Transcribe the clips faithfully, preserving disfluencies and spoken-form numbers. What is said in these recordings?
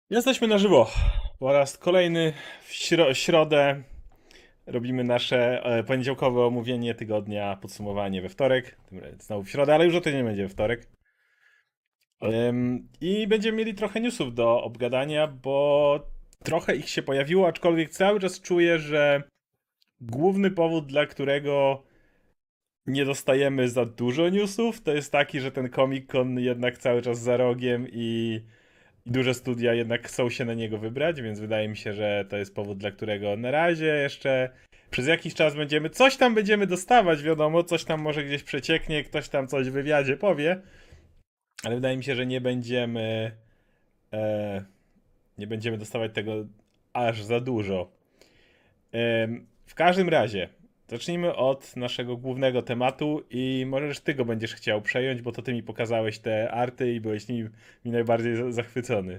Jesteśmy na żywo. Po raz kolejny w śro środę robimy nasze e, poniedziałkowe omówienie tygodnia, podsumowanie we wtorek. Tym razem znowu w środę, ale już o tydzień będzie we wtorek. Ym, I będziemy mieli trochę newsów do obgadania, bo trochę ich się pojawiło, aczkolwiek cały czas czuję, że główny powód, dla którego nie dostajemy za dużo newsów, to jest taki, że ten Comic-Con jednak cały czas za rogiem i i duże studia jednak chcą się na niego wybrać, więc wydaje mi się, że to jest powód, dla którego na razie jeszcze przez jakiś czas będziemy, coś tam będziemy dostawać, wiadomo, coś tam może gdzieś przecieknie, ktoś tam coś w wywiadzie powie, ale wydaje mi się, że nie będziemy e, nie będziemy dostawać tego aż za dużo. Em, w każdym razie, zacznijmy od naszego głównego tematu i możesz ty go będziesz chciał przejąć, bo to ty mi pokazałeś te arty i byłeś nimi mi najbardziej za- zachwycony.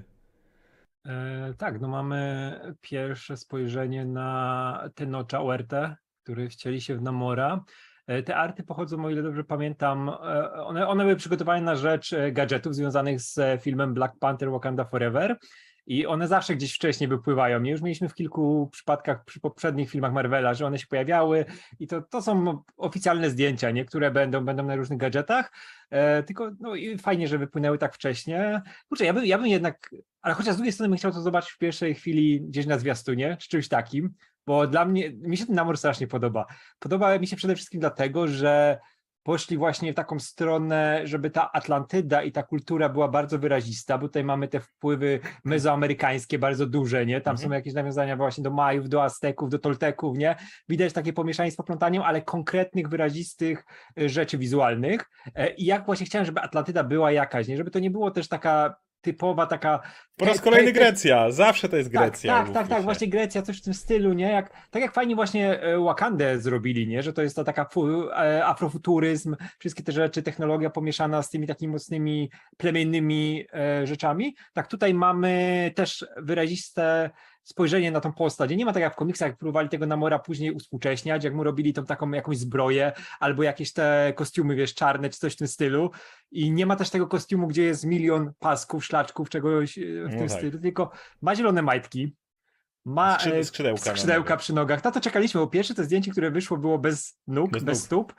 E, tak, no mamy pierwsze spojrzenie na ten Nocza U R T, który wcieli się w Namora. E, te arty pochodzą, o ile dobrze pamiętam, e, one, one były przygotowane na rzecz e, gadżetów związanych z e, filmem Black Panther Wakanda Forever i one zawsze gdzieś wcześniej wypływają. Nie? Już mieliśmy w kilku przypadkach przy poprzednich filmach Marvela, że one się pojawiały i to, to są oficjalne zdjęcia, nie? Które będą, będą na różnych gadżetach, e, tylko no, i fajnie, że wypłynęły tak wcześnie. Kurczę, ja bym, ja bym jednak, ale chociaż z drugiej strony bym chciał to zobaczyć w pierwszej chwili gdzieś na zwiastunie, czy czymś takim, bo dla mnie, mi się ten Namor strasznie podoba. Podoba mi się przede wszystkim dlatego, że poszli właśnie w taką stronę, żeby ta Atlantyda i ta kultura była bardzo wyrazista, bo tutaj mamy te wpływy mezoamerykańskie bardzo duże, nie? Tam są Mhm. jakieś nawiązania właśnie do Majów, do Azteków, do Tolteków, nie? Widać takie pomieszanie z poplątaniem, ale konkretnych, wyrazistych y, rzeczy wizualnych. E, I jak właśnie chciałem, żeby Atlantyda była jakaś, nie? Żeby to nie było też taka typowa, taka Po te, raz te, kolejny te, Grecja. Zawsze to jest tak, Grecja, tak, tak, umówmy tak, się. właśnie Grecja, coś w tym stylu, nie? Jak, tak jak fajnie właśnie e, Wakandę zrobili, nie? Że to jest to taka fu, e, afrofuturyzm, wszystkie te rzeczy, technologia pomieszana z tymi takimi mocnymi plemiennymi e, rzeczami. Tak tutaj mamy też wyraziste spojrzenie na tą postać. Nie ma tak jak w komiksach, jak próbowali tego Namora później uspółcześniać, jak mu robili tą taką jakąś zbroję, albo jakieś te kostiumy, wiesz, czarne, czy coś w tym stylu. I nie ma też tego kostiumu, gdzie jest milion pasków, szlaczków, czegoś e, w No tym tak. stylu, tylko ma zielone majtki, ma Skrzyd e, skrzydełka na skrzydełka nogach. przy nogach. Na to czekaliśmy, bo pierwsze to zdjęcie, które wyszło, było bez nóg, Bez bez nóg. stóp.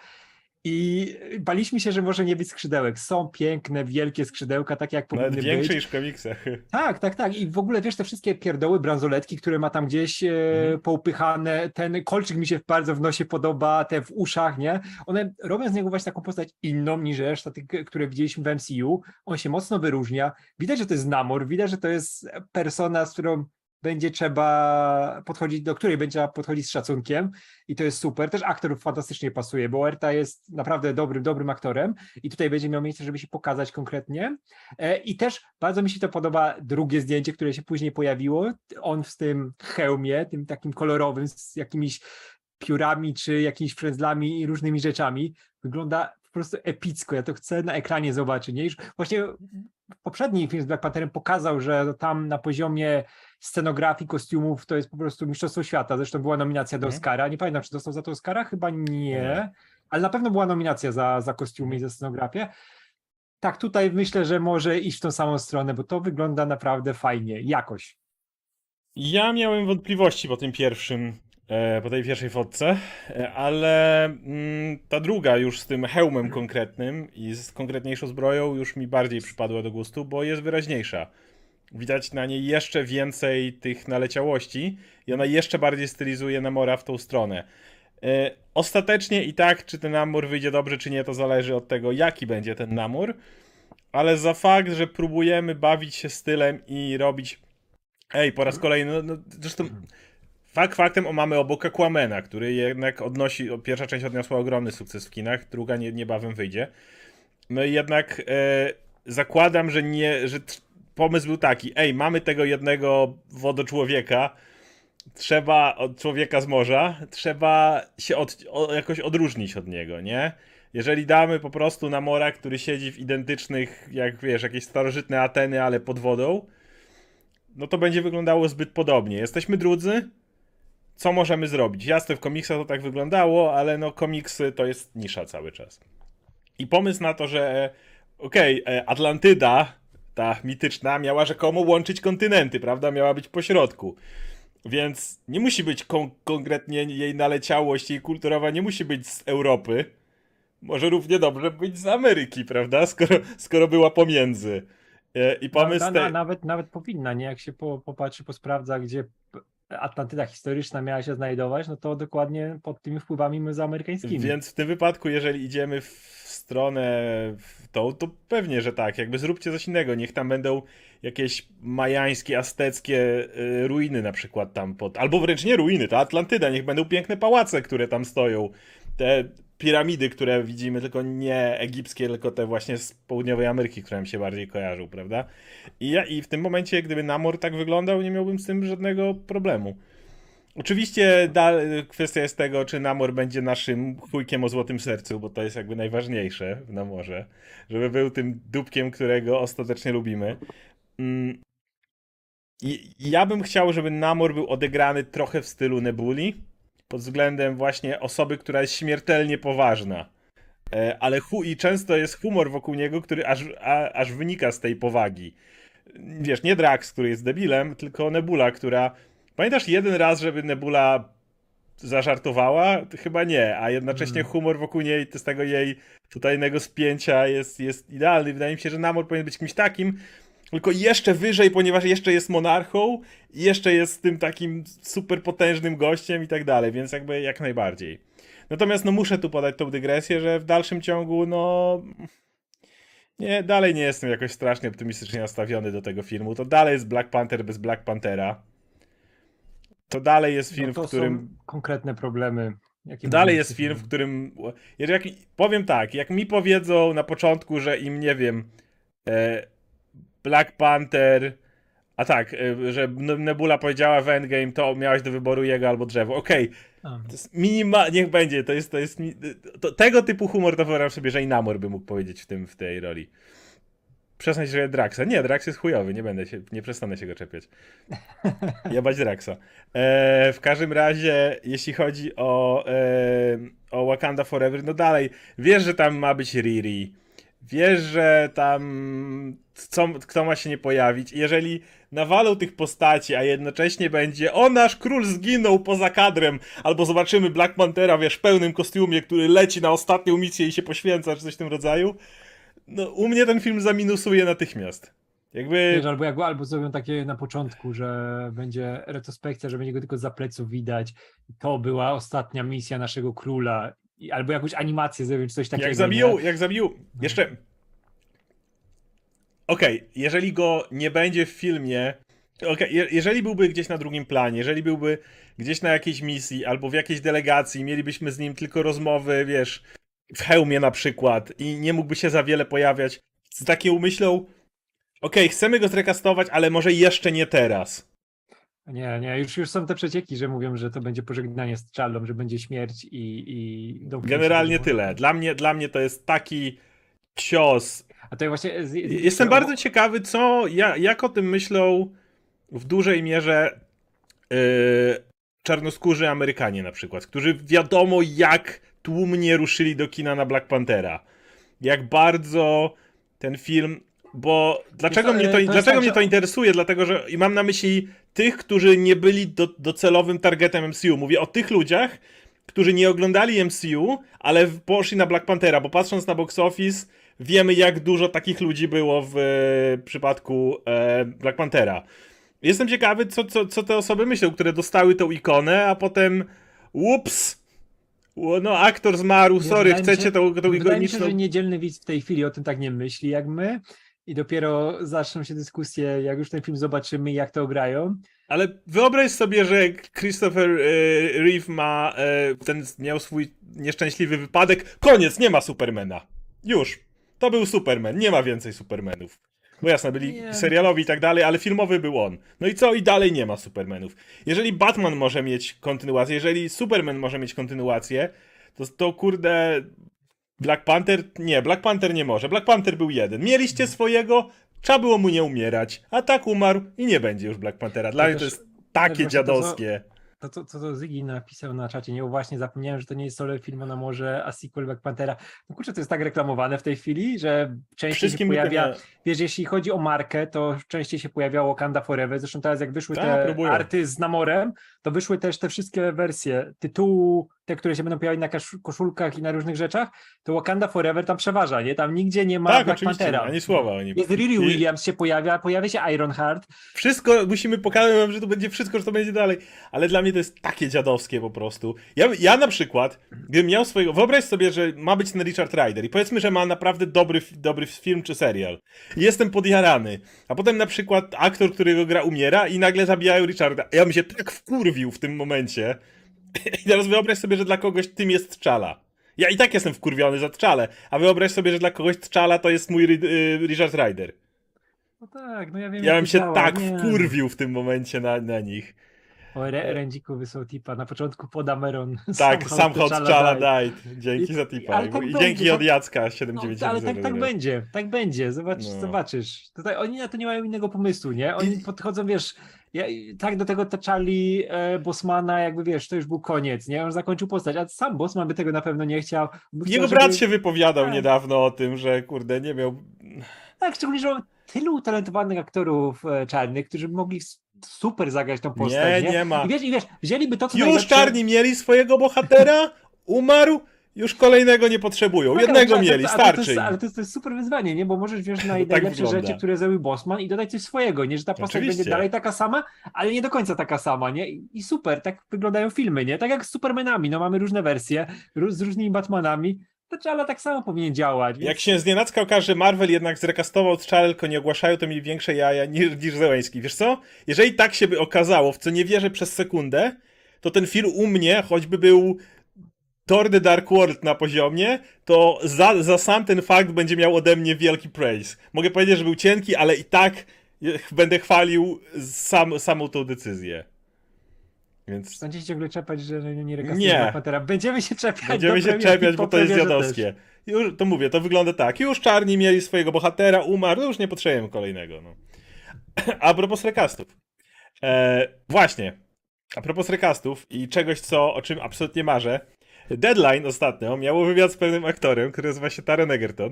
I baliśmy się, że może nie być skrzydełek. Są piękne, wielkie skrzydełka, takie jak Nawet powinny większe być. niż w komiksach. Tak, tak, tak. I w ogóle wiesz, te wszystkie pierdoły, bransoletki, które ma tam gdzieś e, Mhm. poupychane, ten kolczyk mi się bardzo w nosie podoba, te w uszach, nie? One robią z niego właśnie taką postać inną niż reszta tych, które widzieliśmy w M C U. On się mocno wyróżnia. Widać, że to jest Namor, widać, że to jest persona, z którą będzie trzeba podchodzić, do której będzie trzeba podchodzić z szacunkiem i to jest super. Też aktor fantastycznie pasuje, bo Erta jest naprawdę dobrym, dobrym aktorem i tutaj będzie miał miejsce, żeby się pokazać konkretnie. E, I też bardzo mi się to podoba drugie zdjęcie, które się później pojawiło. On w tym hełmie, tym takim kolorowym, z jakimiś piórami, czy jakimiś frędzlami i różnymi rzeczami. Wygląda po prostu epicko. Ja to chcę na ekranie zobaczyć. Nie? Już właśnie poprzedni film z Black Pantherem pokazał, że tam na poziomie scenografii, kostiumów to jest po prostu mistrzostwo świata. Zresztą była nominacja do Mhm. Oscara. Nie pamiętam, czy dostał za to Oscara? Chyba Nie. nie. Ale na pewno była nominacja za, za kostiumy i Mhm. za scenografię. Tak, tutaj myślę, że może iść w tą samą stronę, bo to wygląda naprawdę fajnie, jakoś. Ja miałem wątpliwości po tym pierwszym, e, po tej pierwszej fotce, e, ale mm, ta druga już z tym hełmem konkretnym i z konkretniejszą zbroją już mi bardziej przypadła do gustu, bo jest wyraźniejsza. Widać na niej jeszcze więcej tych naleciałości i ona jeszcze bardziej stylizuje Namora w tą stronę. E, ostatecznie i tak, czy ten Namor wyjdzie dobrze, czy nie, to zależy od tego, jaki będzie ten Namor, ale za fakt, że próbujemy bawić się stylem i robić. Ej, po raz kolejny, no, no zresztą fakt faktem o, mamy obok Aquamana, który jednak odnosi, o, pierwsza część odniosła ogromny sukces w kinach, druga nie, niebawem wyjdzie. No i jednak e, zakładam, że nie, że t- pomysł był taki, ej, mamy tego jednego wodoczłowieka, trzeba, od człowieka z morza, trzeba się od, o, jakoś odróżnić od niego, nie? Jeżeli damy po prostu Namora, który siedzi w identycznych, jak wiesz, jakieś starożytne Ateny, ale pod wodą, no to będzie wyglądało zbyt podobnie. Jesteśmy drudzy, co możemy zrobić? Jasne, w komiksach to tak wyglądało, ale no komiksy to jest nisza cały czas. I pomysł na to, że okej, okay, Atlantyda ta mityczna, miała rzekomo łączyć kontynenty, prawda? Miała być pośrodku. Więc nie musi być kon- konkretnie jej naleciałość, jej kulturowa nie musi być z Europy. Może równie dobrze być z Ameryki, prawda? Skoro, skoro była pomiędzy. E, I pomysł na, na, te... nawet, nawet powinna, nie? Jak się po, popatrzy, posprawdza, gdzie p- Atlantyda historyczna miała się znajdować, no to dokładnie pod tymi wpływami mezoamerykańskimi. Więc w tym wypadku, jeżeli idziemy w stronę w tą, to pewnie, że tak. Jakby zróbcie coś innego. Niech tam będą jakieś majańskie, azteckie y, ruiny na przykład tam pod... Albo wręcz nie ruiny, to Atlantyda. Niech będą piękne pałace, które tam stoją. Te piramidy, które widzimy, tylko nie egipskie, tylko te właśnie z południowej Ameryki, które mi się bardziej kojarzą, prawda? I, ja, I w tym momencie, gdyby Namor tak wyglądał, nie miałbym z tym żadnego problemu. Oczywiście da, kwestia jest tego, czy Namor będzie naszym chujkiem o złotym sercu, bo to jest jakby najważniejsze w Namorze. Żeby był tym dupkiem, którego ostatecznie lubimy. Mm. I i ja bym chciał, żeby Namor był odegrany trochę w stylu Nebuli, pod względem właśnie osoby, która jest śmiertelnie poważna. E, ale hu i często jest humor wokół niego, który aż, a, aż wynika z tej powagi. Wiesz, nie Drax, który jest debilem, tylko Nebula, która... Pamiętasz jeden raz, żeby Nebula zażartowała? Chyba nie, a jednocześnie Mm. humor wokół niej, z tego jej totalnego spięcia jest, jest idealny. Wydaje mi się, że Namor powinien być kimś takim, tylko jeszcze wyżej, ponieważ jeszcze jest monarchą i jeszcze jest tym takim super potężnym gościem i tak dalej, więc jakby jak najbardziej. Natomiast no muszę tu podać tą dygresję, że w dalszym ciągu no... Nie, dalej nie jestem jakoś strasznie optymistycznie nastawiony do tego filmu. To dalej jest Black Panther bez Black Panthera. To dalej jest film, no to w którym... są konkretne problemy. Jakie Dalej mamy jest z tym film, w filmem. którym... Jak, powiem tak, jak mi powiedzą na początku, że im, nie wiem, e, Black Panther... A tak, e, że Nebula powiedziała w Endgame, to miałeś do wyboru jego albo drzewo. Okej, A, to jest minima... Niech będzie, to jest... To jest mi- to, tego typu humor to wyobrażam sobie, że i Namor by mógł powiedzieć w, tym, w tej roli. Przestań się Draxa. Nie, Drax jest chujowy, nie będę się, nie przestanę się go czepiać. Jebać Draxa. E, w każdym razie, jeśli chodzi o, e, o Wakanda Forever, no dalej, wiesz, że tam ma być Riri. Wiesz, że tam co, kto ma się nie pojawić. I jeżeli nawalą tych postaci, a jednocześnie będzie o, nasz król zginął poza kadrem, albo zobaczymy Black Panthera, wiesz, w pełnym kostiumie, który leci na ostatnią misję i się poświęca, czy coś w tym rodzaju, no u mnie ten film zaminusuje natychmiast. Jakby... Wiesz, albo, jak, albo zrobią takie na początku, że będzie retrospekcja, że będzie go tylko za pleców widać. To była ostatnia misja naszego króla. I, albo jakąś animację zrobią, czy coś takiego. Jak zabiją, nie? jak zabiją... Jeszcze... Okej, okay, jeżeli go nie będzie w filmie... Okej, okay, je, jeżeli byłby gdzieś na drugim planie, jeżeli byłby gdzieś na jakiejś misji, albo w jakiejś delegacji, mielibyśmy z nim tylko rozmowy, wiesz, w hełmie na przykład i nie mógłby się za wiele pojawiać, z taką myślą, okej, okay, chcemy go zrekastować, ale może jeszcze nie teraz. Nie, nie, już, już są te przecieki, że mówią, że to będzie pożegnanie z T'Challą, że będzie śmierć i... i Generalnie tyle. Dla mnie, dla mnie to jest taki cios. A to właśnie... Z, z, Jestem z, bardzo ciekawy, co, ja, jak o tym myślą w dużej mierze yy, czarnoskórzy Amerykanie na przykład, którzy wiadomo jak tłumnie ruszyli do kina na Black Panthera. Jak bardzo ten film... Bo dlaczego, to, mnie, to, to jest dlaczego tak, mnie że- to interesuje? Dlatego, że i mam na myśli tych, którzy nie byli do, docelowym targetem M C U. Mówię o tych ludziach, którzy nie oglądali M C U, ale w- poszli na Black Panthera, bo patrząc na box office, wiemy jak dużo takich ludzi było w e, przypadku e, Black Panthera. Jestem ciekawy, co, co, co te osoby myślą, które dostały tą ikonę, a potem ups, o, no aktor zmarł, sorry, Wydaje mi chcecie się- tą, tą Wydaje mi się, ikoniczną... że niedzielny widz w tej chwili o tym tak nie myśli jak my i dopiero zaczną się dyskusje, jak już ten film zobaczymy, jak to grają. Ale wyobraź sobie, że Christopher e, Reeve ma e, ten miał swój nieszczęśliwy wypadek. Koniec, nie ma Supermana. Już. To był Superman, nie ma więcej Supermanów. Bo jasne, byli Nie. serialowi i tak dalej, ale filmowy był on. No i co? I dalej nie ma Supermanów. Jeżeli Batman może mieć kontynuację, jeżeli Superman może mieć kontynuację, to, to kurde... Black Panther? Nie, Black Panther nie może. Black Panther był jeden. Mieliście swojego, trzeba było mu nie umierać, a tak umarł i nie będzie już Black Panthera. Dla To mnie to też- jest takie właśnie to, co- dziadowskie. To, co, co to Ziggy napisał na czacie, nie, właśnie zapomniałem, że to nie jest solo film na morze, a sequel Black Panthera. No kurczę, to jest tak reklamowane w tej chwili, że częściej się Wszystkim pojawia, tylko wiesz, jeśli chodzi o markę, to częściej się pojawiało Wakanda Forever, zresztą teraz jak wyszły Tak, te próbują. arty z Namorem, to wyszły też te wszystkie wersje tytułu, te, które się będą pojawiać na kasz- koszulkach i na różnych rzeczach, to Wakanda Forever tam przeważa, nie? Tam nigdzie nie ma Tak, Black oczywiście, Panthera. ani słowa o nim. Jest Riri I- Williams się pojawia, pojawia się Ironheart. Wszystko, musimy pokazać wam, że to będzie wszystko, że to będzie dalej, ale dla mnie to jest takie dziadowskie po prostu. Ja, ja na przykład, gdybym miał swojego, wyobraź sobie, że ma być ten Richard Rider i powiedzmy, że ma naprawdę dobry, dobry film czy serial. I jestem podjarany, a potem na przykład aktor, którego gra, umiera i nagle zabijają Richarda. Ja bym się tak wkurwił w tym momencie. I teraz wyobraź sobie, że dla kogoś tym jest T'Challa. Ja i tak jestem wkurwiony za T'Challę, a wyobraź sobie, że dla kogoś T'Challa to jest mój Ri- y, Richard Rider. No tak, no ja wiem. Ja jak bym to się działa, tak nie. wkurwił w tym momencie na, na nich. O, Re- Rendziku wysłał tipa. Na początku poda Meron. Tak, sam hot T'Challa T'Challa died. died. Dzięki I- za tipa. ale tak I będzie, dzięki tak- od Jacka No, siedem dziewięć ale dziewięć tak, tak będzie, tak będzie. Zobacz, No. zobaczysz. Tutaj oni na to nie mają innego pomysłu, nie? Oni I- podchodzą, wiesz, ja, tak do tego T'Challi e, Bosmana, jakby wiesz, to już był koniec, nie? On zakończył postać, a sam Bosman by tego na pewno nie chciał. By chciał, Jego żeby- brat się wypowiadał Tak. niedawno o tym, że kurde, nie miał... Tak, szczególnie, że mamy tylu utalentowanych aktorów e, czarnych, którzy mogli s- super zagrać tą postać, Nie, nie? nie ma. I wiesz, i wiesz, wzięliby to, co Już najlepsze... czarni mieli swojego bohatera, umarł, już kolejnego nie potrzebują. Tak, Jednego ale- mieli, ale to starczy jest, im. ale to jest, to jest super wyzwanie, nie? Bo możesz wziąć tak najlepsze wygląda. rzeczy, które zrobił Bosman i dodać coś swojego, nie? Że ta postać Oczywiście. będzie dalej taka sama, ale nie do końca taka sama, nie? I, i super, tak wyglądają filmy, nie? Tak jak z Supermanami, no mamy różne wersje ró- z różnymi Batmanami, to T'Challa tak samo powinien działać. Więc... Jak się znienacka okaże, że Marvel jednak zrekastował T'Challę, tylko nie ogłaszają, to mieli większe jaja niż, niż Zełenski. Wiesz co? Jeżeli tak się by okazało, w co nie wierzę przez sekundę, to ten film u mnie, choćby był Thor The Dark World na poziomie, to za, za sam ten fakt będzie miał ode mnie wielki praise. Mogę powiedzieć, że był cienki, ale i tak będę chwalił sam, samą tą decyzję. Więc Będziecie ciągle czepać, że nie, nie rekastują Nie. Black Panthera. Będziemy się czepiać. będziemy do się premiery i czepiać, po bo to jest premierze dziadowskie. Już, to mówię, to wygląda tak. Już czarni mieli swojego bohatera, umarł, już nie potrzebujemy kolejnego. No. A propos recastów. E, właśnie. A propos recastów i czegoś, co, o czym absolutnie marzę. Deadline ostatnio miało wywiad z pewnym aktorem, który nazywa się Taron Egerton.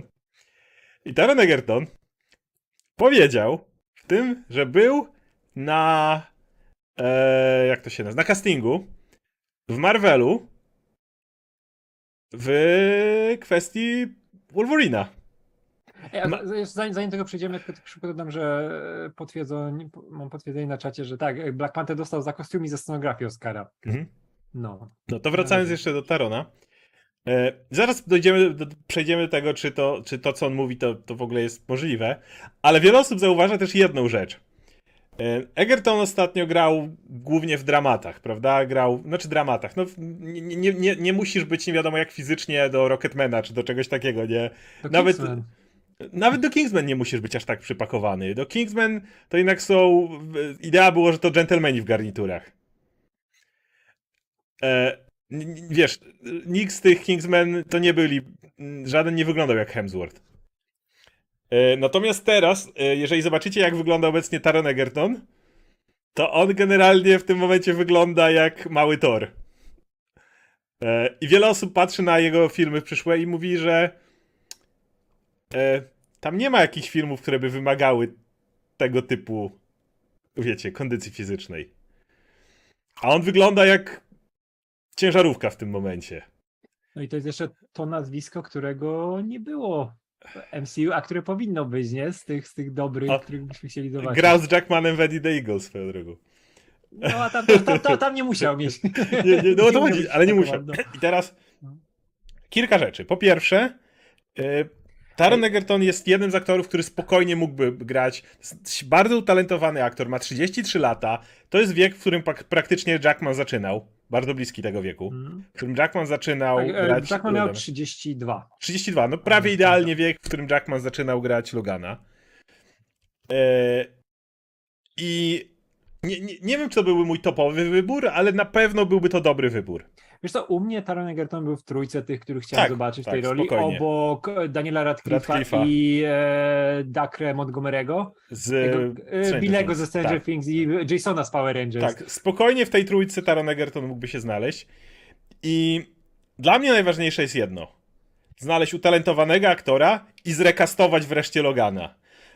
I Taron Egerton powiedział w tym, że był na e, jak to się nazywa? Na castingu w Marvelu w kwestii Wolverina. Ej, a Ma- z- zanim, zanim tego przejdziemy, tylko tak szybko dodam, że potwierdzą, mam potwierdzenie na czacie, że tak, Black Panther dostał za kostium i za scenografię Oscara. Mhm. No. No to wracając jeszcze do Tarona. E, zaraz dojdziemy, do, przejdziemy do tego, czy to, czy to co on mówi, to, to w ogóle jest możliwe. Ale wiele osób zauważa też jedną rzecz. E, Egerton ostatnio grał głównie w dramatach, prawda? Grał, znaczy dramatach. No, w- nie, nie, nie, nie musisz być nie wiadomo jak fizycznie do Rocketmana, czy do czegoś takiego, nie? To Nawet- Kingsman. Nawet do Kingsman nie musisz być aż tak przypakowany. Do Kingsman to jednak są... Idea było, że to dżentelmeni w garniturach. E, n- n- wiesz, nikt z tych Kingsmen to nie byli... Żaden nie wyglądał jak Hemsworth. E, natomiast teraz, e, jeżeli zobaczycie jak wygląda obecnie Taron Egerton, to on generalnie w tym momencie wygląda jak mały Thor. E, I wiele osób patrzy na jego filmy przyszłe i mówi, że e, tam nie ma jakichś filmów, które by wymagały tego typu, wiecie, kondycji fizycznej. A on wygląda jak ciężarówka w tym momencie. No i to jest jeszcze to nazwisko, którego nie było w M C U, a które powinno być, nie? Z tych, z tych dobrych, A, których byśmy chcieli zobaczyć. Grał z Jackmanem w Eddie the Eagle swoją drogą. No a tam, tam, tam, tam, tam nie musiał mieć. Nie, nie, no o to miał chodzi, być ale nie musiał. spakowany, no. I teraz No. kilka rzeczy. Po pierwsze, y, Taron Egerton jest jednym z aktorów, który spokojnie mógłby grać. Jest bardzo utalentowany aktor, ma trzydzieści trzy lata. To jest wiek, w którym pak- praktycznie Jackman zaczynał. Bardzo bliski tego wieku. Mm. W którym Jackman zaczynał Tak, e, grać Jackman miał Logana. trzydzieści dwa. trzydzieści dwa, no prawie idealnie wiek, w którym Jackman zaczynał grać Logana. E, I nie, nie, nie wiem, czy to byłby mój topowy wybór, ale na pewno byłby to dobry wybór. Wiesz co, u mnie Taron Egerton był w trójce tych, których chciałem Tak, zobaczyć w tak, tej roli, spokojnie. obok Daniela Radcliffe'a, Radcliffe'a. i e, Dacre Montgomery'ego, Z tego, e, Stranger Billego Things. ze Stranger Tak. Things i Jasona z Power Rangers. Tak, spokojnie w tej trójce Taron Egerton mógłby się znaleźć. I dla mnie najważniejsze jest jedno. Znaleźć utalentowanego aktora i zrekastować wreszcie Logana.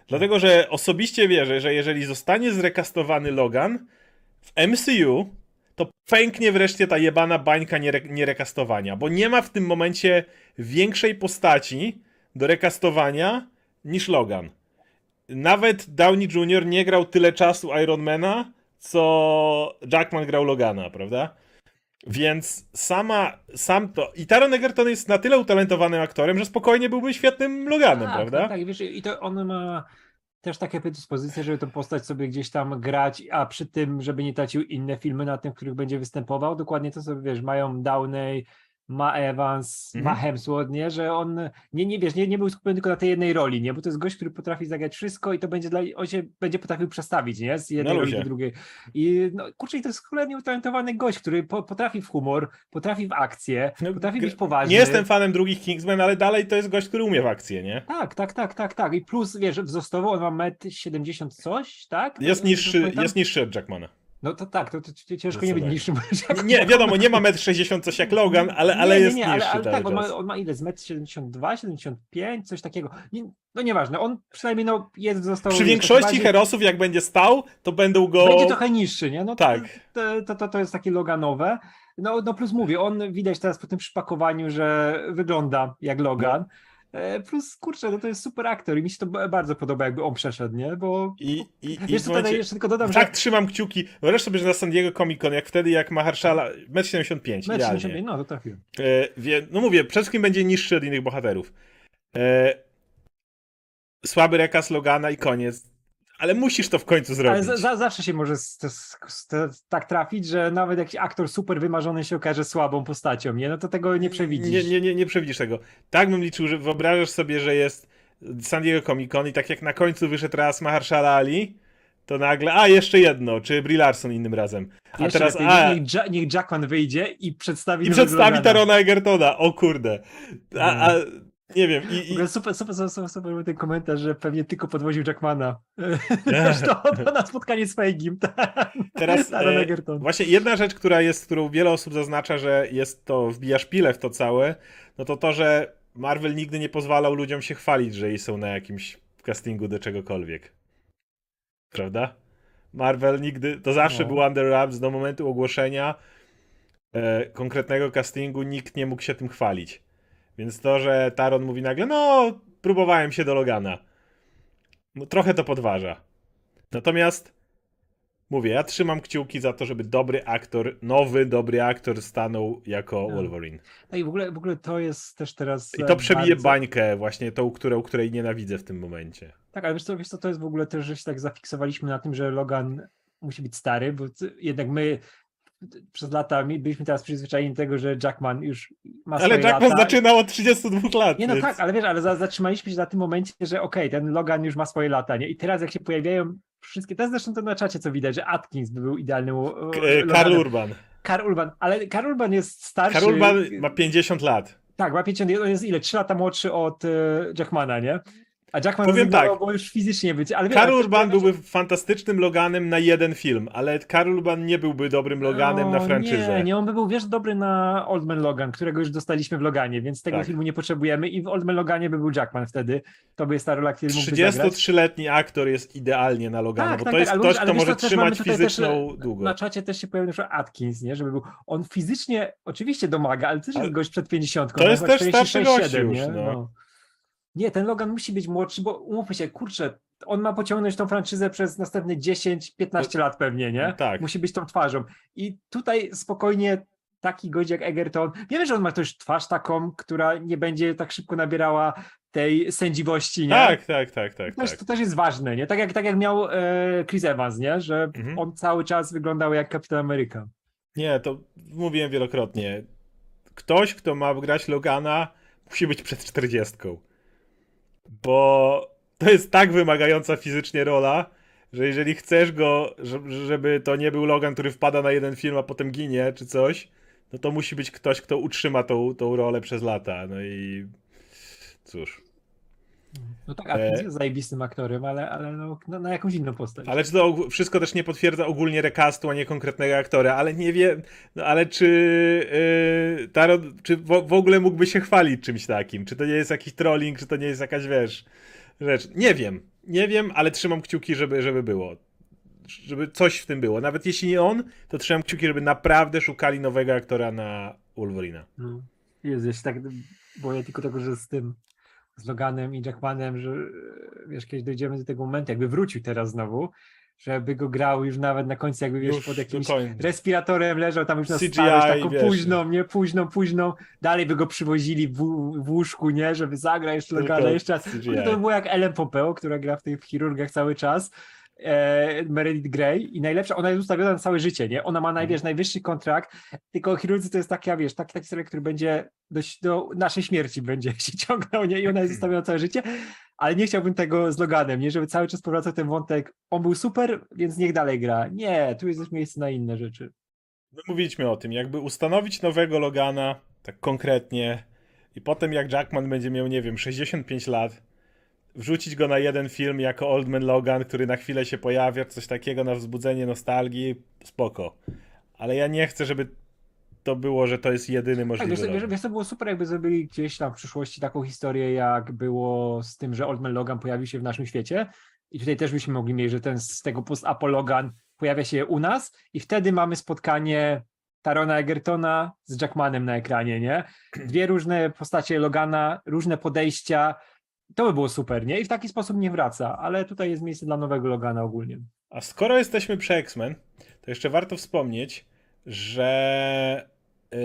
Dlatego, że osobiście wierzę, że jeżeli zostanie zrekastowany Logan w M C U, to pęknie wreszcie ta jebana bańka niere nierekastowania, bo nie ma w tym momencie większej postaci do rekastowania niż Logan. Nawet Downey junior nie grał tyle czasu Ironmana, co Jackman grał Logana, prawda? Więc sama, sam to... I Taron Egerton jest na tyle utalentowanym aktorem, że spokojnie byłby świetnym Loganem, tak, prawda? Tak, tak, wiesz, i to on ma też takie predyspozycje, żeby tą postać sobie gdzieś tam grać, a przy tym, żeby nie tracił inne filmy na tym, w których będzie występował. Dokładnie to sobie, wiesz, mają Downey, ma Evans, Mhm. ma Hemsworth, nie? Że on nie, nie wiesz, nie, nie był skupiony tylko na tej jednej roli, nie? Bo to jest gość, który potrafi zagrać wszystko i to będzie dla, on się będzie potrafił przestawić, nie? Z jednej Na roli luzie. do drugiej. I no, kurczę, i to jest cholernie utalentowany gość, który po, potrafi w humor, potrafi w akcję, No, potrafi gr- być poważny. Nie jestem fanem drugich Kingsmen, ale dalej to jest gość, który umie w akcję, nie? Tak, tak, tak, tak, tak. I plus, wiesz, wzrostowo on ma metr siedemdziesiąt coś, tak? Jest Dobrze niższy, pamiętam? jest niższy od Jackmana. No to tak, to, to, to ciężko nie być niższym. Nie, wiadomo, nie ma metr sześćdziesiąt coś jak Logan, ale, ale nie, nie, jest nie, niższy ale, ale cały tak, on czas. ma, on ma ile? Z metr siedemdziesiąt dwa, siedemdziesiąt pięć, coś takiego. Nie, no nieważne, on przynajmniej no, jest wzrostowo. Przy jest większości taki bardziej- herosów, jak będzie stał, to będą go... Będzie trochę niższy, nie? No to, Tak. to, to, to, to jest takie Loganowe. No, no plus mówię, on widać teraz po tym przypakowaniu, że wygląda jak Logan. E, Plus, kurczę, no to jest super aktor i mi się to b- bardzo podoba, jakby on przeszedł, nie? Bo I, i, i wiesz w co, momencie... tutaj jeszcze tylko dodam, Tak że trzymam kciuki. Wyobraź sobie, że na San Diego Comic Con, jak wtedy, jak Mahershala... metr siedemdziesiąt pięć, metr idealnie. siedemdziesiąt pięć, no to trafiłem. E, wie, no mówię, przede wszystkim będzie niższy od innych bohaterów. E, słaby rekaz Logana i koniec. Ale musisz to w końcu Ale zrobić. za, za, zawsze się może s- s- s- tak trafić, że nawet jakiś aktor super wymarzony się okaże słabą postacią, nie? No to tego nie przewidzisz. Nie, nie, nie, nie przewidzisz tego. Tak bym liczył, że wyobrażasz sobie, że jest San Diego Comic Con i tak jak na końcu wyszedł raz Mahershala Ali, to nagle, a jeszcze jedno, czy Brie Larson innym razem. A Jeszcze teraz, lepiej, a, niech, Ja- niech Jackman wyjdzie i przedstawi i nowego przedstawi Logana. Tarona Egertona, o kurde. A, a nie wiem, i, W i ogóle super, super, super, super, super był ten komentarz, że pewnie tylko podwoził Jackmana. Wiesz, to, to na spotkanie z Feigim. teraz Taron e, Egerton. właśnie jedna rzecz, która jest, którą wiele osób zaznacza, że jest to, wbija szpilę w to całe, no to to, że Marvel nigdy nie pozwalał ludziom się chwalić, że są na jakimś castingu do czegokolwiek. Prawda? Marvel nigdy, to zawsze No. był under wraps do momentu ogłoszenia e, konkretnego castingu, nikt nie mógł się tym chwalić. Więc to, że Taron mówi nagle, no, próbowałem się do Logana. No trochę to podważa. Natomiast mówię, ja trzymam kciuki za to, żeby dobry aktor, nowy dobry aktor stanął jako Tak. Wolverine. No i w ogóle, w ogóle to jest też teraz. I to e, przebije bardzo... bańkę właśnie tą, którą, której nienawidzę w tym momencie. Tak, ale wiesz co, wiesz co, to jest w ogóle też, że się tak zafiksowaliśmy na tym, że Logan musi być stary, bo c- jednak my przez lata mi- byliśmy teraz przyzwyczajeni do tego, że Jackman już ma Ale swoje Jackman lata. zaczynał od trzydziestu dwóch lat. Nie no więc... tak, ale wiesz, ale za, zatrzymaliśmy się na tym momencie, że okej, ten Logan już ma swoje lata, nie? I teraz jak się pojawiają wszystkie, teraz zresztą to na czacie co widać, że Atkins by był idealnym e, K- e, Karl Loganem. Urban. Karl Urban, ale Karl Urban jest starszy. Karl Urban ma pięćdziesiąt lat. Tak, ma pięćdziesiąt, on jest ile? trzy lata młodszy od e, Jackmana, nie? A Jackman Powiem rezygnował, tak. bo już fizycznie być, ale wiesz, Karl ale też Urban pojawia się- byłby fantastycznym Loganem na jeden film, ale Karl Urban nie byłby dobrym Loganem na O, franczyzę. Nie, nie, on by był, wiesz, dobry na Old Man Logan, którego już dostaliśmy w Loganie, więc tego Tak. filmu nie potrzebujemy i w Old Man Loganie by był Jackman wtedy. To by jest ta rola, który mógłby zagrać. trzydziestotrzyletni aktor jest idealnie na Logana, Tak, bo tak, to tak, jest ale ktoś, wiesz, ale kto wiesz może co, też mamy trzymać tutaj fizyczną też, długo. Na czacie też się pojawił na przykład Atkins, nie? Żeby był, on fizycznie oczywiście domaga, ale też Ale jest gość przed pięćdziesiątką. to jest chyba też starszy czterdzieści sześć, gość siedem, już, nie? no. Nie, ten Logan musi być młodszy, bo umówmy się, kurczę, on ma pociągnąć tą franczyzę przez następne dziesięć piętnaście lat pewnie, nie? No tak. Musi być tą twarzą. I tutaj spokojnie taki gość jak Egerton, wiemy, że on ma też twarz taką, która nie będzie tak szybko nabierała tej sędziwości, nie? Tak, tak, tak, tak, To też, tak. to też jest ważne, nie? Tak jak, tak jak miał e, Chris Evans, nie? Że Mhm. on cały czas wyglądał jak Kapitan Ameryka. Nie, to mówiłem wielokrotnie. Ktoś, kto ma grać Logana, musi być przed czterdziestką. Bo to jest tak wymagająca fizycznie rola, że jeżeli chcesz go, żeby, żeby to nie był Logan, który wpada na jeden film, a potem ginie, czy coś, no to musi być ktoś, kto utrzyma tą, tą rolę przez lata. No i cóż. No tak, E. Atkins jest zajebistym aktorem, ale, ale no, no, na jakąś inną postać. Ale czy to og- wszystko też nie potwierdza ogólnie recastu, a nie konkretnego aktora, ale nie wiem, no ale czy yy, Taron, czy w, w ogóle mógłby się chwalić czymś takim? Czy to nie jest jakiś trolling, czy to nie jest jakaś, wiesz, rzecz? Nie wiem. nie wiem, ale trzymam kciuki, żeby, żeby było. Żeby coś w tym było. Nawet jeśli nie on, to trzymam kciuki, żeby naprawdę szukali nowego aktora na Wolverina. No. Jezu, ja się tak boję tylko tego, że z tym, z Loganem i Jackmanem, że wiesz, kiedyś dojdziemy do tego momentu, jakby wrócił teraz znowu, żeby go grał już nawet na końcu, jakby wiesz, Już pod jakimś do końca. respiratorem leżał tam już na C G I, starość, taką wiesz. późną, nie, późną, późną, dalej by go przywozili w, w łóżku, nie, żeby zagrać jeszcze Tylko Logana, jeszcze raz. C G I. Kurde, to by było jak Ellen Pompeo, która gra w tych chirurgach cały czas, e, Meredith Grey i najlepsza, ona jest ustawiona na całe życie, nie, ona ma naj, wiesz, najwyższy kontrakt, tylko chirurdzy to jest taka, wiesz, taki, taki serial, który będzie do, do naszej śmierci będzie się ciągnął, nie, i ona jest ustawiona na całe życie, ale nie chciałbym tego z Loganem, nie, żeby cały czas powracał ten wątek, on był super, więc niech dalej gra. Nie, tu jest też miejsce na inne rzeczy. My mówiliśmy o tym, jakby ustanowić nowego Logana, tak konkretnie, i potem jak Jackman będzie miał, nie wiem, sześćdziesiąt pięć lat, wrzucić go na jeden film jako Old Man Logan, który na chwilę się pojawia, coś takiego na wzbudzenie nostalgii, spoko. Ale ja nie chcę, żeby to było, że to jest jedyny Tak, możliwy wiesz, wiesz, Logan. wiesz, to było super, jakby zrobili gdzieś tam w przyszłości taką historię, jak było z tym, że Old Man Logan pojawił się w naszym świecie i tutaj też byśmy mogli mieć, że ten z tego post-apo Logan pojawia się u nas i wtedy mamy spotkanie Tarona Egertona z Jackmanem na ekranie, nie? Dwie różne postacie Logana, różne podejścia, to by było super, nie? I w taki sposób nie wraca, ale tutaj jest miejsce dla nowego Logana ogólnie. A skoro jesteśmy przy X-Men, to jeszcze warto wspomnieć, że yy,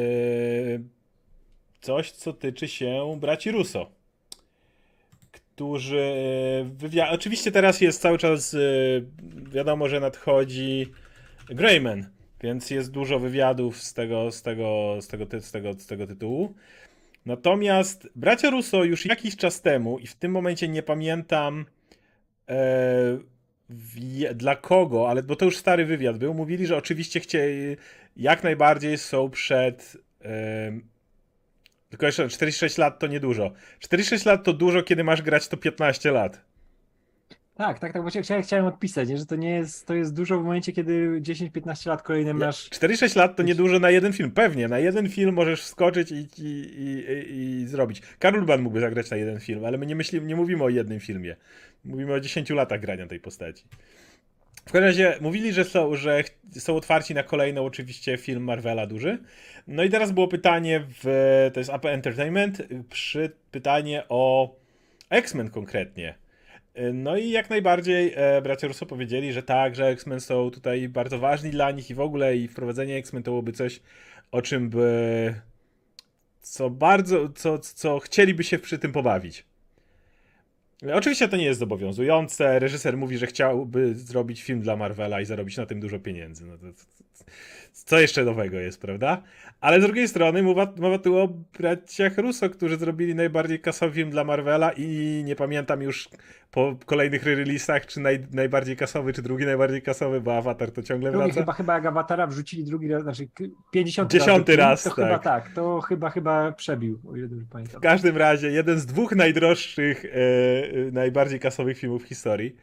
coś, co tyczy się braci Russo, którzy wywiad... Oczywiście teraz jest cały czas yy, wiadomo, że nadchodzi Greyman, więc jest dużo wywiadów z tego, z tego, z tego, ty, z tego, z tego tytułu. Natomiast bracia Russo już jakiś czas temu, i w tym momencie nie pamiętam e, w, dla kogo, ale bo to już stary wywiad był, mówili, że oczywiście chcieli, jak najbardziej są przed... E, tylko jeszcze czterdzieści sześć lat to niedużo. czterdzieści sześć lat to dużo, kiedy masz grać to piętnaście lat. Tak, tak, tak, właśnie chciałem, chciałem odpisać, nie? Że to nie jest, to jest dużo w momencie, kiedy dziesięć piętnaście lat kolejnym masz... czterdzieści sześć lat to niedużo na jeden film, pewnie. Na jeden film możesz wskoczyć i, i, i, i, i zrobić. Karl Urban mógłby zagrać na jeden film, ale my nie, myślimy, nie mówimy o jednym filmie. Mówimy o dziesięciu latach grania tej postaci. W każdym razie mówili, że są, że ch- są otwarci na kolejną oczywiście film Marvela duży. No i teraz było pytanie w... to jest Apple Entertainment, przy pytanie o X-Men konkretnie. No i jak najbardziej e, bracia Russo powiedzieli, że tak, że X-Men są tutaj bardzo ważni dla nich i w ogóle i wprowadzenie X-Men to byłoby coś, o czym by... co bardzo... co, co chcieliby się przy tym pobawić. Oczywiście to nie jest zobowiązujące. Reżyser mówi, że chciałby zrobić film dla Marvela i zarobić na tym dużo pieniędzy. No to, to, co jeszcze nowego jest, prawda? Ale z drugiej strony mowa, mowa tu o braciach Russo, którzy zrobili najbardziej kasowy film dla Marvela i nie pamiętam już po kolejnych re-releasach, czy naj, najbardziej kasowy, czy drugi najbardziej kasowy, bo Avatar to ciągle Drugi, wraca. chyba, chyba jak Awatara wrzucili drugi raz, znaczy pięćdziesiąty Dziesiąty raz, raz, to tak. chyba tak, to chyba, chyba przebił, o ile dobrze pamiętam. W każdym razie jeden z dwóch najdroższych, e, e, najbardziej kasowych filmów w historii.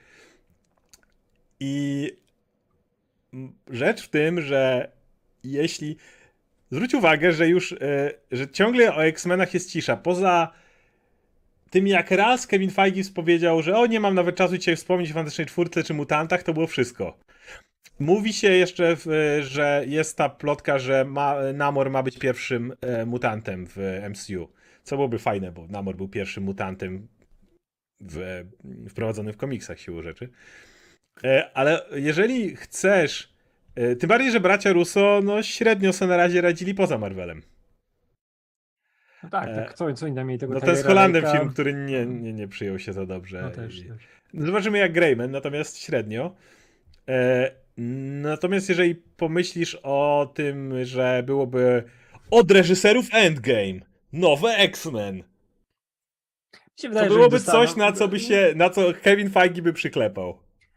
I rzecz w tym, że jeśli... Zwróć uwagę, że już, e, że ciągle o X-Menach jest cisza. Poza tym, jak raz Kevin Feige powiedział, że o, nie mam nawet czasu dzisiaj wspomnieć o Fantastycznej Czwórce czy Mutantach, to było wszystko. Mówi się jeszcze, w, że jest ta plotka, że ma, Namor ma być pierwszym e, mutantem w M C U. Co byłoby fajne, bo Namor był pierwszym mutantem w, wprowadzonym w komiksach siłą rzeczy. E, ale jeżeli chcesz... E, tym bardziej, że bracia Russo no, średnio sobie na razie radzili poza Marvelem. No tak, tak, co, co inni mieli tego No to jest Tylera Holandem Rake'a. film, który nie, nie, nie przyjął się za dobrze. No też, I- też. Zobaczymy jak Greyman, natomiast średnio. E, natomiast jeżeli pomyślisz o tym, że byłoby od reżyserów Endgame, nowe X-Men, Mi się to wydaje, że byłoby dostaną- coś, na co by się, na co Kevin Feige by przyklepał.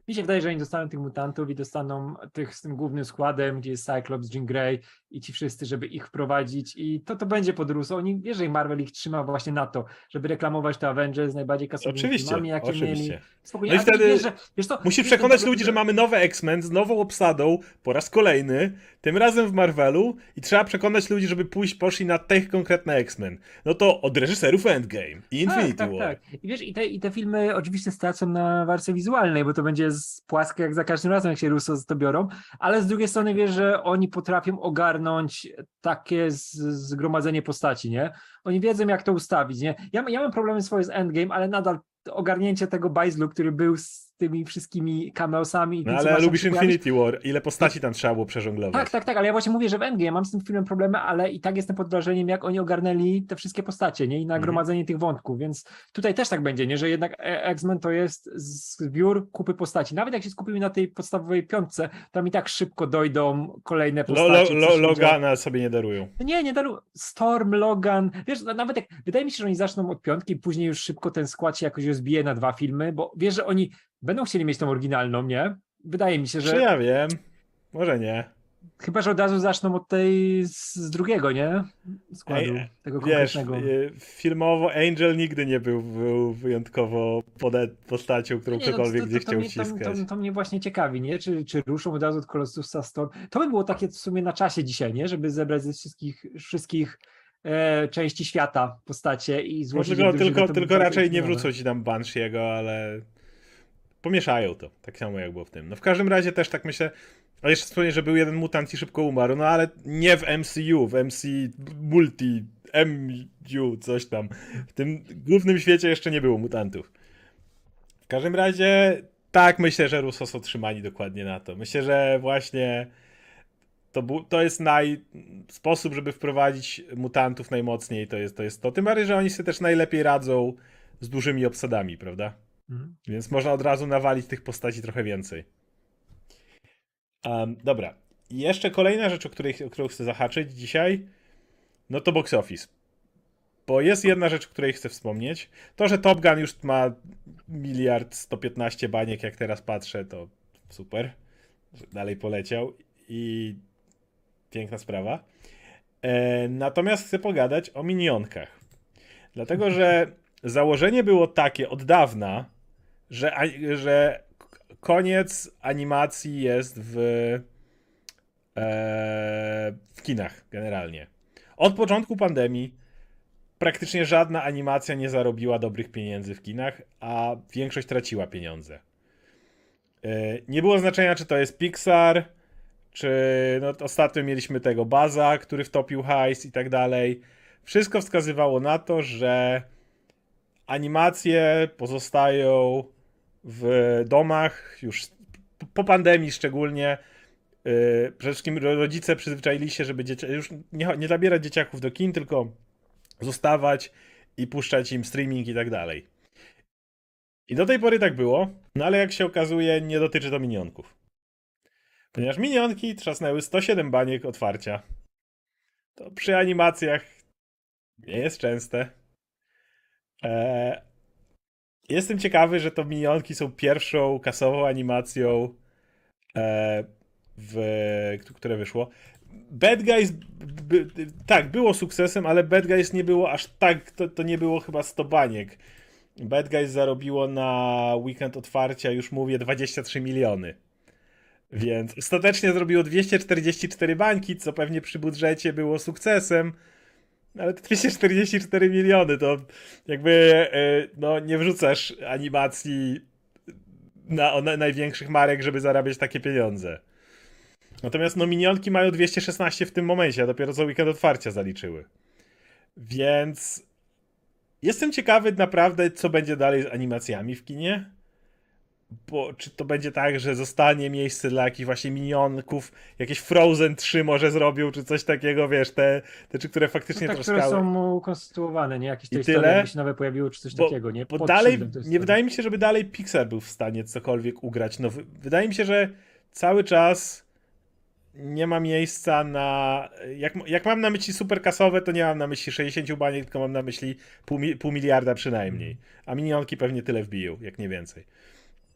Mi się wydaje, że oni dostaną tych mutantów i dostaną tych z tym głównym składem, gdzie jest Cyclops, Jean Grey i ci wszyscy, żeby ich wprowadzić i to to będzie pod Russo. Oni, wiesz, że Marvel ich trzyma właśnie na to, żeby reklamować te Avengers z najbardziej kasowymi Oczywiście, filmami, jakie oczywiście. mieli. Spokojnie, No i ale to wtedy wiesz, że, wiesz co, musi wiesz, to przekonać dobrze- ludzi, że mamy nowe X-Men z nową obsadą po raz kolejny, tym razem w Marvelu i trzeba przekonać ludzi, żeby pójść, poszli na tych konkretne X-Men. No to od reżyserów Endgame i Infinity tak, tak, War. tak. I wiesz, i te, i te filmy oczywiście stracą na warstwie wizualnej, bo to będzie z płaskie jak za każdym razem, jak się Russo to biorą, ale z drugiej strony wiesz, że oni potrafią ogarnąć takie z, zgromadzenie postaci, nie? Oni wiedzą, jak to ustawić, nie? Ja, ja mam problemy swoje z Endgame, ale nadal ogarnięcie tego bajzlu, który był z tymi wszystkimi cameosami. i No tym, co ale ma się lubisz pojawić. Infinity War. Ile postaci tam trzeba było przeżonglować? Tak, tak, tak, ale ja właśnie mówię, że w Endgame mam z tym filmem problemy, ale i tak jestem pod wrażeniem, jak oni ogarnęli te wszystkie postacie, nie? I nagromadzenie Mhm. tych wątków, więc tutaj też tak będzie, nie? Że jednak e- X-Men to jest zbiór kupy postaci. Nawet jak się skupimy na tej podstawowej piątce, tam i tak szybko dojdą kolejne Lo, postacie. lo, co lo, się będzie- Logana sobie nie darują. Nie, nie daru. Storm, Logan, wiesz, no, nawet jak, wydaje mi się, że oni zaczną od piątki i później już szybko ten skład się jakoś rozbije na dwa filmy, bo wiesz, że oni będą chcieli mieć tą oryginalną, nie? Wydaje mi się, Czy że ja wiem? Może nie. chyba, że od razu zaczną od tej z, z drugiego, nie? Składu, Ej, tego Wiesz, konkretnego. y, filmowo Angel nigdy nie był, był wyjątkowo pode- postacią, którą Nie, no, ktokolwiek to, gdzie to, to, chciał mnie, to, wciskać. to, to mnie właśnie ciekawi, nie? Czy, czy ruszą od razu od Colossusa Storm? To by było takie w sumie na czasie dzisiaj, nie? Żeby zebrać ze wszystkich, wszystkich e, części świata postacie i No, złożyć tylko je drużyny, tylko, to by tylko bardzo raczej nie filmowe. wrócą ci tam Banshee'ego, ale pomieszają to, tak samo jak było w tym. No w każdym razie też tak myślę, a jeszcze wspomnę, że był jeden mutant i szybko umarł, no ale nie w M C U, w M C Multi, M U, coś tam. W tym głównym świecie jeszcze nie było mutantów. W każdym razie tak myślę, że Russo są trzymani dokładnie na to. Myślę, że właśnie to, bu- to jest naj... sposób, żeby wprowadzić mutantów najmocniej, to jest, to jest to. Tym bardziej, że oni sobie też najlepiej radzą z dużymi obsadami, prawda? Mhm. Więc można od razu nawalić tych postaci trochę więcej. Um, dobra. I jeszcze kolejna rzecz, o której, o którą chcę zahaczyć dzisiaj, no to box office. Bo jest jedna rzecz, o której chcę wspomnieć. To, że Top Gun już ma miliard sto piętnaście baniek, jak teraz patrzę, to super. Że dalej poleciał i piękna sprawa. E, natomiast chcę pogadać o minionkach. Dlatego, że założenie było takie od dawna, że, a- że k- koniec animacji jest w, e, w kinach generalnie. Od początku pandemii praktycznie żadna animacja nie zarobiła dobrych pieniędzy w kinach, a większość traciła pieniądze. E, Nie było znaczenia, czy to jest Pixar, czy no, ostatnio mieliśmy tego Baza, który wtopił hajs i tak dalej. Wszystko wskazywało na to, że animacje pozostają w domach już po pandemii szczególnie. Yy, przede wszystkim rodzice przyzwyczaili się, żeby dzieci już nie, nie zabierać dzieciaków do kin, tylko zostawać i puszczać im streaming i tak dalej. I do tej pory tak było, no ale jak się okazuje, nie dotyczy to minionków. Ponieważ minionki trzasnęły sto siedem baniek otwarcia. To przy animacjach nie jest częste. Eee, jestem ciekawy, że to minionki są pierwszą kasową animacją, e, w, które wyszło. Bad Guys, by, tak, było sukcesem, ale Bad Guys nie było aż tak, to, to nie było chyba sto baniek. Bad Guys zarobiło na weekend otwarcia, już mówię, dwadzieścia trzy miliony. Więc ostatecznie zrobiło dwieście czterdzieści cztery bańki, co pewnie przy budżecie było sukcesem. Ale te dwieście czterdzieści cztery miliony to jakby e, no, nie wrzucasz animacji na, na największych marek, żeby zarabiać takie pieniądze. Natomiast no minionki mają dwieście szesnaście w tym momencie, a dopiero co weekend otwarcia zaliczyły. Więc jestem ciekawy naprawdę, co będzie dalej z animacjami w kinie. Bo czy to będzie tak, że zostanie miejsce dla jakichś właśnie minionków, jakieś Frozen trzy może zrobią, czy coś takiego, wiesz, te, te czy które faktycznie No, te, które troszkały. są ukonstytuowane, nie? Jakieś I te tyle? historie, jakby się nowe pojawiło, czy coś Bo, takiego, nie? bo Pod dalej, szyldem tej nie historii. wydaje mi się, żeby dalej Pixar był w stanie cokolwiek ugrać. No, wy- wydaje mi się, że cały czas nie ma miejsca na... Jak, jak mam na myśli super kasowe, to nie mam na myśli sześćdziesiąt baniek, tylko mam na myśli pół, mi- pół miliarda przynajmniej. A minionki pewnie tyle wbiją, jak nie więcej.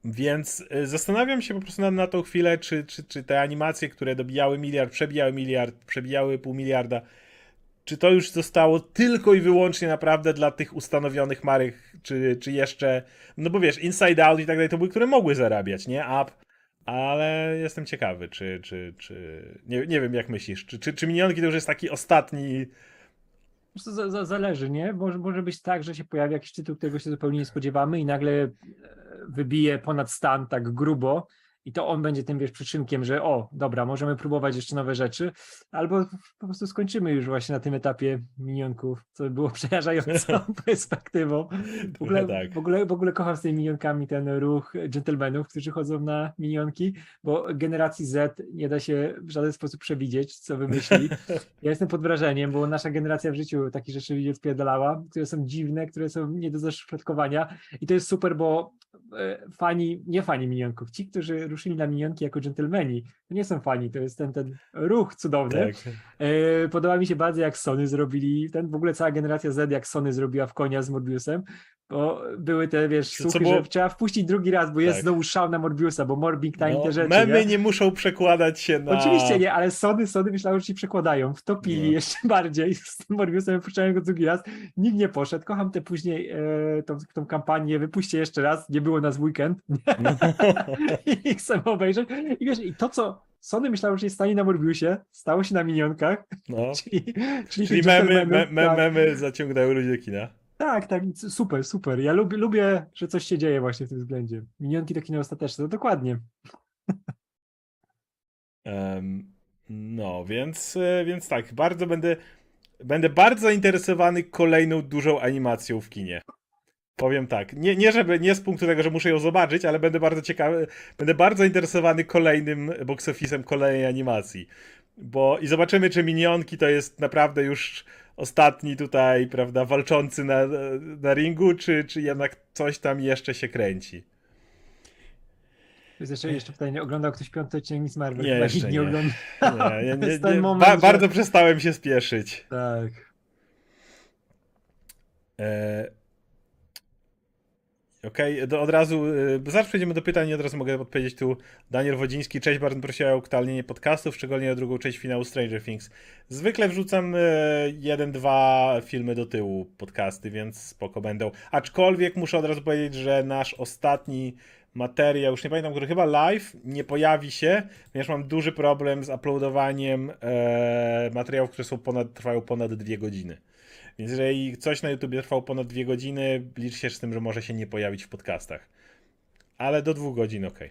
Więc y, zastanawiam się po prostu na, na tą chwilę, czy, czy, czy te animacje, które dobijały miliard, przebijały miliard, przebijały pół miliarda, czy to już zostało tylko i wyłącznie naprawdę dla tych ustanowionych marek, czy, czy jeszcze, no bo wiesz, Inside Out i tak dalej, to były, które mogły zarabiać, nie? Up, ale jestem ciekawy, czy, czy, czy, nie, nie wiem jak myślisz, czy, czy, czy Minionki to już jest taki ostatni, Wiesz co, za, za, zależy, nie? Może, może być tak, że się pojawi jakiś tytuł, którego się zupełnie nie spodziewamy i nagle e, wybije ponad stan tak grubo i to on będzie tym, wiesz, przyczynkiem, że o, dobra, możemy próbować jeszcze nowe rzeczy, albo po prostu skończymy już właśnie na tym etapie minionków, co by było przerażającą perspektywą. W trochę ogóle, tak. w ogóle, w ogóle kocham z tymi minionkami ten ruch dżentelmenów, którzy chodzą na minionki, bo generacji Z nie da się w żaden sposób przewidzieć, co wymyśli. Ja jestem pod wrażeniem, bo nasza generacja w życiu takich rzeczy nie odpierdalała, które są dziwne, które są nie do zaszufladkowania i to jest super, bo e, fani, nie fani minionków, ci, którzy ruszyli na minionki jako dżentelmeni, to nie są fani, to jest ten, ten ruch cudowny. Tak. E, podoba mi się bardzo, jak Sony zrobili, ten w ogóle cała generacja Z, jak Sony zrobiła w konia z Morbiusem, bo były te, wiesz, Co- co słuchy, było- że trzeba wpuścić drugi raz, bo jest Tak. znowu szał na Morbiusa, bo Morbing tam No, te rzeczy, memy nie? nie muszą przekładać się na... Oczywiście nie, ale Sony, Sony myślały, że ci przekładają, wtopili No. jeszcze bardziej z tym Morbiusem, wypuszczają go drugi raz, nikt nie poszedł, kocham te później e, tą, tą kampanię, wypuśćcie jeszcze raz, nie było nas w weekend i chcę obejrzeć i wiesz, i to co Sony myślało, że jest stanie na Morbiusie, stało się na minionkach, No. czyli, czyli, Czyli tych memy, dżentelmenów, me, me, tak, memy zaciągnęły ludzi do kina. tak, tak, super, super, ja lubię, lubię, że coś się dzieje właśnie w tym względzie, minionki to kino ostateczne, no dokładnie. Em, no, więc, e, więc tak, bardzo będę, będę bardzo zainteresowany kolejną dużą animacją w kinie. Powiem tak, nie, nie żeby, nie z punktu tego, że muszę ją zobaczyć, ale będę bardzo ciekawy, będę bardzo zainteresowany kolejnym box office'em kolejnej animacji. Bo i zobaczymy, czy Minionki to jest naprawdę już ostatni tutaj, prawda, walczący na, na ringu, czy, czy jednak coś tam jeszcze się kręci. To jest jeszcze, jeszcze pytanie, oglądał ktoś piąty odcinek Miss Marvel? Nie, Chyba jeszcze nikt nie nie. ogląda. Nie, nie, To nie, jest ten nie. moment, Ba- że- Bardzo przestałem się spieszyć. Tak. E, Okej, okay, od razu, y, zaraz przejdziemy do pytań i od razu mogę odpowiedzieć tu. Daniel Wodziński, cześć, bardzo prosiłem o uaktualnienie podcastów, szczególnie o drugą część finału Stranger Things. Zwykle wrzucam y, jeden, dwa filmy do tyłu podcasty, więc spoko będą. Aczkolwiek muszę od razu powiedzieć, że nasz ostatni materiał, już nie pamiętam, który chyba live, nie pojawi się, ponieważ mam duży problem z uploadowaniem e, materiałów, które są ponad, trwają ponad dwie godziny. Więc jeżeli coś na YouTubie trwało ponad dwie godziny, licz się z tym, że może się nie pojawić w podcastach. Ale do dwóch godzin ok.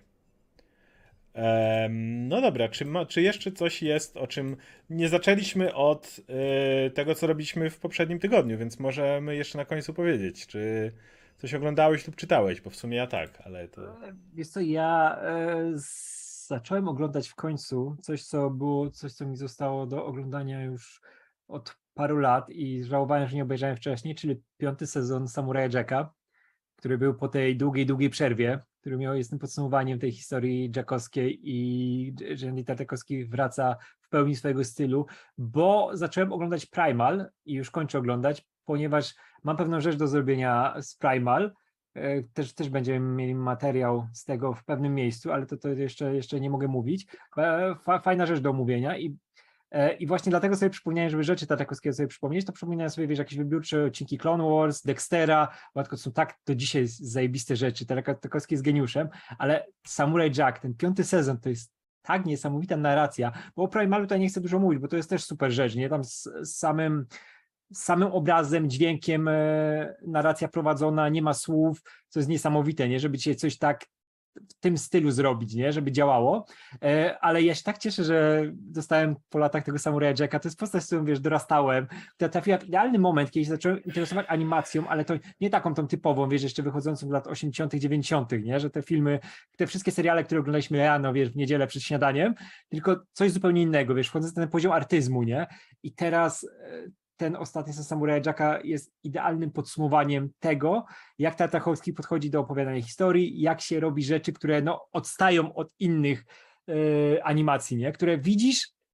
Ehm, no dobra, czy, ma, czy jeszcze coś jest, o czym nie zaczęliśmy od y, tego, co robiliśmy w poprzednim tygodniu, więc możemy jeszcze na końcu powiedzieć, czy coś oglądałeś lub czytałeś, bo w sumie ja tak, ale to... Wiesz co, ja e, z, zacząłem oglądać w końcu coś, co było, coś, co mi zostało do oglądania już od paru lat i żałowałem, że nie obejrzałem wcześniej, czyli piąty sezon Samuraja Jacka, który był po tej długiej, długiej przerwie, który miał, jest tym podsumowaniem tej historii jackowskiej i Jenny Tartakowski wraca w pełni swojego stylu, bo zacząłem oglądać Primal i już kończę oglądać, ponieważ mam pewną rzecz do zrobienia z Primal. E, Też, też będziemy mieli materiał z tego w pewnym miejscu, ale to, to jeszcze, jeszcze nie mogę mówić. E, fa- Fajna rzecz do omówienia i E, I właśnie dlatego sobie przypomniałem, żeby rzeczy Tartakowskiego sobie przypomnieć, to przypominałem sobie, wiesz, jakieś wybiórcze odcinki Clone Wars, Dextera, łatwo są tak do dzisiaj zajebiste rzeczy, Tartakowski jest geniuszem, ale Samurai Jack, ten piąty sezon, to jest tak niesamowita narracja, bo o Primalu tutaj nie chcę dużo mówić, bo to jest też super rzecz, nie? Tam z, z samym z samym obrazem, dźwiękiem e, narracja prowadzona, nie ma słów, co jest niesamowite, nie? Żeby dzisiaj coś tak w tym stylu zrobić, nie? Żeby działało, e, ale ja się tak cieszę, że dostałem po latach tego Samuraja Jacka, to jest postać, z którą, wiesz, dorastałem, która trafiła w idealny moment, kiedy się zacząłem interesować animacją, ale to nie taką tą typową, wiesz, jeszcze wychodzącą w lat osiemdziesiątych, dziewięćdziesiątych, nie? Że te filmy, te wszystkie seriale, które oglądaliśmy rano, wiesz, w niedzielę przed śniadaniem, tylko coś zupełnie innego, wiesz, wchodząc na ten poziom artyzmu, nie? I teraz e, ten ostatni sezon Samuraja Jacka jest idealnym podsumowaniem tego, jak Tartakowski podchodzi do opowiadania historii, jak się robi rzeczy, które no, odstają od innych e, animacji, nie? Które widzisz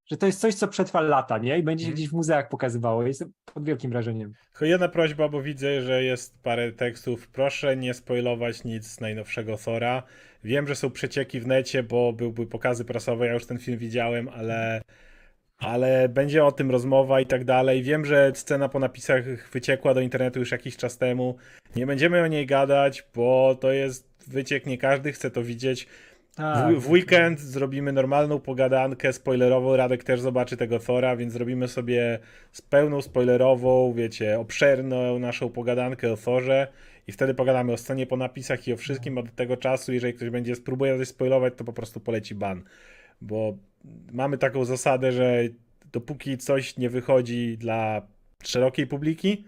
że to jest coś, co przetrwa lata, nie? I będzie się Mhm. gdzieś w muzeach pokazywało. Jestem pod wielkim wrażeniem. Tylko jedna prośba, bo widzę, że jest parę tekstów. Proszę nie spoilować nic z najnowszego Thora. Wiem, że są przecieki w necie, bo byłby pokazy prasowe, ja już ten film widziałem, ale, ale będzie o tym rozmowa i tak dalej. Wiem, że scena po napisach wyciekła do internetu już jakiś czas temu. Nie będziemy o niej gadać, bo to jest wyciek, nie każdy chce to widzieć. Tak. W, w weekend zrobimy normalną pogadankę spoilerową. Radek też zobaczy tego Thora, więc zrobimy sobie z pełną spoilerową, wiecie, obszerną naszą pogadankę o Thorze i wtedy pogadamy o scenie po napisach i o wszystkim. Od tego czasu, jeżeli ktoś będzie spróbuje coś spoilować, to po prostu poleci ban. Bo mamy taką zasadę, że dopóki coś nie wychodzi dla szerokiej publiki,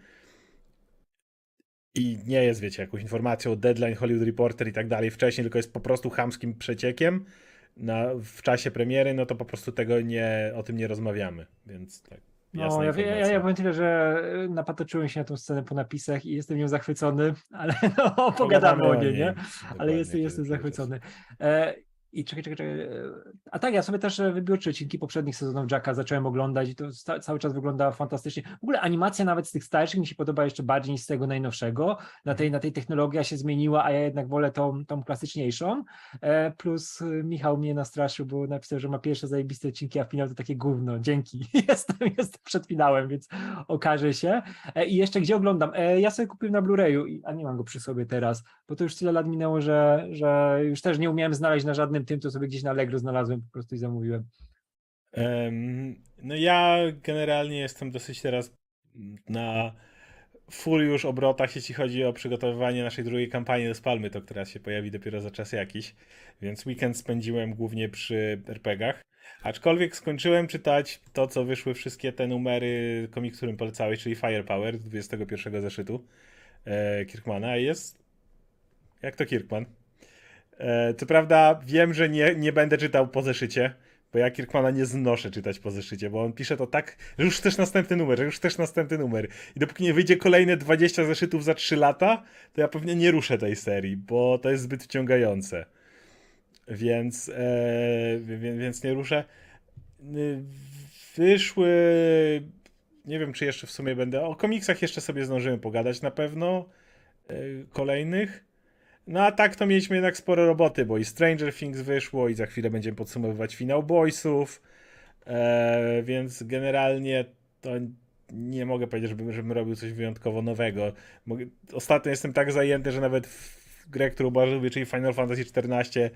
i nie jest, wiecie, jakąś informacją, deadline, Hollywood Reporter i tak dalej wcześniej, tylko jest po prostu chamskim przeciekiem na, w czasie premiery, no to po prostu tego nie, o tym nie rozmawiamy, więc tak, jasna No, ja, ja, informacja. ja powiem tyle, że napatoczyłem się na tą scenę po napisach i jestem nią zachwycony, ale no, pogadamy, Pogadamy o o niej, niej. nie? Dokładnie, Ale jestem, kiedy jestem przyjdzie zachwycony. E, I czekaj, czekaj, czekaj. e, A tak, ja sobie też e, wybiórczy odcinki poprzednich sezonów Jacka zacząłem oglądać i to sta- cały czas wygląda fantastycznie. W ogóle animacja nawet z tych starszych mi się podoba jeszcze bardziej niż z tego najnowszego. Na tej, na tej technologia się zmieniła, a ja jednak wolę tą, tą klasyczniejszą. E, Plus e, Michał mnie nastraszył, bo napisał, że ma pierwsze zajebiste odcinki, a finał to takie gówno. Dzięki. Jestem, jestem przed finałem, więc okaże się. E, I jeszcze gdzie oglądam? E, Ja sobie kupiłem na Blu-rayu, i- a nie mam go przy sobie teraz, bo to już tyle lat minęło, że, że już też nie umiałem znaleźć na żadnym tym, to sobie gdzieś na Allegro znalazłem po prostu i zamówiłem. Em, no ja generalnie jestem dosyć teraz na full już obrotach, jeśli chodzi o przygotowywanie naszej drugiej kampanii do Spalmy, to która się pojawi dopiero za czas jakiś, więc weekend spędziłem głównie przy er pe gach. Aczkolwiek skończyłem czytać to, co wyszły wszystkie te numery komiksu, którym polecałeś, czyli Firepower, dwudziestego pierwszego zeszytu e, Kirkmana. I jest jak to Kirkman. E, co prawda wiem, że nie, nie będę czytał po zeszycie, bo ja Kirkmana nie znoszę czytać po zeszycie, bo on pisze to tak, że już chcesz następny numer, że już chcesz następny numer. I dopóki nie wyjdzie kolejne dwadzieścia zeszytów za trzy lata, to ja pewnie nie ruszę tej serii, bo to jest zbyt wciągające. Więc, e, wie- więc nie ruszę. Y, Wyszły... Nie wiem, czy jeszcze w sumie będę... O komiksach jeszcze sobie zdążymy pogadać na pewno. e, Kolejnych. No a tak to mieliśmy jednak sporo roboty, bo i Stranger Things wyszło i za chwilę będziemy podsumowywać finał Boysów, e, więc generalnie to nie mogę powiedzieć, żebym, żebym robił coś wyjątkowo nowego. Mogę, ostatnio jestem tak zajęty, że nawet w grę, którą bardzo lubię, czyli Final Fantasy czternaście,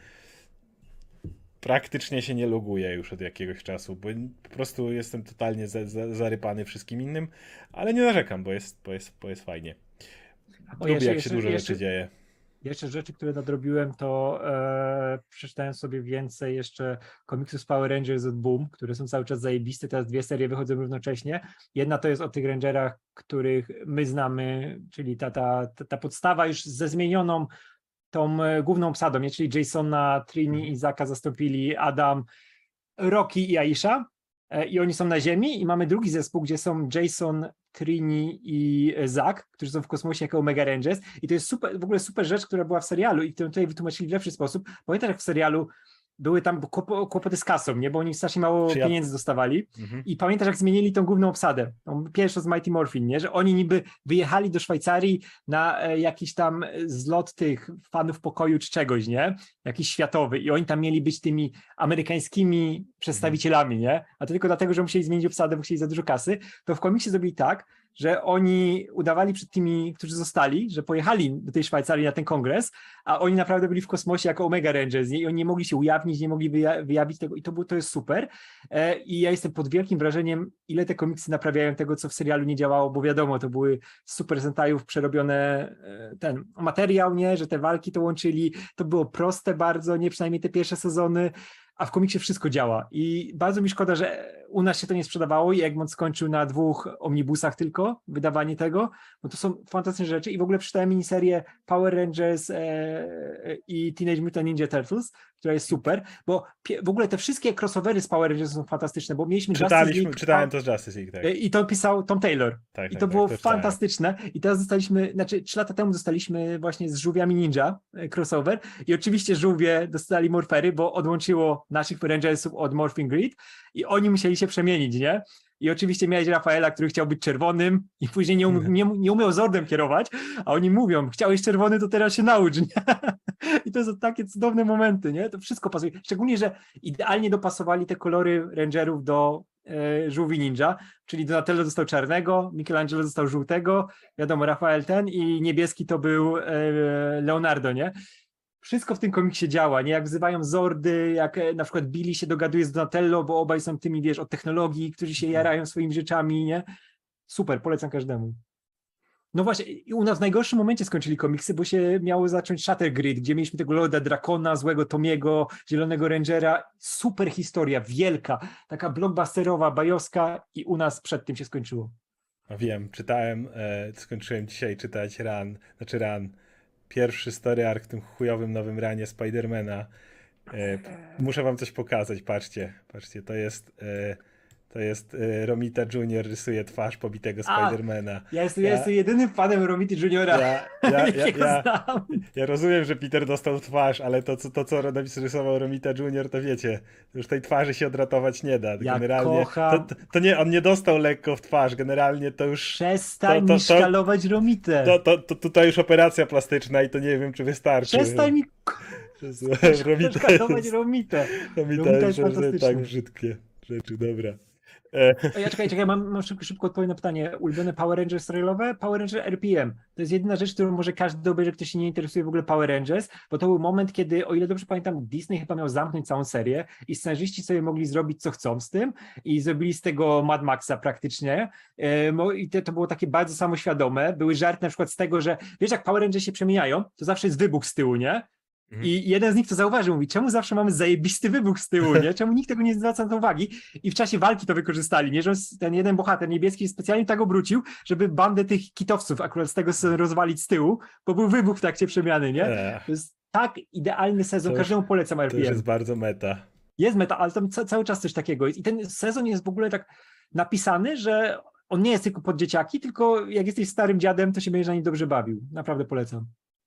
praktycznie się nie loguję już od jakiegoś czasu, bo po prostu jestem totalnie za, za, zarypany wszystkim innym, ale nie narzekam, bo jest, bo jest, bo jest fajnie. O, Lubię, jeszcze- jak się jeszcze- dużo jeszcze- rzeczy dzieje. Jeszcze rzeczy, które nadrobiłem, to e, przeczytałem sobie więcej jeszcze komiksów z Power Rangers od Boom, które są cały czas zajebiste. Teraz dwie serie wychodzą równocześnie. Jedna to jest o tych Rangerach, których my znamy, czyli ta, ta, ta, ta podstawa już ze zmienioną tą e, główną obsadą, nie? Czyli Jasona, Trini i Zaka zastąpili Adam, Rocky i Aisha. E, I oni są na Ziemi i mamy drugi zespół, gdzie są Jason, Trini i Zack, którzy są w kosmosie jako Omega Rangers i to jest super, w ogóle super rzecz, która była w serialu i którą tutaj wytłumaczyli w lepszy sposób. Pamiętasz, jak w serialu były tam kłop- kłopoty z kasą, nie? Bo oni strasznie mało Czy ja- pieniędzy dostawali. Mhm. I pamiętasz, jak zmienili tą główną obsadę, tą pierwszą z Mighty Morphin, nie? Że oni niby wyjechali do Szwajcarii na e, jakiś tam zlot tych fanów pokoju czy czegoś, nie? Jakiś światowy i oni tam mieli być tymi amerykańskimi przedstawicielami, nie? A to tylko dlatego, że musieli zmienić obsadę, bo chcieli za dużo kasy, to w komiksie zrobili tak, że oni udawali przed tymi, którzy zostali, że pojechali do tej Szwajcarii na ten kongres, a oni naprawdę byli w kosmosie jako Omega Rangers, nie? I oni nie mogli się ujawnić, nie mogli wyja- wyjawić tego i to, było, to jest super. E, I ja jestem pod wielkim wrażeniem, ile te komiksy naprawiają tego, co w serialu nie działało, bo wiadomo, to były z Super Sentajów przerobione e, ten materiał, nie? Że te walki to łączyli, to było proste bardzo, nie przynajmniej te pierwsze sezony, a w komiksie wszystko działa i bardzo mi szkoda, że u nas się to nie sprzedawało i Egmont skończył na dwóch omnibusach tylko wydawanie tego, bo to są fantastyczne rzeczy i w ogóle przeczytałem miniserię Power Rangers e, i Teenage Mutant Ninja Turtles, która jest super, bo pie, w ogóle te wszystkie crossovery z Power Rangers są fantastyczne, bo mieliśmy Justice Czytaliśmy, League, czytałem to z Justice League, tak. i to pisał Tom Taylor. Tak, I tak, to tak, było to czytałem. fantastyczne. I teraz dostaliśmy, znaczy trzy lata temu dostaliśmy właśnie z żółwiami ninja e, crossover i oczywiście żółwie dostali morfery, bo odłączyło naszych Rangersów od Morphing Grid i oni musieli się przemienić, nie? I oczywiście miałeś Rafaela, który chciał być czerwonym i później nie, um, nie, nie umiał Zordem kierować, a oni mówią, chciałeś czerwony, to teraz się naucz, nie? I to są takie cudowne momenty, nie? To wszystko pasuje. Szczególnie, że idealnie dopasowali te kolory Rangerów do e, żółwi ninja, czyli Donatello dostał czarnego, Michelangelo dostał żółtego, wiadomo, Rafael ten i niebieski to był e, Leonardo, nie? Wszystko w tym komiksie działa, nie? Jak wzywają Zordy, jak e, na przykład Billy się dogaduje z Donatello, bo obaj są tymi, wiesz, od technologii, którzy się jarają swoimi rzeczami, nie? Super, polecam każdemu. No właśnie, i u nas w najgorszym momencie skończyli komiksy, bo się miało zacząć Shatter Grid, gdzie mieliśmy tego Lorda Drakona, złego Tomiego, Zielonego Rangera. Super historia, wielka, taka blockbusterowa, bajowska i u nas przed tym się skończyło. No wiem, czytałem, e, skończyłem dzisiaj czytać Run, znaczy Run, pierwszy story arc w tym chujowym nowym ranie Spidermana. E, muszę wam coś pokazać, patrzcie, patrzcie, to jest... E, To jest y, Romita Junior rysuje twarz pobitego A, Spidermana. Ja jestem, ja... ja jestem jedynym fanem Romity Juniora. Ja, ja, ja, ja, znam. ja rozumiem, że Peter dostał twarz, ale to, co, to, co rysował Romita Junior, to wiecie, już tej twarzy się odratować nie da. Ja generalnie kocham. to, to, to nie, on nie dostał lekko w twarz, generalnie to już... Przestań to, to, mi to, szkalować Romitę. To, to, to tutaj już operacja plastyczna i to nie wiem, czy wystarczy. Przestań mi Romita szkalować jest, Romitę. Romita Romita jest, jest jest tak brzydkie rzeczy, dobra. E, O, ja czekaj, czekaj, mam, mam szybko, szybko odpowiem na pytanie. Ulubione Power Rangers trailowe? Power Ranger R P M. To jest jedyna rzecz, którą może każdy obejrzy, kto się nie interesuje w ogóle Power Rangers, bo to był moment, kiedy, o ile dobrze pamiętam, Disney chyba miał zamknąć całą serię i scenarzyści sobie mogli zrobić co chcą z tym i zrobili z tego Mad Maxa praktycznie. E, I to, to było takie bardzo samoświadome. Były żarty na przykład z tego, że wiesz, jak Power Rangers się przemieniają, to zawsze jest wybuch z tyłu, nie? I jeden z nich to zauważył, mówi, czemu zawsze mamy zajebisty wybuch z tyłu, nie? Czemu nikt tego nie zwraca na to uwagi? I w czasie walki to wykorzystali, nie? Że ten jeden bohater niebieski specjalnie tak obrócił, żeby bandę tych kitowców akurat z tego sobie rozwalić z tyłu, bo był wybuch w trakcie przemiany, nie? Ech. To jest tak idealny sezon, To już- każdemu polecam To R P już M. jest bardzo meta. Jest meta, ale tam ca- cały czas coś takiego jest. I ten sezon jest w ogóle tak napisany, że on nie jest tylko pod dzieciaki, tylko jak jesteś starym dziadem, to się będziesz na nim dobrze bawił. Naprawdę polecam.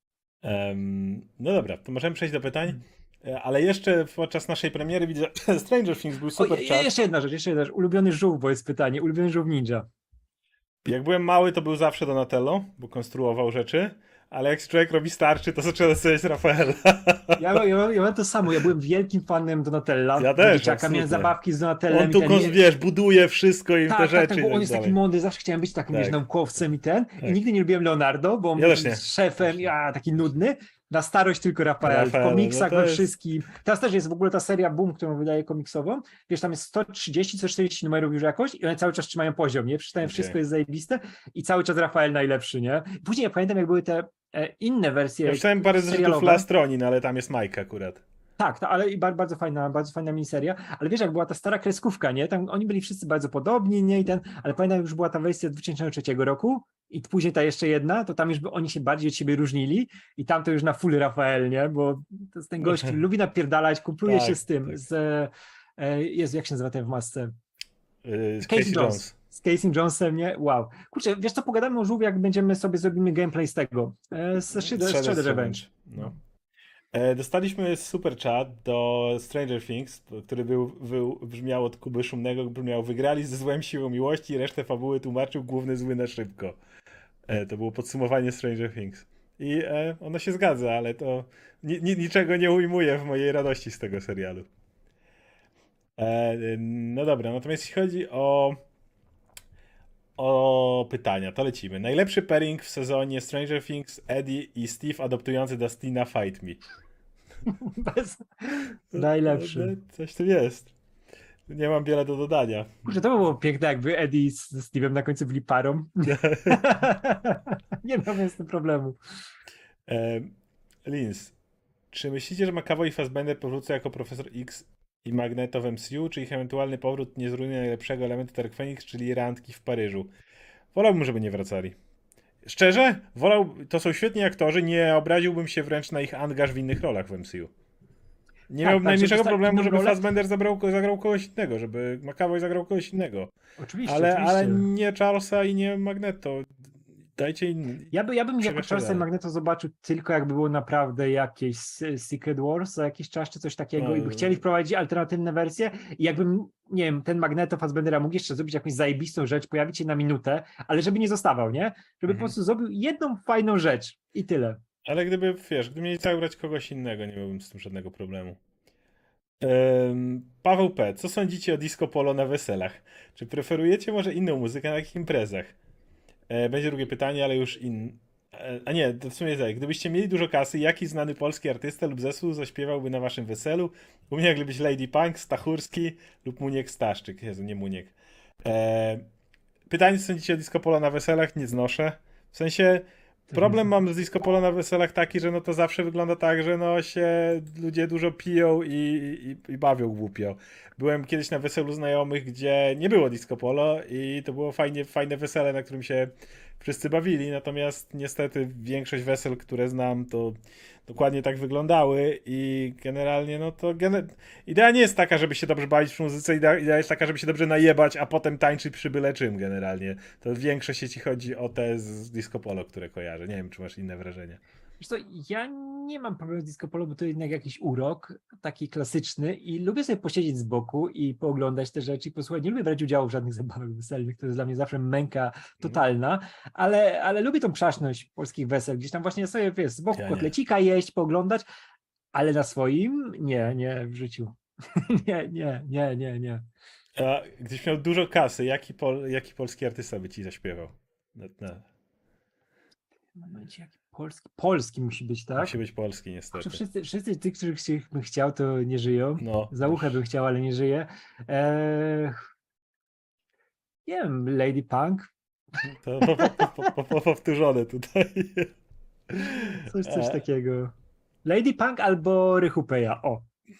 Em, no dobra, to możemy przejść do pytań, E, ale jeszcze podczas naszej premiery widzę, że Stranger Things był O, super je- czat. jeszcze jedna rzecz, jeszcze jedna rzecz. Ulubiony żółw, bo jest pytanie. Ulubiony żółw ninja. Jak byłem mały, to był zawsze Donatello, bo konstruował rzeczy, ale jak człowiek robi starczy, to zaczyna doceniać Rafaela. Ja, ja, ja mam to samo, ja byłem wielkim fanem Donatella. Ja Do też, dzieciaka, miałem absolutnie. zabawki z Donatellem. On i tu, ten- kons- wiesz, buduje wszystko im tak, te tak, rzeczy tak, i bo tak on jest taki dalej. mądry, zawsze chciałem być takim, Tak. wiesz, naukowcem i ten. Tak. I nigdy nie lubiłem Leonardo, bo on Ja był też nie. szefem, ja taki nudny. Na starość tylko Rafael, Rafael, w komiksach, no to we jest- wszystkim. Teraz też jest w ogóle ta seria Boom, którą wydaje komiksową. Wiesz, tam jest sto trzydzieści, sto czterdzieści numerów już jakoś i one cały czas trzymają poziom, nie? Przeczytałem, Okej. wszystko jest zajebiste i cały czas Rafael najlepszy, nie? Później ja pamiętam, jak były te e, inne wersje Ja czytałem parę zeszytów serialowe. Lastronin, ale tam jest Mike akurat. Tak, to, ale i bar- bardzo fajna, bardzo fajna miniseria, ale wiesz, jak była ta stara kreskówka, nie? Tam oni byli wszyscy bardzo podobni, nie? I ten, ale pamiętam, już była ta wersja z dwa tysiące trzeciego roku i później ta jeszcze jedna, to tam już by oni się bardziej od siebie różnili i tam to już na full Rafael, nie? Bo to jest ten gość, który lubi napierdalać, kumpluje Tak, się z tym, tak. z, e, Jezu, jak się nazywa ten w masce? Yy, Casey Casey Jones. Jones. Z Casey Jonesem, nie? Wow. Kurczę, wiesz co, pogadamy o żółwie, jak będziemy sobie, zrobimy gameplay z tego, e, z Shredder Shredder's Shredder Revenge. No. E, Dostaliśmy super chat do Stranger Things, który był, był, brzmiał od Kuby Szumnego, brzmiał: wygrali ze złem siłą miłości i resztę fabuły tłumaczył główny zły na szybko. E, to było podsumowanie Stranger Things. I e, ono się zgadza, ale to ni, ni, niczego nie ujmuje w mojej radości z tego serialu. E, no dobra, natomiast jeśli chodzi o o pytania, to lecimy. Najlepszy pairing w sezonie Stranger Things, Eddie i Steve adoptujący Dustina Fight Me. Bez... Najlepszy. No, no, coś tu jest. Nie mam wiele do dodania. Kurczę, to by było piękne, jakby Eddie z ze Steve'em na końcu byli parą. Nie miałbym z tym problemu. E, Lins, czy myślicie, że McAvoy i Fassbender powrócą jako Profesor X i Magneto w M C U, czy ich ewentualny powrót nie zrujnuje najlepszego elementu Dark Phoenix, czyli randki w Paryżu. Wolałbym, żeby nie wracali. Szczerze, wolał, to są świetni aktorzy, nie obraziłbym się wręcz na ich angaż w innych rolach w M C U. Nie Tak, miałbym tak, najmniejszego żeby problemu, inną żeby rolę- Fassbender zabrał, zagrał kogoś innego, żeby McAvoy zagrał kogoś innego. Oczywiście, Ale, oczywiście. ale nie Charlesa i nie Magneto. Dajcie inny. Ja, by, ja bym jako Przegaczać Charlesa i dalej. Magneto zobaczył tylko jakby było naprawdę jakieś S- Secret Wars za jakiś czas, czy coś takiego i by No, chcieli wprowadzić alternatywne wersje i jakbym, nie wiem, ten Magneto Fassbendera mógł jeszcze zrobić jakąś zajebistą rzecz, pojawić się na minutę, ale żeby nie zostawał, nie? Żeby Mhm. po prostu zrobił jedną fajną rzecz i tyle. Ale gdyby, wiesz, gdyby mieli zabrać kogoś innego, nie miałbym z tym żadnego problemu. Em, Paweł P. Co sądzicie o disco polo na weselach? Czy preferujecie może inną muzykę na takich imprezach? E, będzie drugie pytanie, ale już in... E, a nie, to w sumie tak. Gdybyście mieli dużo kasy, jaki znany polski artysta lub zespół zaśpiewałby na waszym weselu? U mnie jakby być Lady Punk, Stachurski lub Muniek Staszczyk. Jezu, nie Muniek. E, pytanie, co sądzicie o disco polo na weselach? Nie znoszę. W sensie... Problem mam z disco polo na weselach taki, że no to zawsze wygląda tak, że no się ludzie dużo piją i, i, i bawią głupio. Byłem kiedyś na weselu znajomych, gdzie nie było disco polo i to było fajnie, fajne wesele, na którym się wszyscy bawili, natomiast niestety większość wesel, które znam, to dokładnie tak wyglądały i generalnie no to gener... idea nie jest taka, żeby się dobrze bawić przy muzyce, idea, idea jest taka, żeby się dobrze najebać, a potem tańczyć przy byle czym generalnie. To większość jeśli chodzi o te z disco polo, które kojarzę. Nie wiem, czy masz inne wrażenie. Wiesz co, ja nie mam problemu z disco polo, bo to jednak jakiś urok, taki klasyczny i lubię sobie posiedzieć z boku i pooglądać te rzeczy i posłuchać. Nie lubię brać udziału w żadnych zabawach weselnych, to jest dla mnie zawsze męka totalna, ale, ale lubię tą przaśność polskich wesel. Gdzieś tam właśnie sobie, wiesz, z boku Ja nie. kotlecika jeść, pooglądać, ale na swoim? Nie, nie, w życiu. nie, nie, nie, nie, nie. A gdybyś miał dużo kasy, jaki, pol, jaki polski artysta by ci zaśpiewał? No, no. Momencie, jaki polski? Polski musi być, tak? Musi być polski Czy niestety. wszyscy, wszyscy tych, których się- bym chciał, to nie żyją. No, Za uchę bym chciał, ale nie żyje. Eee, nie wiem, Lady Punk, to po, po, po, po, po, powtórzone tutaj. coś, coś E, takiego. Lady Punk albo Rychupeja, o.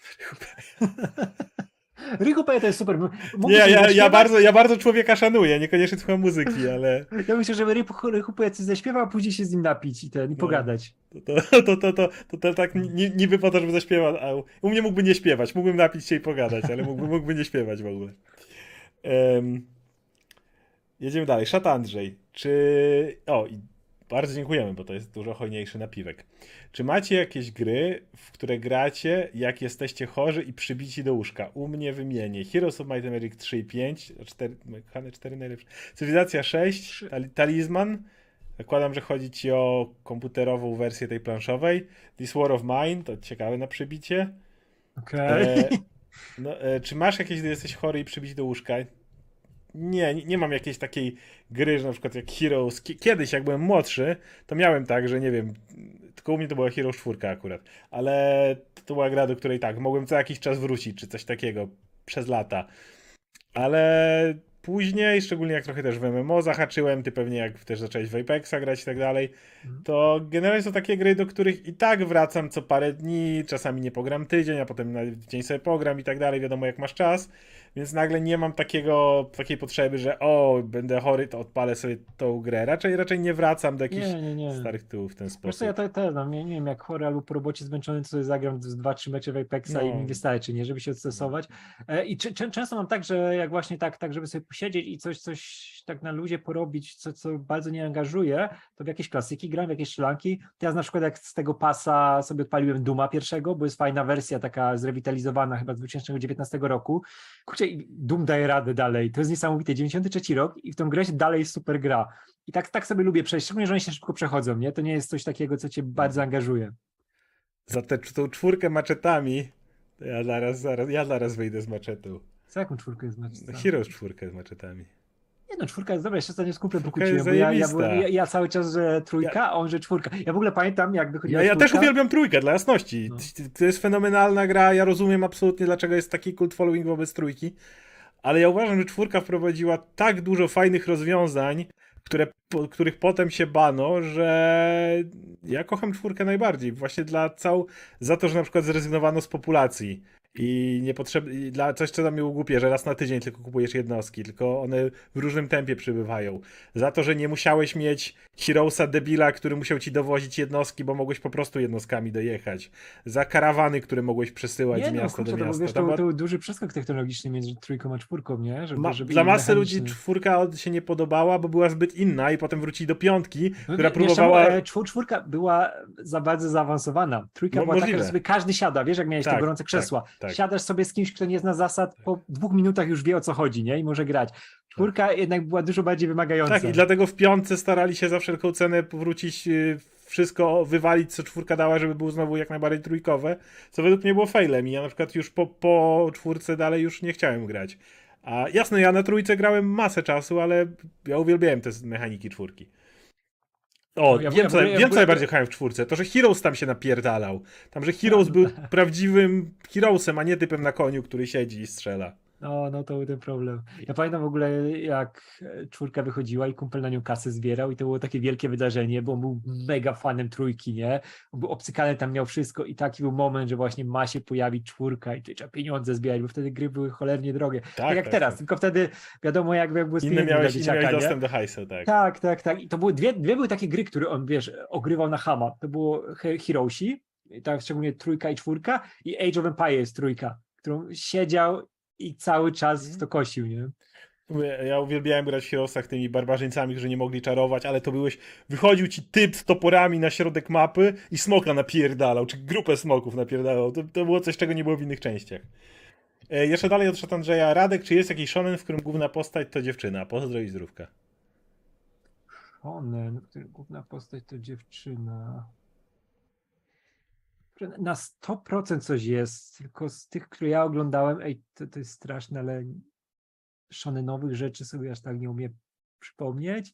Rychupeja to jest super. Mógłby Nie, coś ja, ja, zaśpiewać. bardzo, ja bardzo człowieka szanuję, niekoniecznie słucham muzyki, ale Ja myślę, żeby Rychu- Rychupeja coś zaśpiewał, a później się z nim napić i ten, i No. pogadać. to, to, to, to, to, to, to tak ni- niby po to, żeby zaśpiewał, a u mnie mógłby nie śpiewać, mógłbym napić się i pogadać, ale mógłby, mógłby nie śpiewać w ogóle. Em, jedziemy dalej. Szat Andrzej, czy... O, i bardzo dziękujemy, bo to jest dużo hojniejszy napiwek. Czy macie jakieś gry, w które gracie, jak jesteście chorzy i przybici do łóżka? U mnie wymienię Heroes of Might and Magic trzy i pięć, cztery, cztery najlepsze. Cywilizacja sześć, Trzy. tali, Talizman. Zakładam, że chodzi ci o komputerową wersję tej planszowej. This War of Mine, to ciekawe na przybicie. Okej. E, no, e, czy masz jakieś, gdy jesteś chory i przybić do łóżka? Nie, nie, nie mam jakiejś takiej gry, że na przykład jak Heroes. Ki- Kiedyś, jak byłem młodszy, to miałem tak, że nie wiem, tylko u mnie to była Heroes cztery akurat, ale to była gra, do której tak, mogłem co jakiś czas wrócić, czy coś takiego, przez lata. Ale później, szczególnie jak trochę też w M M O zahaczyłem, ty pewnie jak też zacząłeś w Apexa grać i tak dalej, Mhm. to generalnie są takie gry, do których i tak wracam co parę dni, czasami nie pogram tydzień, a potem na dzień sobie pogram i tak dalej, wiadomo jak masz czas, więc nagle nie mam takiego, takiej potrzeby, że o, będę chory, to odpalę sobie tą grę. Raczej, raczej nie wracam do jakichś Nie, nie, nie. starych tytułów w ten Wiesz sposób. co, ja te, te, no, nie, nie wiem, jak chory albo po robocie zmęczony, to sobie zagram z dwa, trzy mecze w Apexa No. i mi wystarczy, nie, żeby się odstresować. E, I czy, czę- często mam tak, że jak właśnie tak, tak, żeby sobie posiedzieć i coś, coś tak na luzie porobić, co, co bardzo nie angażuje, to w jakieś klasyki gram, w jakieś szlanki. Teraz na przykład jak z tego pasa sobie odpaliłem Duma pierwszego, bo jest fajna wersja taka zrewitalizowana chyba z dwa tysiące dziewiętnastego roku. Kurczę, i Doom daje radę dalej, to jest niesamowite, dziewięćdziesiąty trzeci rok i w tą grę się dalej super gra. I tak, tak sobie lubię przejść, szczególnie, że oni się szybko przechodzą, nie? To nie jest coś takiego, co cię bardzo angażuje. Za tę tą czwórkę maczetami, to ja zaraz, zaraz, ja zaraz wyjdę z maczetą. Co jaką czwórkę jest mecz? Heroes czwórkę z maczetami. Nie no, czwórka jest dobra, jeszcze ostatnio z kumplem Czwórka pokłóciłem, jest bo ja, ja, zajebista. byłem, ja, ja cały czas, że trójka, a on, że czwórka. Ja w ogóle pamiętam, jak wychodziła Ja, ja czwórka. też uwielbiam trójkę, dla jasności. No. To jest fenomenalna gra, ja rozumiem absolutnie, dlaczego jest taki cult following wobec trójki, ale ja uważam, że czwórka wprowadziła tak dużo fajnych rozwiązań, które po, których potem się bano, że ja kocham czwórkę najbardziej. Właśnie dla cał... za to, że na przykład zrezygnowano z populacji. I niepotrzebne, i dla coś, co dla mnie było głupie, że raz na tydzień tylko kupujesz jednostki, tylko one w różnym tempie przybywają. Za to, że nie musiałeś mieć Heroesa debila, który musiał ci dowozić jednostki, bo mogłeś po prostu jednostkami dojechać. Za karawany, które mogłeś przesyłać Nie z no, miasta kurczę, do to był, miasta. wiesz, to, Tam był- była- to był duży przeskok technologiczny między trójką a czwórką, nie? Żeby, Ma, żeby dla i masy ludzi mechaniczny. czwórka od- się nie podobała, bo była zbyt inna i potem wrócili do piątki, No, która wie- wiesz, próbowała... czemu, e, czwór, czwórka była za bardzo zaawansowana. Trójka Mo- była taka, możliwe. że sobie każdy siada, wiesz, jak miałeś te Tak, gorące krzesła. tak, tak. Siadasz sobie z kimś, kto nie zna zasad, po dwóch minutach już wie, o co chodzi, nie? I może grać. Czwórka jednak była dużo bardziej wymagająca. Tak, i dlatego w piątce starali się za wszelką cenę powrócić, yy, wszystko wywalić, co czwórka dała, żeby było znowu jak najbardziej trójkowe, co według mnie było failem i ja na przykład już po, po czwórce dalej już nie chciałem grać. A jasne, ja na trójce grałem masę czasu, ale ja uwielbiałem te mechaniki czwórki. O, No, ja- wiem, ja- co, ja- wiem, ja- co najbardziej kochałem w czwórce. To, że Heroes tam się napierdalał. Tam, że Heroes był prawdziwym Heroesem, a nie typem na koniu, który siedzi i strzela. No, no to był ten problem. Ja pamiętam w ogóle, jak e, czwórka wychodziła i kumpel na nią kasę zbierał i to było takie wielkie wydarzenie, bo on był mega fanem trójki, nie? On był obcykany, tam miał wszystko i taki był moment, że właśnie ma się pojawić czwórka i tutaj trzeba pieniądze zbierać, bo wtedy gry były cholernie drogie. Tak, jak tak, teraz, tak. tylko wtedy wiadomo jak, jak było z Inny pieniędzmi dla miałeś, inny dzieciaka, miałeś nie? dostęp do hajsu, tak. Tak, tak, tak. I to były dwie, dwie były takie gry, które on, wiesz, ogrywał na chama. To było He- Heroesi, i tak szczególnie trójka i czwórka i Age of Empires trójka, którą siedział i cały czas w to kosił, nie? Mówię, ja uwielbiałem grać w Heroesach tymi barbarzyńcami, którzy nie mogli czarować, ale to byłeś, wychodził ci typ z toporami na środek mapy i smoka napierdalał, czy grupę smoków napierdalał. To, to było coś, czego nie było w innych częściach. E, jeszcze dalej od Andrzeja. Radek, czy jest jakiś shonen, w którym główna postać to dziewczyna? Pozdro i zdrówka. Onen, który główna postać to dziewczyna. Na sto procent coś jest, tylko z tych, które ja oglądałem, ej, to, to jest straszne, ale shonenowych rzeczy sobie aż tak nie umiem przypomnieć.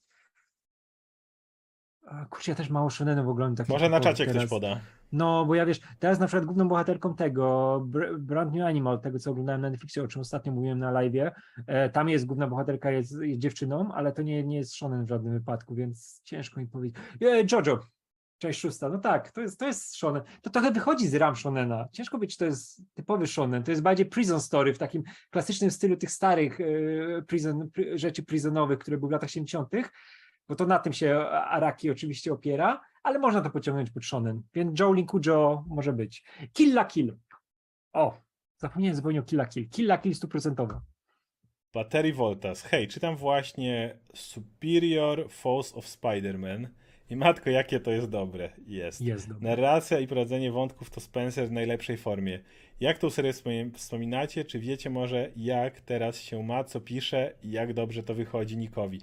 A, kurczę, ja też mało shonenów oglądam. takich Może na typowych czacie ktoś teraz. poda. No, bo ja wiesz, teraz na przykład główną bohaterką tego Br- Brand New Animal, tego co oglądałem na Netflixie, o czym ostatnio mówiłem na live'ie, e, tam jest główna bohaterka, jest, jest dziewczyną, ale to nie, nie jest shonen w żadnym wypadku, więc ciężko mi powiedzieć. E, Jojo, część szósta, no tak, to jest, to jest shonen. To trochę wychodzi z ram shonena. Ciężko powiedzieć, czy to jest typowy shonen, to jest bardziej prison story w takim klasycznym stylu tych starych e, prison, pr- rzeczy prisonowych, które były w latach siedemdziesiątych, bo to na tym się Araki oczywiście opiera, ale można to pociągnąć pod shonen, więc Joe Kujo może być. Kill la Kill. O, zapomniałem zupełnie o Kill la Kill. Kill la Kill stuprocentowo. Battery Voltas. Hej, czytam właśnie Superior Force of Spider-Man i matko, jakie to jest dobre. Jest. Jest dobry. Narracja i prowadzenie wątków to Spencer w najlepszej formie. Jak tą serię wspomi- wspominacie? Czy wiecie może, jak teraz się ma, co pisze i jak dobrze to wychodzi Nikowi?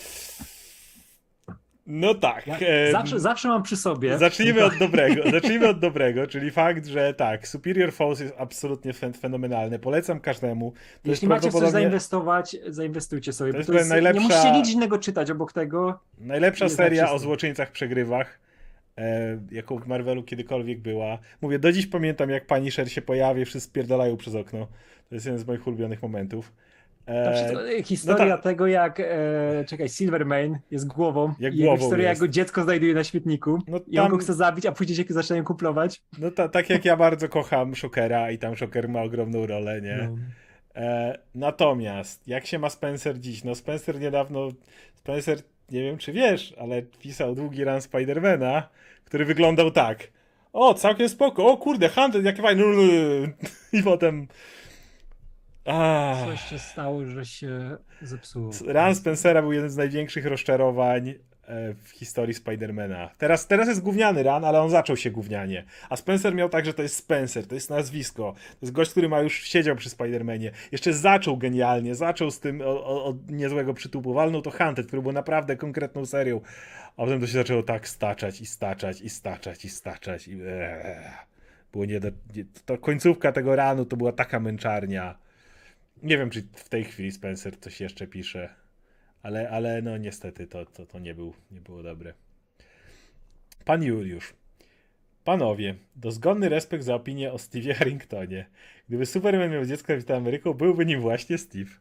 No tak. Ja em, zawsze, zawsze mam przy sobie. Zacznijmy od dobrego. Zacznijmy od dobrego, czyli fakt, że tak, Superior Force jest absolutnie fen- fenomenalny. Polecam każdemu. To jest Jeśli macie w coś prawdopodobnie zainwestować, zainwestujcie sobie. To bo jest to jest, najlepsza- Nie musicie nic innego czytać obok tego. najlepsza jest seria najczystej. o złoczyńcach przegrywach, e, jaką w Marvelu kiedykolwiek była. Mówię, do dziś pamiętam, jak Punisher się pojawi, wszyscy spierdalają przez okno. To jest jeden z moich ulubionych momentów. E, To wszystko, historia no tak. tego, jak e, czekaj, Silvermane jest głową. Jak i jego głową historia, jest. jak go dziecko znajduje na śmietniku. No I on tam- go chce zabić, a później się zaczynają kumplować. No ta, tak jak ja bardzo kocham Shockera i tam Shocker ma ogromną rolę, nie? No. E, natomiast, jak się ma Spencer dziś? No Spencer niedawno, Spencer, nie wiem czy wiesz, ale pisał długi run Spidermana, który wyglądał tak. O, całkiem spoko, o kurde, Hunted, jakie fajne. I potem... Ah. Coś się stało, że się zepsuło. Run Spencera był jeden z największych rozczarowań e, w historii Spidermana. Teraz, teraz jest gówniany run, ale on zaczął się gównianie. A Spencer miał tak, że to jest Spencer, to jest nazwisko. To jest gość, który ma już siedział przy Spidermanie. Jeszcze zaczął genialnie, zaczął z tym od niezłego przytupu. Walnął to Hunted, który był naprawdę konkretną serią. A potem to się zaczęło tak staczać i staczać i staczać i staczać. I... Eee. Było nie do... nie- to końcówka tego runu to była taka męczarnia. Nie wiem, czy w tej chwili Spencer coś jeszcze pisze, ale, ale no niestety to, to, to nie, był, nie było dobre. Pan Juliusz. Panowie, dozgonny respekt za opinię o Steve'ie Harringtonie. Gdyby Superman miał dziecko z Ameryką, byłby nim właśnie Steve.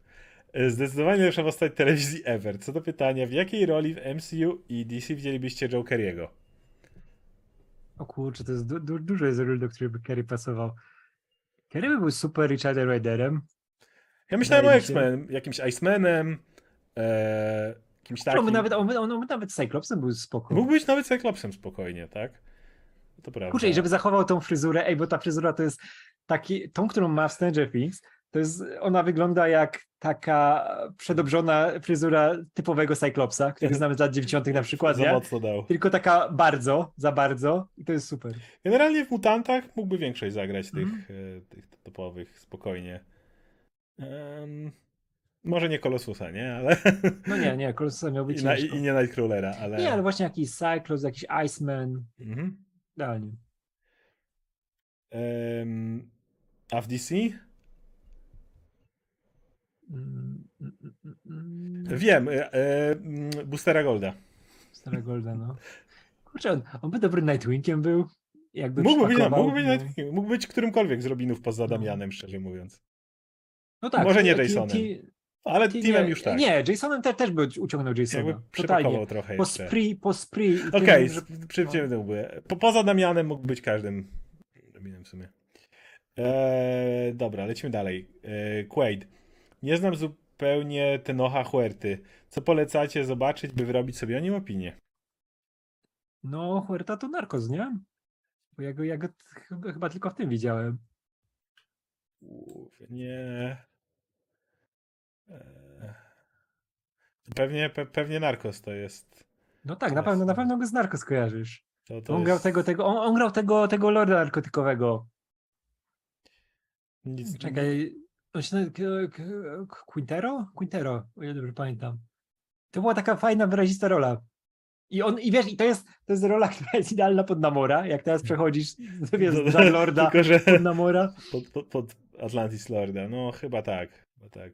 Zdecydowanie najlepsza postać telewizji ever. Co do pytania, w jakiej roli w M C U i D C widzielibyście Jokeriego? O kurczę, to jest du du dużo jest ról, do których by Kerry pasował. Kerry by był super Richardem Riderem. Ja myślałem o Wydaje mi się. X-Men, jakimś Icemanem, e, kimś On by takim. nawet, on, by- on, on by nawet Cyclopsem był spoko. Mógł być nawet Cyclopsem spokojnie, tak? To prawda. Kurczę, i żeby zachował tą fryzurę, ej, bo ta fryzura to jest taki, tą, którą ma w Stranger Things, to jest, ona wygląda jak taka przedobrzona fryzura typowego Cyclopsa, który znamy z lat dziewięćdziesiątych na przykład, Za nie? mocno dał. Tylko taka bardzo, za bardzo i to jest super. Generalnie w Mutantach mógłby większość zagrać tych, Mhm. e, tych topowych, spokojnie. Em, może nie Kolosusa, nie? Ale... No nie, nie, Colossusa miał być I, na, ciężko. I nie Nightcrawlera, ale... Nie, ale właśnie jakiś Cyclops, jakiś Iceman, Mhm. idealnie. Em, a w D C? Mm, mm, mm, mm. Wiem, e, e, mm, Boostera Golda. Stara Golda, no. Kurczę, on, on by dobrym Nightwingiem był, jakby Mógłby być, przypakował, mógłby, być, no. nawet- mógł być którymkolwiek z Robinów poza No. Damianem, szczerze mówiąc. No tak. Może nie ti- Jasonem. ti- Ale ti- Teamem nie, już tak. Nie, Jasonem te, też by uciągnął Jasona. Jakby Totalnie. przypakował trochę Po jeszcze. spree, po spree. i tym, Okej, że- okay, przyjdziemy. Po, poza Damianem mógł być każdym Robinem w sumie. Eee, dobra, lecimy dalej. Eee, Quaid. Nie znam zupełnie Tenocha Huerty. Co polecacie zobaczyć, by wyrobić sobie o nim opinię? No, Huerta to narkos, nie? Bo ja go, ja go t- chyba, chyba tylko w tym widziałem. Uf, nie. Eee, pewnie, pe, pewnie Narcos to jest. No tak, na Jasne. pewno, na pewno go z narkos kojarzysz. To, to On jest... grał tego, tego, on, on grał tego, tego lorda narkotykowego. Nic, Czekaj, on się nazywa- K- K- Quintero? Quintero, o ile dobrze pamiętam. To była taka fajna, wyrazista rola. I on, i wiesz, i to jest, to jest rola, która jest idealna pod Namora, jak teraz przechodzisz, wiesz, z Dark Lorda Tylko, że pod Namora. pod, pod, pod Atlantis Lorda. No, chyba tak. Chyba tak.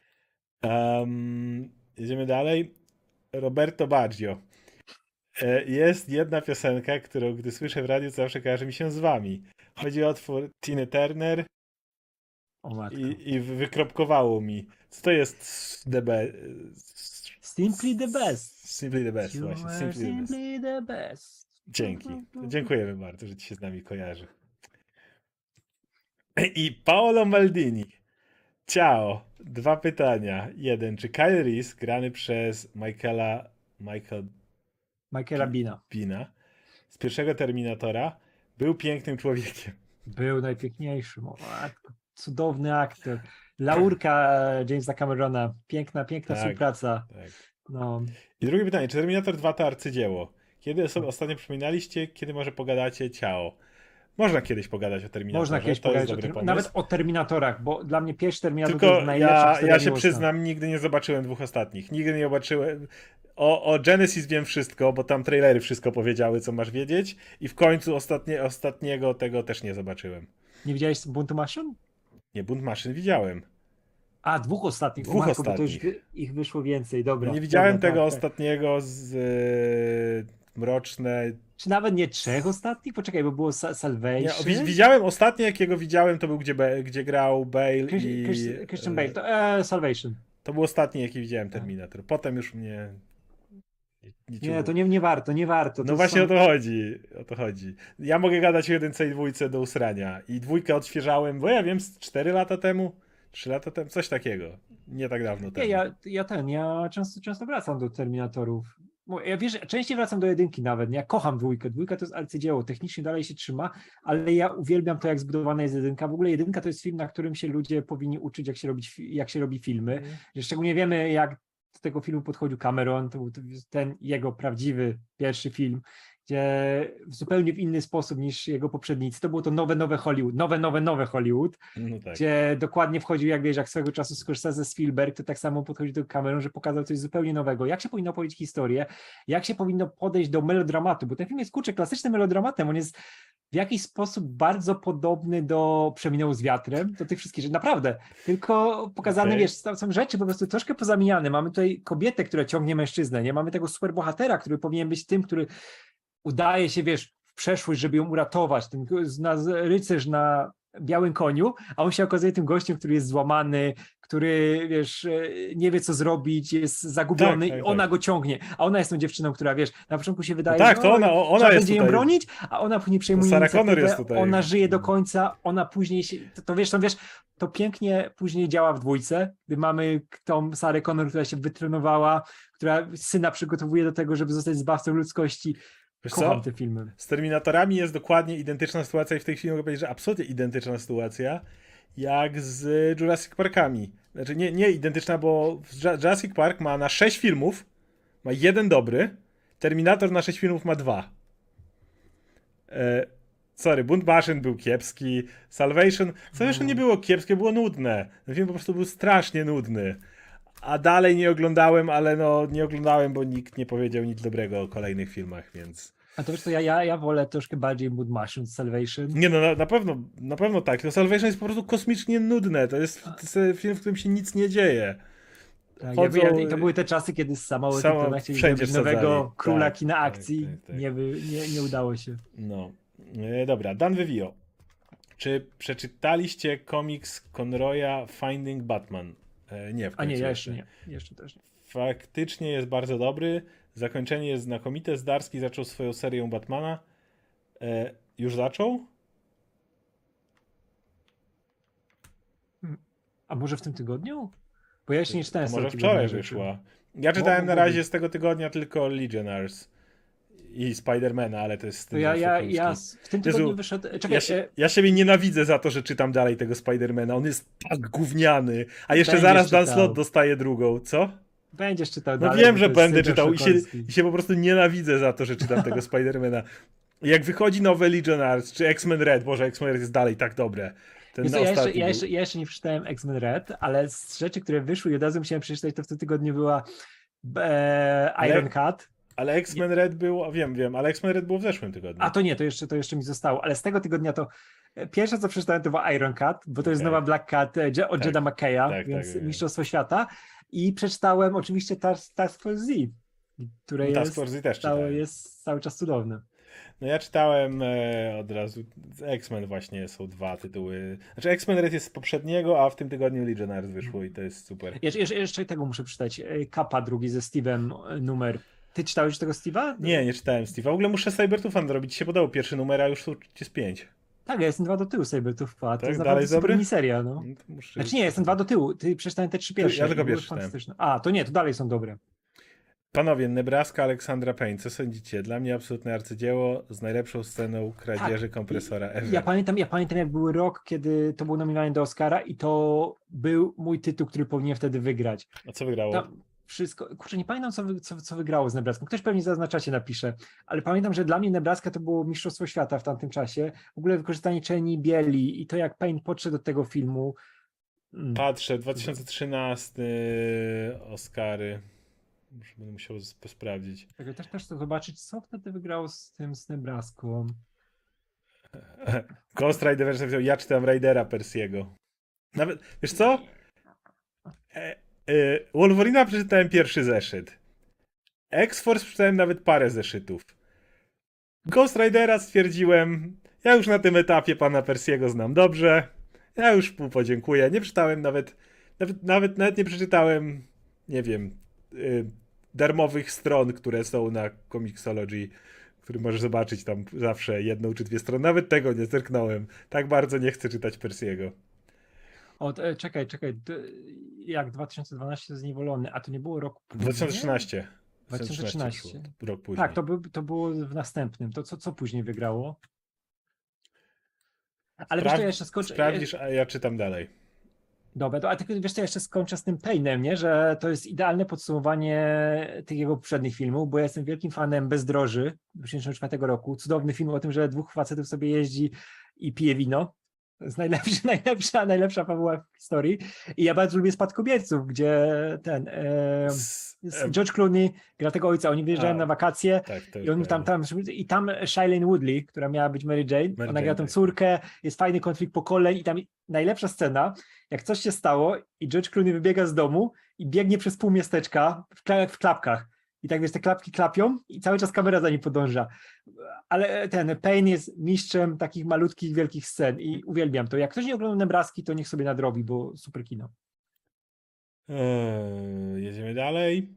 Um, jedziemy dalej. Roberto Baggio. E, Jest jedna piosenka, którą gdy słyszę w radiu, to zawsze kojarzy mi się z wami. Chodzi o utwór Tina Turner O matko. i, i wykropkowało mi. Co to jest the best? Simply the best. Simply the best, You właśnie. are Simply the best. simply the best. Dzięki. Dziękujemy bardzo, że ci się z nami kojarzy. I Paolo Maldini. Ciao. Dwa pytania. Jeden. Czy Kyle Reese, grany przez Michaela Michael Michaela Bina. Bina z pierwszego Terminatora, był pięknym człowiekiem? Był najpiękniejszym. O matko. Cudowny aktor. Laurka Jamesa Camerona. Piękna, piękna Tak. współpraca. Tak. No. I drugie pytanie. Czy Terminator dwa to arcydzieło? Kiedy sobie ostatnio przypominaliście, kiedy może pogadacie ciao? Można kiedyś pogadać o Terminatorze. Można kiedyś to jest pogadać o dobry tym, pomysł. nawet o Terminatorach, bo dla mnie pierwszy Terminator to Tylko jest najlepsza ja, historia ja się miłosna. przyznam, nigdy nie zobaczyłem dwóch ostatnich. Nigdy nie zobaczyłem. O, o Genesis wiem wszystko, bo tam trailery wszystko powiedziały, co masz wiedzieć. I w końcu ostatnie, ostatniego tego też nie zobaczyłem. Nie widziałeś Buntu Maszyn? Nie, Bunt Maszyn widziałem. A, dwóch ostatnich. Dwóch o matko, bo to już ostatnich. wy, ich wyszło więcej, dobra. nie widziałem dobra, tego tak, tak. ostatniego z e, Mroczne. Czy nawet nie trzech ostatnich? Poczekaj, bo było Sa- Nie, Salvation. wi- widziałem ostatnie, jakiego widziałem, to był gdzie, Be- gdzie grał Bale i. Chris- Christian e, Bale, to e, Salvation. To był ostatni, jaki widziałem Terminator. Potem już mnie. Nie, Nie, to nie, nie warto, nie warto. No To właśnie są... o to chodzi, o to chodzi. Ja mogę gadać o jedynce i dwójce do usrania. I dwójkę odświeżałem, bo ja wiem, z cztery lata temu, trzy lata temu, coś takiego. Nie tak dawno Nie, temu. ja, ja ten, ja często, często wracam do Terminatorów. Bo ja wiesz, częściej wracam do jedynki nawet. Ja kocham dwójkę. Dwójka to jest arcydzieło. Technicznie dalej się trzyma, ale ja uwielbiam to, jak zbudowana jest jedynka. W ogóle jedynka to jest film, na którym się ludzie powinni uczyć, jak się robi, jak się robi filmy. Że szczególnie wiemy, jak do tego filmu podchodził Cameron. To był ten jego prawdziwy pierwszy film, gdzie w zupełnie w inny sposób niż jego poprzednicy. To było to nowe, nowe Hollywood. Nowe, nowe, nowe Hollywood. No tak. Gdzie dokładnie wchodził, jak wiesz, jak swego czasu Scorsese, Spielberg, to tak samo podchodzi do Cameron, że pokazał coś zupełnie nowego. Jak się powinno opowiedzieć historię, jak się powinno podejść do melodramatu, bo ten film jest, kurczę, klasycznym melodramatem, on jest w jakiś sposób bardzo podobny do Przeminął z wiatrem, do tych wszystkich rzeczy, naprawdę, tylko pokazane, Okej. wiesz, tam są rzeczy po prostu troszkę pozamijane. Mamy tutaj kobietę, która ciągnie mężczyznę, nie? Mamy tego superbohatera, który powinien być tym, który udaje się, wiesz, w przeszłość, żeby ją uratować, ten na, rycerz na białym koniu, a on się okazuje tym gościem, który jest złamany, który, wiesz, e, nie wie co zrobić, jest zagubiony Tak, tak, i ona tak. go ciągnie, a ona jest tą dziewczyną, która, wiesz, na początku się wydaje, tak, że to o, ona- ona trzeba jest będzie ją tutaj. bronić, a ona później przejmuje Sarah Connor inicjatywę, jest tutaj. ona żyje do końca, ona później się, to, to wiesz, to wiesz, to pięknie później działa w dwójce, gdy mamy tą Sarah Connor, która się wytrenowała, która syna przygotowuje do tego, żeby zostać zbawcą ludzkości. Wiesz Kocham co? te filmy. Z Terminatorami jest dokładnie identyczna sytuacja i w tej chwili mogę powiedzieć, że absolutnie identyczna sytuacja jak z Jurassic Parkami. Znaczy nie, nie identyczna, bo Jurassic Park ma na sześć filmów, ma jeden dobry, Terminator na sześć filmów ma dwa. E, sorry, Bunt Maszyn był kiepski, Salvation, Salvation nie było kiepskie, było nudne. Ten film po prostu był strasznie nudny. A dalej nie oglądałem, ale no nie oglądałem, bo nikt nie powiedział nic dobrego o kolejnych filmach, więc... A to wiesz co, ja, ja, ja wolę troszkę bardziej Mood Mushroom Salvation. Nie no, na, na pewno, na pewno tak. No Salvation jest po prostu kosmicznie nudne. To jest, to jest film, w którym się nic nie dzieje. Tak, Chodzą- ja, ja, I to były te czasy, kiedy z samolotu Samo- to chcieli wszędzie zrobić nowego wsadzali. króla Tak, kina tak, akcji. tak, tak. Nie, wy, nie, nie udało się. No. E, dobra, Dan Vivio. Czy przeczytaliście komiks Conroya Finding Batman? E, nie, w A nie, końcu ja jeszcze nie. Jeszcze też nie. Faktycznie jest bardzo dobry. Zakończenie jest znakomite. Zdarski zaczął swoją serię Batmana. E, już zaczął? A może w tym tygodniu? Bo ja jeszcze nie czytałem. To może tego wczoraj tygodnia rzeczy. wyszła. Ja czytałem na Mogło razie być. z tego tygodnia tylko Legionnaires i Spidermana, ale to jest z To tym ja, ja, polski. ja s- w tym tygodniu Jezu, wyszedł. Czekaj, Ja, się, e, ja siebie nienawidzę za to, że czytam dalej tego Spidermana. On jest tak gówniany. A jeszcze Będziesz zaraz Dan czytał. Slott dostaje drugą. Co? będziesz czytał No dalej. wiem, bo że to jest będę Sylwester czytał i się, Szkolski. i się po prostu nienawidzę za to, że czytam tego Spidermana. Jak wychodzi nowe Legionnaires, czy X-Men Red, Boże, X-Men Red jest dalej tak dobre. Ten Wiesz co, ja, jeszcze, ostatni ja, był- jeszcze, ja jeszcze nie przeczytałem X-Men Red, ale z rzeczy, które wyszły i od razu musiałem przeczytać, to w tym tygodniu była e, Iron Cat. Ale X-Men Red było, wiem, wiem, ale X-Men Red było w zeszłym tygodniu. A to nie, to jeszcze, to jeszcze mi zostało, ale z tego tygodnia to e, pierwsze co przeczytałem to była Iron Cat, bo to jest Okej. nowa Black Cat e, Je- od Tak, Jeda McKeya, tak, więc tak, wiem. Mistrzostwo Świata i przeczytałem oczywiście Task, Task Force Z, które Task jest, Force też cały, czytałem. jest cały czas cudowne. No ja czytałem e, od razu, z X-Men właśnie są dwa tytuły. Znaczy X-Men Red jest z poprzedniego, a w tym tygodniu Legionnaires wyszło i to jest super. Jeszcze, jeszcze, jeszcze tego muszę przeczytać, e, Kappa drugi ze Steve'em e, numer. Ty czytałeś już tego Steve'a? Nie, nie czytałem Steve'a. W ogóle muszę Cybertoofa zrobić. Ci się podobał pierwszy numer, a już są jest pięć. Tak, ja jestem dwa do tyłu Sabertooth, to Tak? jest Dalej naprawdę super dobry? miniseria, no. No to muszę... Znaczy nie, jestem dwa do tyłu, ty przeczytałem te trzy pierwsze. Ja tylko i były pierwszy czytałem. fantastyczne. A, to nie, to dalej są dobre. Panowie, Nebraska Aleksandra Payne, co sądzicie? Dla mnie absolutne arcydzieło z najlepszą sceną kradzieży Tak. kompresora ever. Ja pamiętam, ja pamiętam, jak był rok, kiedy to był nominowany do Oscara i to był mój tytuł, który powinien wtedy wygrać. A co wygrało? Tam wszystko, kurczę, nie pamiętam, co, wy, co, co wygrało z Nebraską. Ktoś pewnie zaznaczacie, napisze, ale pamiętam, że dla mnie Nebraska to było mistrzostwo świata w tamtym czasie. W ogóle wykorzystanie Czeni Bieli i to, jak Payne podszedł do tego filmu. Mm. Patrzę, dwa tysiące trzynasty Oscary. Muszę, będę musiał sp- sprawdzić. Tak, też, też chcę zobaczyć, co wtedy wygrało z tym, z Nebraską. Ghost Rider napisał, ja czytam Raidera Persiego. Nawet, wiesz co? E, e, Wolverina przeczytałem pierwszy zeszyt. X-Force przeczytałem nawet parę zeszytów. Ghost Ridera stwierdziłem, ja już na tym etapie pana Persiego znam dobrze. Ja już pół podziękuję. Nie przeczytałem nawet, nawet, nawet, nawet nie przeczytałem, nie wiem, y, darmowych stron, które są na Comixology, który możesz zobaczyć tam zawsze jedną czy dwie strony. Nawet tego nie zerknąłem. Tak bardzo nie chcę czytać Persiego. O, e, czekaj, czekaj, d- jak dwa tysiące dwanaście zniewolony, a to nie było rok później? dwa tysiące trzynaście. dwa tysiące trzynaście. wyszło, Rok później. Tak, to, by, to było w następnym. To co, co później wygrało? Ale wiesz, to ja jeszcze skończę. Sprawdzisz, a ja czytam dalej. Dobra, to, a tylko wiesz, to ja jeszcze skończę z tym Payne'em, nie? Że to jest idealne podsumowanie tych jego poprzednich filmów, bo ja jestem wielkim fanem Bezdroży dwa tysiące czwartego roku. Cudowny film o tym, że dwóch facetów sobie jeździ i pije wino. To jest najlepsza, najlepsza, najlepsza fabuła w historii. I ja bardzo lubię Spadkobierców, gdzie ten e, S- em, George Clooney gra tego ojca. Oni wyjeżdżają A, na wakacje tak, to już i on tam, kojarzę. tam, i tam Shailene Woodley, która miała być Mary Jane, Mary ona gra Jane, tą tak. córkę, jest fajny konflikt pokoleń i tam najlepsza scena, jak coś się stało i George Clooney wybiega z domu i biegnie przez pół miasteczka w, kla- w klapkach. I tak wiesz, te klapki klapią i cały czas kamera za nim podąża. Ale ten Payne jest mistrzem takich malutkich, wielkich scen i uwielbiam to. Jak ktoś nie oglądał Nebraski, to niech sobie nadrobi, bo super kino. Eee, jedziemy dalej.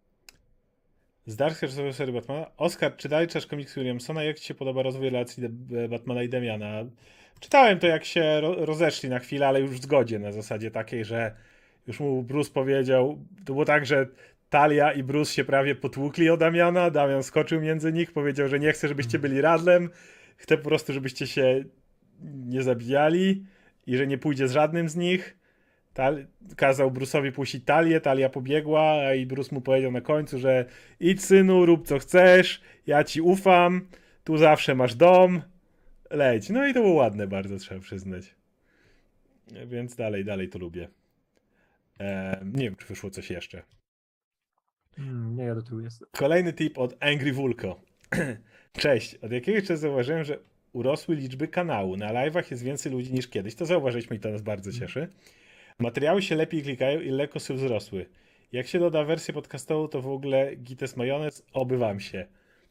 Z Dark Series serii Batmana. Oskar, czy dalej czytasz komiksy Williamsona? Jak ci się podoba rozwój relacji De- Batmana i Damiana? Czytałem to, jak się ro- rozeszli na chwilę, ale już w zgodzie, na zasadzie takiej, że już mu Bruce powiedział, to było tak, że Talia i Bruce się prawie potłukli o Damiana, Damian skoczył między nich, powiedział, że nie chce, żebyście byli razem, chce po prostu, żebyście się nie zabijali i że nie pójdzie z żadnym z nich. Tal- kazał Bruce'owi puścić Talię, Talia pobiegła, a i Bruce mu powiedział na końcu, że idź synu, rób co chcesz, ja ci ufam, tu zawsze masz dom, leć. No i to było ładne bardzo, trzeba przyznać. Więc dalej, dalej to lubię. Eee, nie wiem, czy wyszło coś jeszcze. Mm, nie, ja do tyłu jestem. Kolejny tip od Angry Vulko. Cześć, od jakiegoś czasu zauważyłem, że urosły liczby kanału. Na live'ach jest więcej ludzi niż kiedyś. To zauważyliśmy i to nas bardzo cieszy. Materiały się lepiej klikają i lekko sobie wzrosły. Jak się doda wersję podcastową, to w ogóle gites majonez, oby wam się.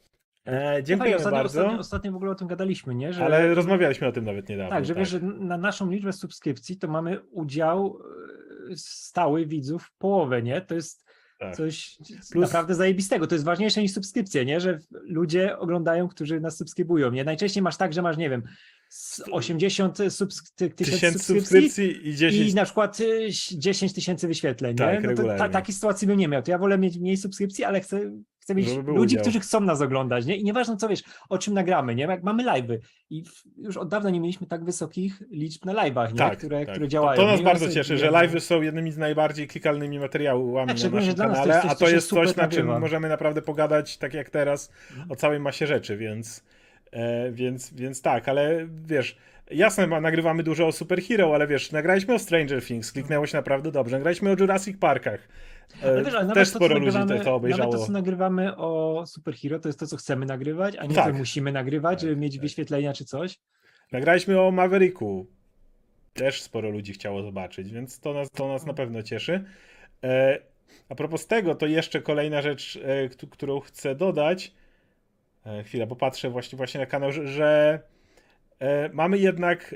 E, dziękujemy ostatnio, bardzo. Ostatnio, ostatnio w ogóle o tym gadaliśmy, nie? Że, Ale rozmawialiśmy o tym nawet niedawno. tak, że wiesz, że na naszą liczbę subskrypcji to mamy udział e, stały widzów w połowę, nie? To jest Tak. coś Plus- naprawdę zajebistego. To jest ważniejsze niż subskrypcje, nie? Że ludzie oglądają, którzy nas subskrybują, nie? Najczęściej masz tak, że masz, nie wiem, z osiemdziesiąt subs- ty- tysięcy Tysięcy subskrypcji subskrypcji i dziesięć. i na przykład y, dziesięć tysięcy wyświetleń, Tak, nie? No to regularnie. ta, takiej sytuacji bym nie miał. To ja wolę mieć mniej subskrypcji, ale chcę, chcę mieć Żeby był ludzi, udział. którzy chcą nas oglądać, nie? I nieważne co, wiesz, o czym nagramy, nie? Jak mamy live'y i w, już od dawna nie mieliśmy tak wysokich liczb na live'ach, nie? Tak, które, tak. które działają. To, to nas nie? I one bardzo sobie cieszy, że biegną. live'y są jednymi z najbardziej klikalnymi materiałami Tak, na szczególnie, naszym że dla nas to kanale, jest coś, a co to się jest coś, super na czym nagrywa. możemy naprawdę pogadać, tak jak teraz, o całej masie rzeczy, więc, e, więc, więc tak, ale wiesz, jasne, ma- nagrywamy dużo o superhero, ale wiesz, nagraliśmy o Stranger Things, kliknęło się naprawdę dobrze, nagraliśmy o Jurassic Parkach, e, Ale wiesz, ale nawet też to, co sporo ludzi nagrywamy- to, to obejrzało. Nawet to, co nagrywamy o superhero, to jest to, co chcemy nagrywać, a nie Tak. to musimy nagrywać, Tak, żeby mieć tak. wyświetlenia czy coś. Nagraliśmy o Mavericku. Też sporo ludzi chciało zobaczyć, więc to nas, to nas na pewno cieszy. E, a propos tego, to jeszcze kolejna rzecz, e, któ- którą chcę dodać. E, chwilę, bo patrzę właśnie, właśnie na kanał, że, że e, mamy jednak.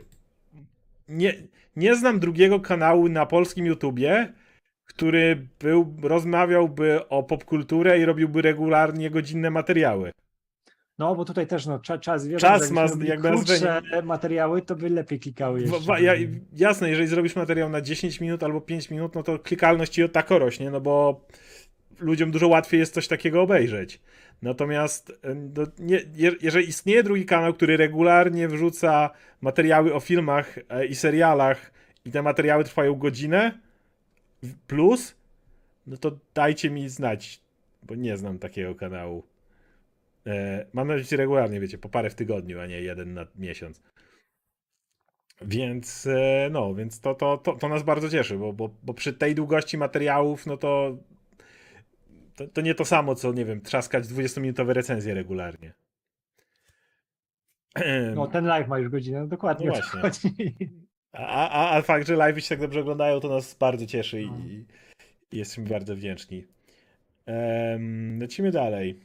Nie, nie znam drugiego kanału na polskim YouTubie, który był, rozmawiałby o popkulturze i robiłby regularnie godzinne materiały. No, bo tutaj też no, cza, czas, wiadomo, Czas że ma jakbyśmy jakby robili krótsze nazwanie- materiały, to by lepiej klikały W, jeszcze. w, ja, jasne, jeżeli zrobisz materiał na dziesięć minut albo pięć minut, no to klikalność ci o tak rośnie, no bo ludziom dużo łatwiej jest coś takiego obejrzeć. Natomiast e, no, nie, je, jeżeli istnieje drugi kanał, który regularnie wrzuca materiały o filmach e, i serialach i te materiały trwają godzinę w- plus, no to dajcie mi znać, bo nie znam takiego kanału. E, mam na myśli regularnie, wiecie, po parę w tygodniu, a nie jeden na miesiąc. Więc e, no, więc to, to, to, to nas bardzo cieszy, bo, bo, bo przy tej długości materiałów, no to, to to nie to samo, co nie wiem, trzaskać dwudziestominutowe recenzje regularnie. No, ten live ma już godzinę, no dokładnie No o to właśnie. chodzi. A, a, a fakt, że live się tak dobrze oglądają, to nas bardzo cieszy i, No. i jesteśmy bardzo wdzięczni. Em, lecimy dalej.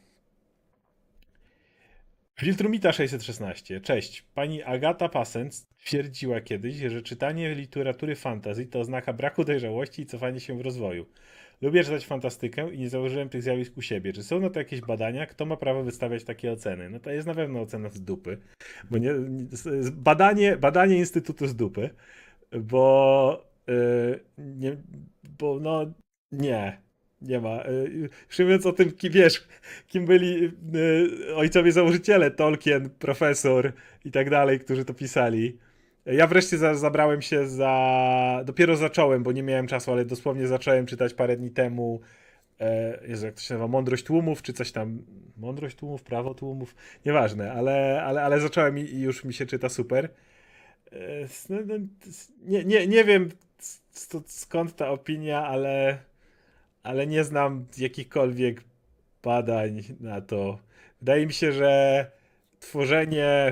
Filtrumita sześćset szesnaście. Cześć. Pani Agata Pasent twierdziła kiedyś, że czytanie literatury fantasy to oznaka braku dojrzałości i cofanie się w rozwoju. Lubię czytać fantastykę i nie zauważyłem tych zjawisk u siebie. Czy są na to jakieś badania? Kto ma prawo wystawiać takie oceny? No to jest na pewno ocena z dupy. Bo nie, nie, z- badanie, badanie Instytutu z dupy, bo, yy, nie, bo no nie, nie ma. Yy, Już nie mówiąc o tym, kim, wiesz, kim byli yy, ojcowie założyciele, Tolkien, profesor i tak dalej, którzy to pisali. Ja wreszcie za, zabrałem się za... Dopiero zacząłem, bo nie miałem czasu, ale dosłownie zacząłem czytać parę dni temu. E, Jezu, jak to się nazywa? Mądrość tłumów, czy coś tam. Mądrość tłumów, prawo tłumów. Nieważne, ale, ale, ale zacząłem i, i już mi się czyta super. E, no, no, nie, nie, nie wiem sk- skąd ta opinia, ale, ale nie znam jakichkolwiek badań na to. Wydaje mi się, że tworzenie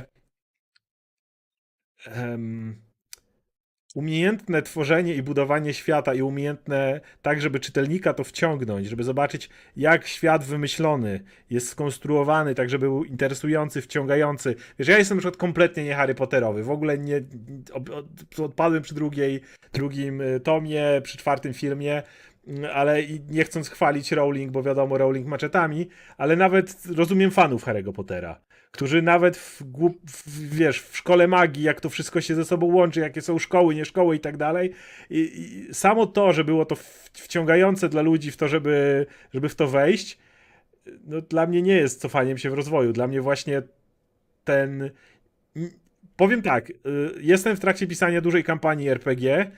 em, umiejętne tworzenie i budowanie świata i umiejętne tak, żeby czytelnika to wciągnąć, żeby zobaczyć, jak świat wymyślony jest skonstruowany, tak, żeby był interesujący, wciągający. Wiesz, ja jestem na przykład kompletnie nie Harry Potterowy, w ogóle nie od, od, odpadłem przy drugiej, drugim y, tomie, przy czwartym filmie. ale i nie chcąc chwalić Rowling, bo wiadomo, Rowling maczetami, ale nawet rozumiem fanów Harry'ego Pottera, którzy nawet w, głup, w, wiesz, w szkole magii, jak to wszystko się ze sobą łączy, jakie są szkoły, nie szkoły i tak dalej. I, i samo to, że było to w, wciągające dla ludzi w to, żeby, żeby w to wejść, no dla mnie nie jest cofaniem się w rozwoju. Dla mnie właśnie ten... Powiem tak, jestem w trakcie pisania dużej kampanii R P G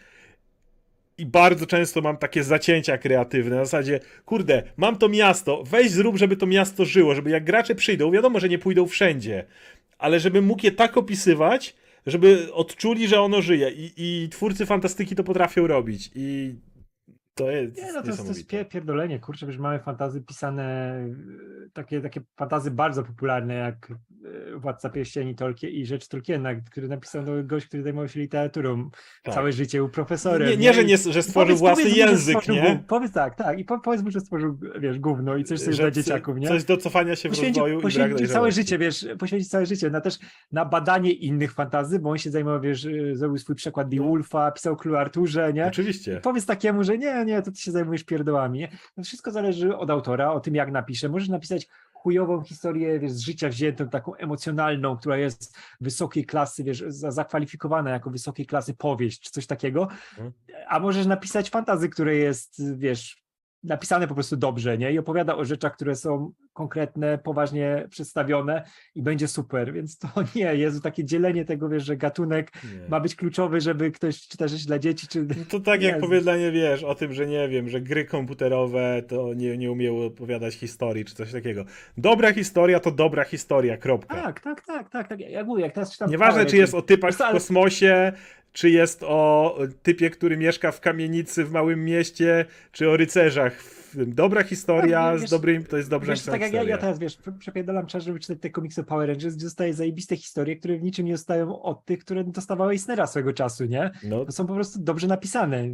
i bardzo często mam takie zacięcia kreatywne, na zasadzie, kurde, mam to miasto, weź zrób, żeby to miasto żyło, żeby jak gracze przyjdą, wiadomo, że nie pójdą wszędzie, ale żebym mógł je tak opisywać, żeby odczuli, że ono żyje i, i twórcy fantastyki to potrafią robić i to jest Nie, no to jest, to jest niesamowite. pie- pierdolenie, kurczę, przecież mamy fantazy pisane, y, takie, takie fantazy bardzo popularne, jak y, Władca Pierścieni Tolkien i Rzecz Tolkiena, który napisał no, gość, który zajmował się literaturą Tak. całe życie, był profesorem. Nie, nie, że, I- nie, że i stworzył powiedz- własny powiedz mu, że język, stworzył nie? gó- Powiedz tak, tak, i po, powiedz mu, że stworzył, wiesz, gówno i coś, coś Że dla c- dzieciaków, nie? Coś do cofania się w Poświęcił, rozwoju i brak poświęcił całe dojrzałości. życie, wiesz, poświęcił całe życie na też na badanie innych fantazy, bo on się zajmował, wiesz, y, zrobił swój przekład Beowulfa, pisał Królu Arturze, nie? Oczywiście. Powiedz takiemu, że nie, nie, to ty się zajmujesz pierdołami. Nie? To wszystko zależy od autora, o tym jak napisze. Możesz napisać chujową historię, wiesz, z życia wziętą, taką emocjonalną, która jest wysokiej klasy, wiesz, za- zakwalifikowana jako wysokiej klasy powieść, czy coś takiego, Mhm. a możesz napisać fantazy, które jest, wiesz, napisane po prostu dobrze, nie? I opowiada o rzeczach, które są konkretne, poważnie przedstawione i będzie super, więc to nie, Jezu, takie dzielenie tego, wiesz, że gatunek Nie. ma być kluczowy, żeby ktoś czyta rzeczy dla dzieci, czy... No to tak jak Jezu. powiedzenie, wiesz, o tym, że nie wiem, że gry komputerowe to nie, nie umieją opowiadać historii, czy coś takiego. Dobra historia to dobra historia, kropka. Tak, tak, tak, tak, tak. Jak mówię, jak teraz czytam Nieważne, Power, czy jest o typach Wiesz co, w ale- kosmosie, czy jest o typie, który mieszka w kamienicy w małym mieście, czy o rycerzach. Dobra historia Tak, z wiesz- dobrym, to jest dobrze Wiesz, napisana tak jak ja, historia. ja teraz, wiesz, prze- przepierdalam czas, żeby czytać te komiksy Power Rangers, gdzie dostaję zajebiste historie, które w niczym nie dostają od tych, które dostawały Eisnera swego czasu, nie? No, To są po prostu dobrze napisane.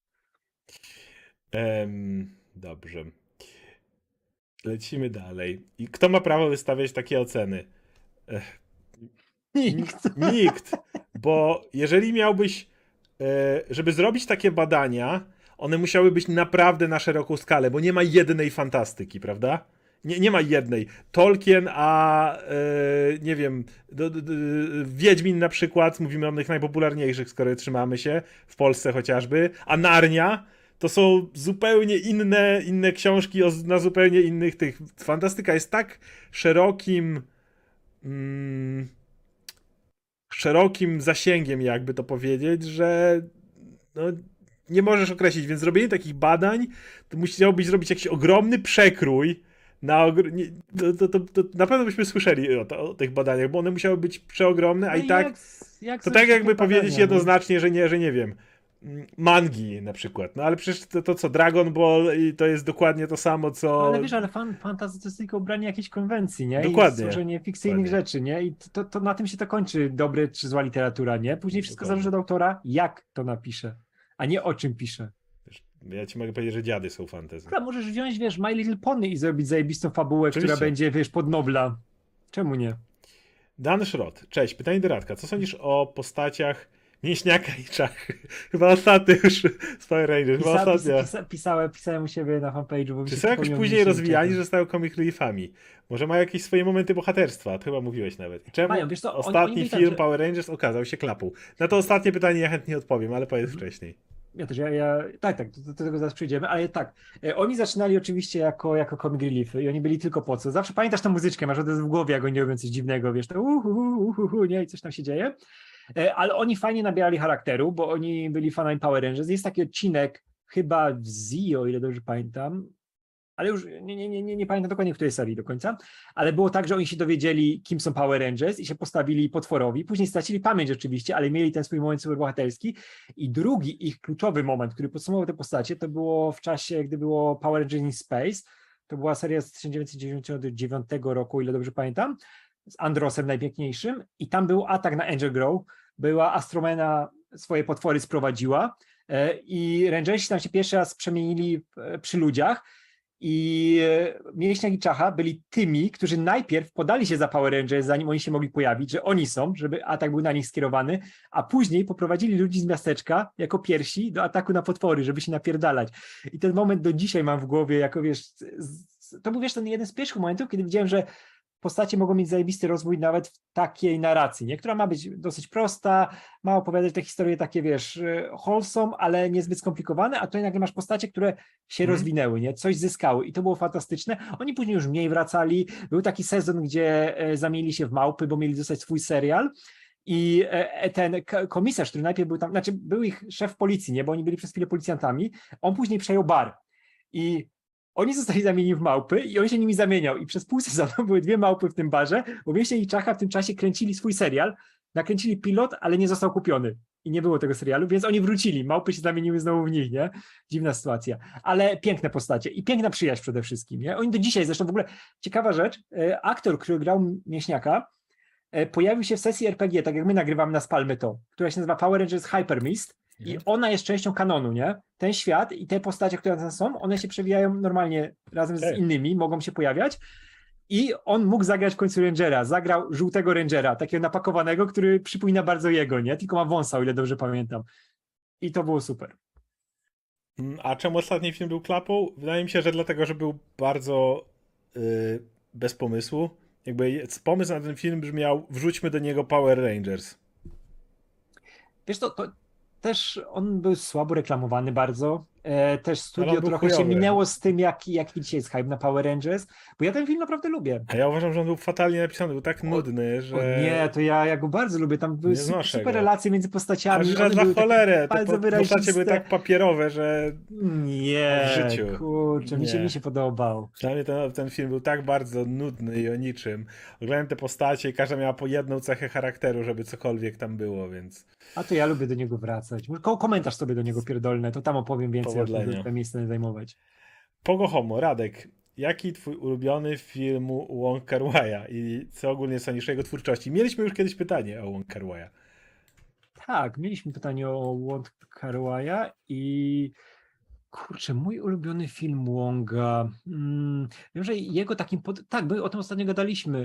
em, dobrze. Lecimy dalej. I kto ma prawo wystawiać takie oceny? Ech, Nikt. Nikt, bo jeżeli miałbyś, e, żeby zrobić takie badania, one musiały być naprawdę na szeroką skalę, bo nie ma jednej fantastyki, prawda? Nie, nie ma jednej. Tolkien, a e, nie wiem, do, do, do, Wiedźmin na przykład, mówimy o tych najpopularniejszych, skoro trzymamy się, w Polsce chociażby, a Narnia to są zupełnie inne, inne książki o, na zupełnie innych tych. Fantastyka jest tak szerokim mm, szerokim zasięgiem, jakby to powiedzieć, że no, nie możesz określić, więc zrobienie takich badań to musiałbyś zrobić jakiś ogromny przekrój na ogr... nie, to, to, to, to na pewno byśmy słyszeli o, to, o tych badaniach, bo one musiały być przeogromne, a No i tak jak, jak to są tak takie jakby badania, powiedzieć no? jednoznacznie, że nie, że nie wiem, mm, mangi na przykład, no ale przecież to, to co, Dragon Ball i to jest dokładnie to samo, co... No, ale wiesz, ale fan, fantasy to jest tylko ubranie jakiejś konwencji, nie? Dokładnie. I stworzenie fikcyjnych Dokładnie. rzeczy, nie? I to, to na tym się to kończy, dobre czy zła literatura, nie? Później wszystko Dokładnie. zależy od autora, jak to napisze, a nie o czym pisze. Ja ci mogę powiedzieć, że dziady są fantasy. Dobra, możesz wziąć, wiesz, My Little Pony i zrobić zajebistą fabułę, Oczywiście. która będzie, wiesz, pod Nobla. Czemu nie? Dan Szrot, cześć, pytanie do Radka. Co sądzisz o postaciach Mięśniaka i Czachy? Chyba ostatnio już z Power Rangers, chyba Pisa, ostatnio. pisa, pisa, pisałem, pisałem u siebie na fanpage'u, bo mi Czy się są jakoś przypomniał później Mięsień rozwijani, Czechy. że zostają comic reliefami? Może mają jakieś swoje momenty bohaterstwa? To chyba mówiłeś nawet. I czemu Mają, wiesz co, oni- ostatni oni byli tak, film że- Power Rangers okazał się klapą? Na to ostatnie pytanie ja chętnie odpowiem, ale powiedz wcześniej. Ja też, ja, ja tak, tak, do, do tego zaraz przejdziemy, ale tak, e, oni zaczynali oczywiście jako, jako comic reliefy i oni byli tylko po co. Zawsze pamiętasz tę muzyczkę, masz od razu w głowie, jak oni robią coś dziwnego, wiesz, to uhu, uhu, uhu, nie, i coś tam się dzieje, e, ale oni fajnie nabierali charakteru, bo oni byli fanami Power Rangers. Jest taki odcinek, chyba w Zee, o ile dobrze pamiętam, ale już nie, nie, nie, nie, nie pamiętam dokładnie w której serii do końca, ale było tak, że oni się dowiedzieli, kim są Power Rangers i się postawili potworowi, później stracili pamięć oczywiście, ale mieli ten swój moment superbohaterski i drugi ich kluczowy moment, który podsumował te postacie, to było w czasie, gdy było Power Rangers in Space, to była seria z tysiąc dziewięćset dziewięćdziesiątego dziewiątego roku, o ile dobrze pamiętam, z Androsem najpiękniejszym i tam był atak na Angel Grove, była Astromena swoje potwory sprowadziła e, i Rangersi tam się pierwszy raz przemienili w- przy ludziach. I e, Mięśniak i Czacha byli tymi, którzy najpierw podali się za Power Rangers, zanim oni się mogli pojawić, że oni są, żeby atak był na nich skierowany, a później poprowadzili ludzi z miasteczka jako pierwsi do ataku na potwory, żeby się napierdalać. I ten moment do dzisiaj mam w głowie, jako wiesz, to był wiesz ten jeden z pierwszych momentów, kiedy widziałem, że postacie mogą mieć zajebisty rozwój nawet w takiej narracji, nie? Która ma być dosyć prosta, ma opowiadać te historie takie, wiesz, wholesome, ale niezbyt skomplikowane, a tutaj nagle masz postacie, które się mm. rozwinęły, nie? Coś zyskały i to było fantastyczne. Oni później już mniej wracali. Był taki sezon, gdzie zamienili się w małpy, bo mieli dostać swój serial. I ten komisarz, który najpierw był tam, znaczy był ich szef policji, nie? Bo oni byli przez chwilę policjantami, on później przejął bar. I oni zostali zamienieni w małpy i on się nimi zamieniał. I przez pół sezonu były dwie małpy w tym barze, bo Mięśnie i Czacha w tym czasie kręcili swój serial, nakręcili pilot, ale nie został kupiony. I nie było tego serialu, więc oni wrócili. Małpy się zamieniły znowu w nich, nie? Dziwna sytuacja. Ale piękne postacie i piękna przyjaźń przede wszystkim, nie? Oni do dzisiaj, zresztą w ogóle ciekawa rzecz, aktor, który grał Mięśniaka, pojawił się w sesji er pe gie, tak jak my nagrywamy na Spalmy to, która się nazywa Power Rangers Hyper Mist. I ona jest częścią kanonu, nie? Ten świat i te postacie, które tam są, one się przewijają normalnie razem z innymi, mogą się pojawiać. I on mógł zagrać w końcu Rangera. Zagrał żółtego Rangera, takiego napakowanego, który przypomina bardzo jego, nie? Tylko ma wąsa, o ile dobrze pamiętam. I to było super. A czemu ostatni film był klapą? Wydaje mi się, że dlatego, że był bardzo yy, bez pomysłu. Jakby pomysł na ten film brzmiał: wrzućmy do niego Power Rangers. Wiesz to, to też on był słabo reklamowany bardzo. E, też studio trochę chujowy. się minęło z tym, jaki, jaki dzisiaj jest hype na Power Rangers, bo ja ten film naprawdę lubię. A ja uważam, że on był fatalnie napisany, był tak nudny, że... O nie, to ja, ja go bardzo lubię. Tam były super, super relacje między postaciami. A że za cholerę, te bardzo po, postacie były tak papierowe, że... Nie, w życiu. kurczę, nie. Mi, się, mi się podobał. Dla mnie ten, ten film był tak bardzo nudny i o niczym. Oglądałem te postacie i każda miała po jedną cechę charakteru, żeby cokolwiek tam było, więc... A to ja lubię do niego wracać. Ko- komentarz sobie do niego pierdolne, to tam opowiem więcej, jak to miejsce nie zajmować. Pogo homo, Radek, jaki twój ulubiony film Wong Kar-wai'a i co ogólnie sądzisz o jego twórczości? Mieliśmy już kiedyś pytanie o Wong Kar-wai'a. Tak, mieliśmy pytanie o Wong Kar-wai'a i kurczę, mój ulubiony film Wonga. Hmm, wiem, że jego takim... Pod... Tak, my o tym ostatnio gadaliśmy,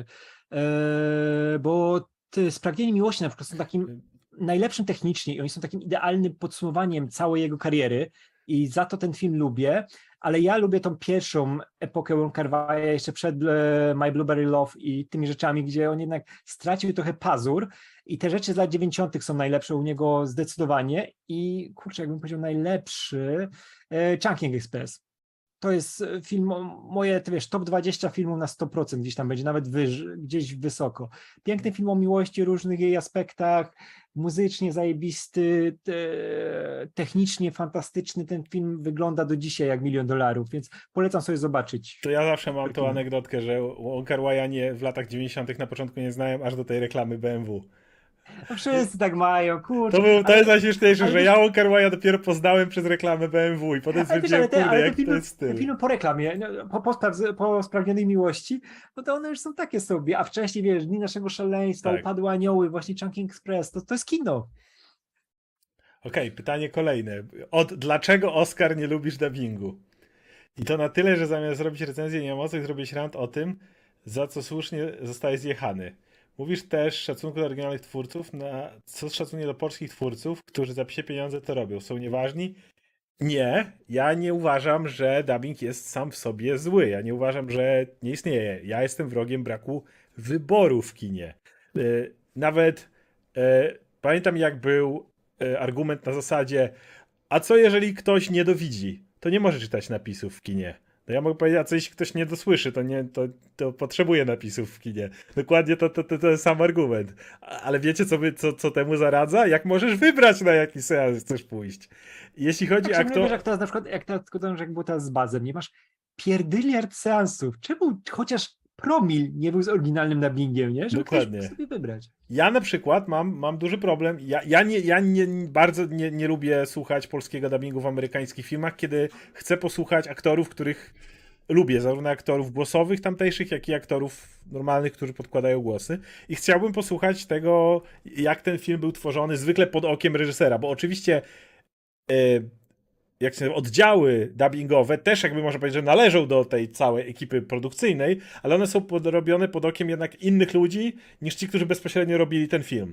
eee, bo te Spragnienie Miłości na przykład są takim najlepszym technicznie i oni są takim idealnym podsumowaniem całej jego kariery i za to ten film lubię, ale ja lubię tą pierwszą epokę Wong Kar-wai'a jeszcze przed e, My Blueberry Love i tymi rzeczami, gdzie on jednak stracił trochę pazur i te rzeczy z lat dziewięćdziesiątych są najlepsze u niego zdecydowanie i kurczę, jakbym powiedział najlepszy, e, Chungking Express. To jest film, moje, ty wiesz, top dwadzieścia filmów na sto procent gdzieś tam będzie, nawet wyż, gdzieś wysoko. Piękny film o miłości, różnych jej aspektach, muzycznie zajebisty, te, technicznie fantastyczny. Ten film wygląda do dzisiaj jak milion dolarów, więc polecam sobie zobaczyć. To ja zawsze mam tą anegdotkę, że Wong Kar-wai'a nie w latach dziewięćdziesiątych na początku nie znałem, aż do tej reklamy B M W. No wszyscy tak mają, kurczę. To, był, to ale, jest najśmieszniejsze, że wiesz, ja Wong Kar-wai'a dopiero poznałem przez reklamę B M W i potem stwierdziłem, kurde, ale jak filmy, to jest styl. Filmy po reklamie, po, po, po Spragnionej Miłości, no to one już są takie sobie, a wcześniej, wiesz, Dni Naszego Szaleństwa, tak. Upadłe Anioły, właśnie Chungking Express, to, to jest kino. Okej, okay, pytanie kolejne. Od dlaczego, Oskar, nie lubisz dubbingu? I to na tyle, że zamiast zrobić recenzję nieomocnych, zrobić rant o tym, za co słusznie zostaje zjechany. Mówisz też szacunku do oryginalnych twórców, na co szacunek do polskich twórców, którzy za psie pieniądze to robią. Są nieważni? Nie, ja nie uważam, że dubbing jest sam w sobie zły. Ja nie uważam, że nie istnieje. Ja jestem wrogiem braku wyboru w kinie. Nawet e, pamiętam, jak był e, argument na zasadzie: a co jeżeli ktoś nie dowidzi? To nie może czytać napisów w kinie. No ja mogę powiedzieć, a co jeśli ktoś nie dosłyszy, to, nie, to, to potrzebuje napisów w kinie. Dokładnie to, to, to, to jest sam argument. Ale wiecie, co, by, co, co temu zaradza? Jak możesz wybrać, na jaki seans chcesz pójść. Jeśli chodzi o to... Jak teraz na przykład, jak, teraz, jak było teraz z bazem, nie masz pierdyliard seansów. Czemu chociaż promil nie był z oryginalnym dubbingiem, nie? Żeby Dokładnie. Ktoś sobie wybrać. Ja na przykład mam, mam duży problem. Ja, ja, nie, ja nie, bardzo nie, nie lubię słuchać polskiego dubbingu w amerykańskich filmach, kiedy chcę posłuchać aktorów, których lubię, zarówno aktorów głosowych tamtejszych, jak i aktorów normalnych, którzy podkładają głosy. I chciałbym posłuchać tego, jak ten film był tworzony, zwykle pod okiem reżysera, bo oczywiście yy, jak się oddziały dubbingowe też jakby można powiedzieć, że należą do tej całej ekipy produkcyjnej, ale one są pod, robione pod okiem jednak innych ludzi niż ci, którzy bezpośrednio robili ten film.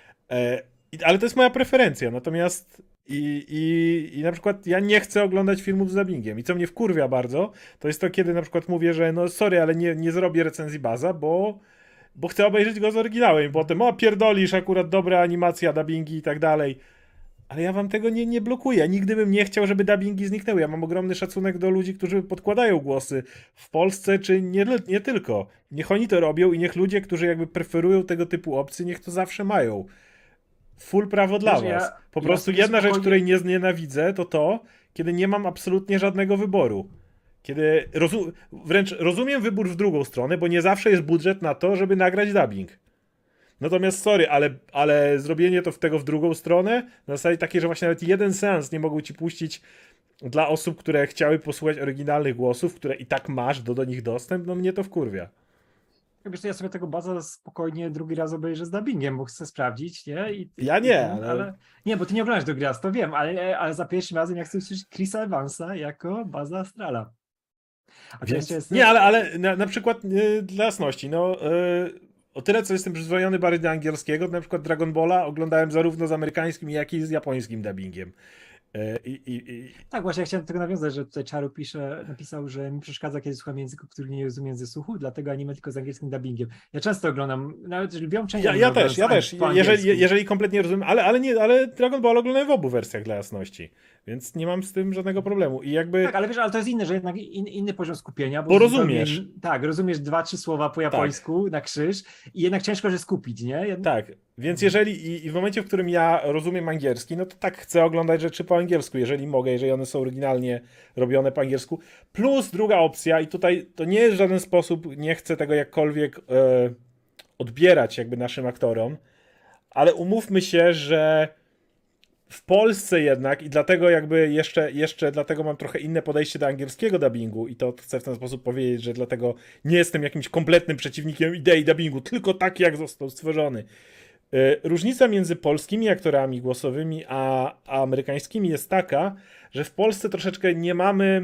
E, i- ale to jest moja preferencja, natomiast i, i, i na przykład ja nie chcę oglądać filmów z dubbingiem i co mnie wkurwia bardzo, to jest to, kiedy na przykład mówię, że no sorry, ale nie, nie zrobię recenzji Baza, bo bo chcę obejrzeć go z oryginałem i potem, o pierdolisz, akurat dobra animacja, dubbingi i tak dalej. Ale ja wam tego nie, nie blokuję. Nigdy bym nie chciał, żeby dubbingi zniknęły. Ja mam ogromny szacunek do ludzi, którzy podkładają głosy w Polsce, czy nie, nie tylko. Niech oni to robią i niech ludzie, którzy jakby preferują tego typu opcje, niech to zawsze mają. Full prawo dla Wiesz, was. ja- Po ja prostu sobie jedna rzecz, spokojnie- której nie znienawidzę, to to, kiedy nie mam absolutnie żadnego wyboru. Kiedy rozu- wręcz rozumiem wybór w drugą stronę, bo nie zawsze jest budżet na to, żeby nagrać dubbing. Natomiast sorry, ale, ale zrobienie to w tego w drugą stronę, na zasadzie takiej, że właśnie nawet jeden seans nie mogą ci puścić dla osób, które chciały posłuchać oryginalnych głosów, które i tak masz do, do nich dostęp, no mnie to wkurwia. Wiesz, ja sobie tego Baza spokojnie drugi raz obejrzę z dubbingiem, bo chcę sprawdzić, nie? I, Ja i nie, ten, ale- Nie, bo ty nie oglądasz drugi raz, to wiem, ale, ale za pierwszym razem ja chcę usłyszeć Chrisa Evansa jako Baza Astrala. A to Więc, jeszcze jest... nie, ale, ale na, na przykład yy, dla jasności, no yy, o tyle, co jestem przyzwyczajony bardziej do angielskiego, to na przykład Dragon Balla oglądałem zarówno z amerykańskim, jak i z japońskim dubbingiem. Yy, i, i, i, Tak, właśnie ja chciałem do tego nawiązać, że tutaj Czaru pisze, napisał, że mi przeszkadza, kiedy słucham języków, który nie rozumiem ze słuchu, dlatego anime tylko z angielskim dubbingiem. Ja często oglądam, nawet lwią część Ja, anime ja oglądam też, ja z- też. po Jeżeli, angielsku. jeżeli kompletnie rozumiem, ale, ale nie, ale Dragon Ball oglądałem w obu wersjach dla jasności. Więc nie mam z tym żadnego problemu. I jakby. Tak, ale wiesz, ale to jest inne, że jednak in, inny poziom skupienia. Bo zupełnie- rozumiesz. Tak, rozumiesz dwa, trzy słowa po japońsku na krzyż i jednak ciężko się skupić, nie? Jed- Tak, więc jeżeli i, i w momencie, w którym ja rozumiem angielski, no to tak chcę oglądać rzeczy po angielsku, jeżeli mogę, jeżeli one są oryginalnie robione po angielsku. Plus druga opcja, i tutaj to nie jest w żaden sposób, nie chcę tego jakkolwiek e, odbierać jakby naszym aktorom, ale umówmy się, że w Polsce jednak, i dlatego jakby jeszcze, jeszcze dlatego mam trochę inne podejście do angielskiego dubbingu i to chcę w ten sposób powiedzieć, że dlatego nie jestem jakimś kompletnym przeciwnikiem idei dubbingu, tylko tak jak został stworzony. Y, Różnica między polskimi aktorami głosowymi a, a amerykańskimi jest taka, że w Polsce troszeczkę nie mamy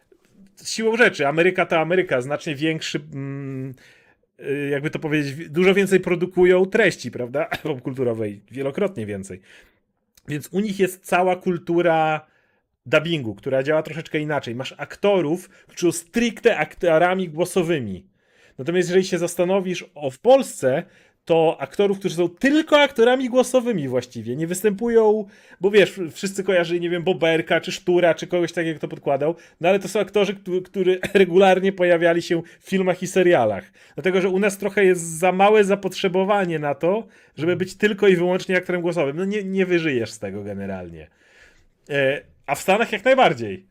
siłą rzeczy. Ameryka to Ameryka, znacznie większy, mm, y, jakby to powiedzieć, dużo więcej produkują treści, prawda? Popkulturowej, wielokrotnie więcej. Więc u nich jest cała kultura dubbingu, która działa troszeczkę inaczej. Masz aktorów, którzy są stricte aktorami głosowymi. Natomiast jeżeli się zastanowisz o w Polsce, to aktorów, którzy są tylko aktorami głosowymi właściwie, nie występują, bo wiesz, wszyscy kojarzyli, nie wiem, Boberka, czy Sztura, czy kogoś takiego, kto podkładał, no ale to są aktorzy, którzy, którzy regularnie pojawiali się w filmach i serialach. Dlatego, że u nas trochę jest za małe zapotrzebowanie na to, żeby być tylko i wyłącznie aktorem głosowym. No nie, nie wyżyjesz z tego generalnie. E, a w Stanach jak najbardziej.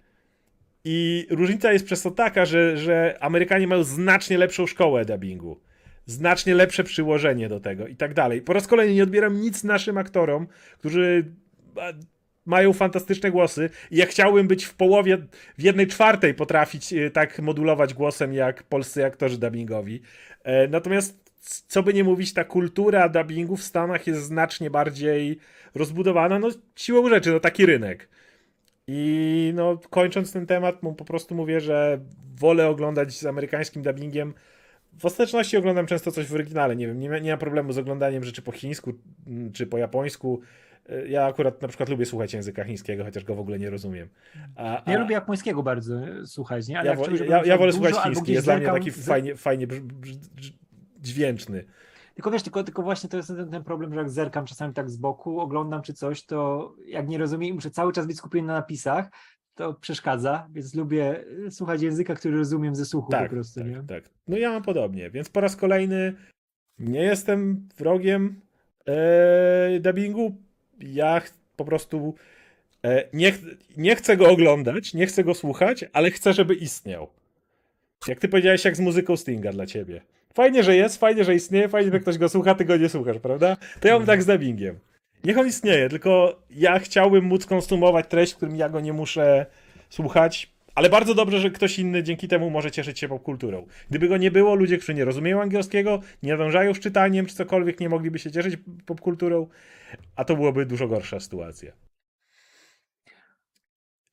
I różnica jest przez to taka, że, że Amerykanie mają znacznie lepszą szkołę dubbingu. Znacznie lepsze przyłożenie do tego i tak dalej. Po raz kolejny nie odbieram nic naszym aktorom, którzy a, mają fantastyczne głosy i ja chciałbym być w połowie, w jednej czwartej potrafić e, tak modulować głosem jak polscy aktorzy dubbingowi. E, natomiast co by nie mówić, ta kultura dubbingu w Stanach jest znacznie bardziej rozbudowana, no siłą rzeczy, no taki rynek. I no kończąc ten temat, mu po prostu mówię, że wolę oglądać z amerykańskim dubbingiem. W ostateczności oglądam często coś w oryginale, nie wiem, nie, ma- nie mam problemu z oglądaniem rzeczy po chińsku mm, czy po japońsku. Y, Ja akurat na przykład lubię słuchać języka chińskiego, chociaż go w ogóle nie rozumiem. A, a Ja lubię japońskiego bardzo e, słuchać, nie? Ale ja, jak wo- czegoś ja, oglądam ja wolę dużo, słuchać albo chiński, gdzieś jest dla mnie zerkam taki z- fajnie, fajnie brz, brz, brz, dźwięczny. Tylko wiesz, tylko, tylko właśnie to jest ten, ten problem, że jak zerkam czasami tak z boku, oglądam czy coś, to jak nie rozumiem i muszę cały czas być skupiony na napisach, to przeszkadza, więc lubię e, słuchać języka, który rozumiem ze słuchu Tak, po prostu, tak, nie? tak. No ja mam podobnie, więc po raz kolejny nie jestem wrogiem e, dubbingu. Ja ch- po prostu e, nie, ch- nie chcę go oglądać, nie chcę go słuchać, ale chcę, żeby istniał. Jak ty powiedziałeś, jak z muzyką Stinga dla ciebie. Fajnie, że jest, fajnie, że istnieje, fajnie, że ktoś go słucha, ty go nie słuchasz, prawda? To ja mam tak z dubbingiem. Niech on istnieje, tylko ja chciałbym móc konsumować treść, w którym ja go nie muszę słuchać, ale bardzo dobrze, że ktoś inny dzięki temu może cieszyć się popkulturą. Gdyby go nie było, ludzie, którzy nie rozumieją angielskiego, nie nadążają z czytaniem, czy cokolwiek, nie mogliby się cieszyć popkulturą, a to byłoby dużo gorsza sytuacja.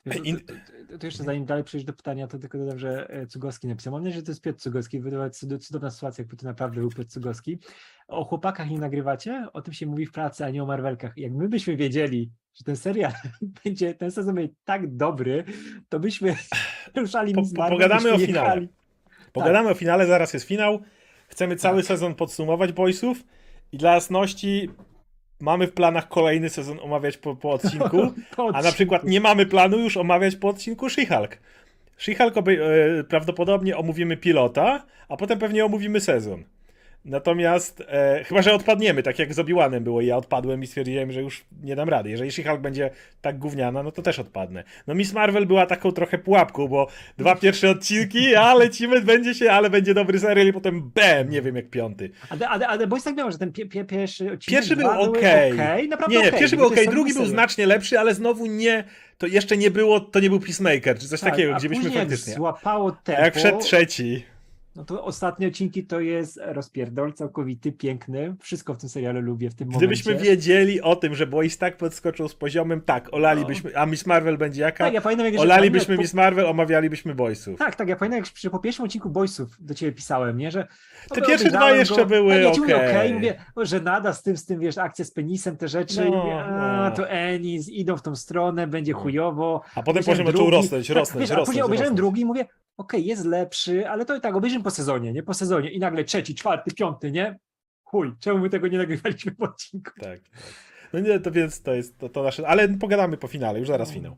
To, to, In- to, to jeszcze zanim dalej przejść do pytania, to tylko dodam, że e, Cugowski napisał. Mam nadzieję, że to jest Piotr Cugowski. Wydawać cudowna sytuacja, jakby to naprawdę był Piotr Cugowski. O chłopakach nie nagrywacie? O tym się mówi w pracy, a nie o Marvelkach. Jak my byśmy wiedzieli, że ten serial będzie, ten sezon będzie tak dobry, to byśmy ruszali Po- Miss po- Marvel, pogadamy byśmy o finale. jechali. Pogadamy o finale, zaraz jest finał. Chcemy cały Tak. sezon podsumować Boysów i dla jasności mamy w planach kolejny sezon omawiać po, po odcinku, Po a na odcinku. przykład nie mamy planu już omawiać po odcinku She-Hulk. She-Hulk obej- e, prawdopodobnie omówimy pilota, a potem pewnie omówimy sezon. Natomiast, e, chyba że odpadniemy, tak jak z Obi-Wanem było i ja odpadłem i stwierdziłem, że już nie dam rady. Jeżeli She-Hulk będzie tak gówniana, no to też odpadnę. No Miss Marvel była taką trochę pułapką, bo dwa pierwsze odcinki, a lecimy, będzie się, ale będzie dobry serial i potem bam, nie wiem jak piąty. Ale, ale, ale Boys tak miało, że ten pie, pie, pierwszy odcinek, Pierwszy był dwa były okej. okej, naprawdę Nie, nie, okej, pierwszy bo był to jest okej, drugi solidny był serial. znacznie lepszy, ale znowu nie, to jeszcze nie było, to nie był Peacemaker, czy coś Tak, takiego, a gdzie byśmy później faktycznie... Jak złapało A tempo, jak wszedł trzeci... no to ostatnie odcinki to jest rozpierdol całkowity, piękny. Wszystko w tym serialu lubię w tym Gdybyśmy momencie. wiedzieli o tym, że Boys tak podskoczył z poziomem, tak, olalibyśmy, a Miss Marvel będzie jaka? Tak, ja pamiętam, jak że Olalibyśmy pamiętam, Miss Marvel, omawialiśmy Boysów. Tak, tak, ja pamiętam, jak przy, po pierwszym odcinku Boysów do ciebie pisałem, nie, że... no, Te bo pierwsze dwa obejrzałem jeszcze go, były tak, ja ci mówię, okej. okej, mówię, o, że nada z tym, z tym, wiesz, akcja z penisem, te rzeczy, No, i mówię, a, no. to Ennis, idą w tą stronę, będzie No. chujowo. A potem Obejrzałem poziom zaczął drugi, rosnąć, tak, rosnąć, wiesz, a rosnąć, później obejrzałem rosnąć. drugi i mówię, okej, jest lepszy, ale to i tak obejrzymy po sezonie, nie, po sezonie i nagle trzeci, czwarty, piąty, nie? Chuj, czemu my tego nie nagrywaliśmy w odcinku? Tak, tak. No nie, to więc to jest to, to nasze... Ale pogadamy po finale, już zaraz No. finał.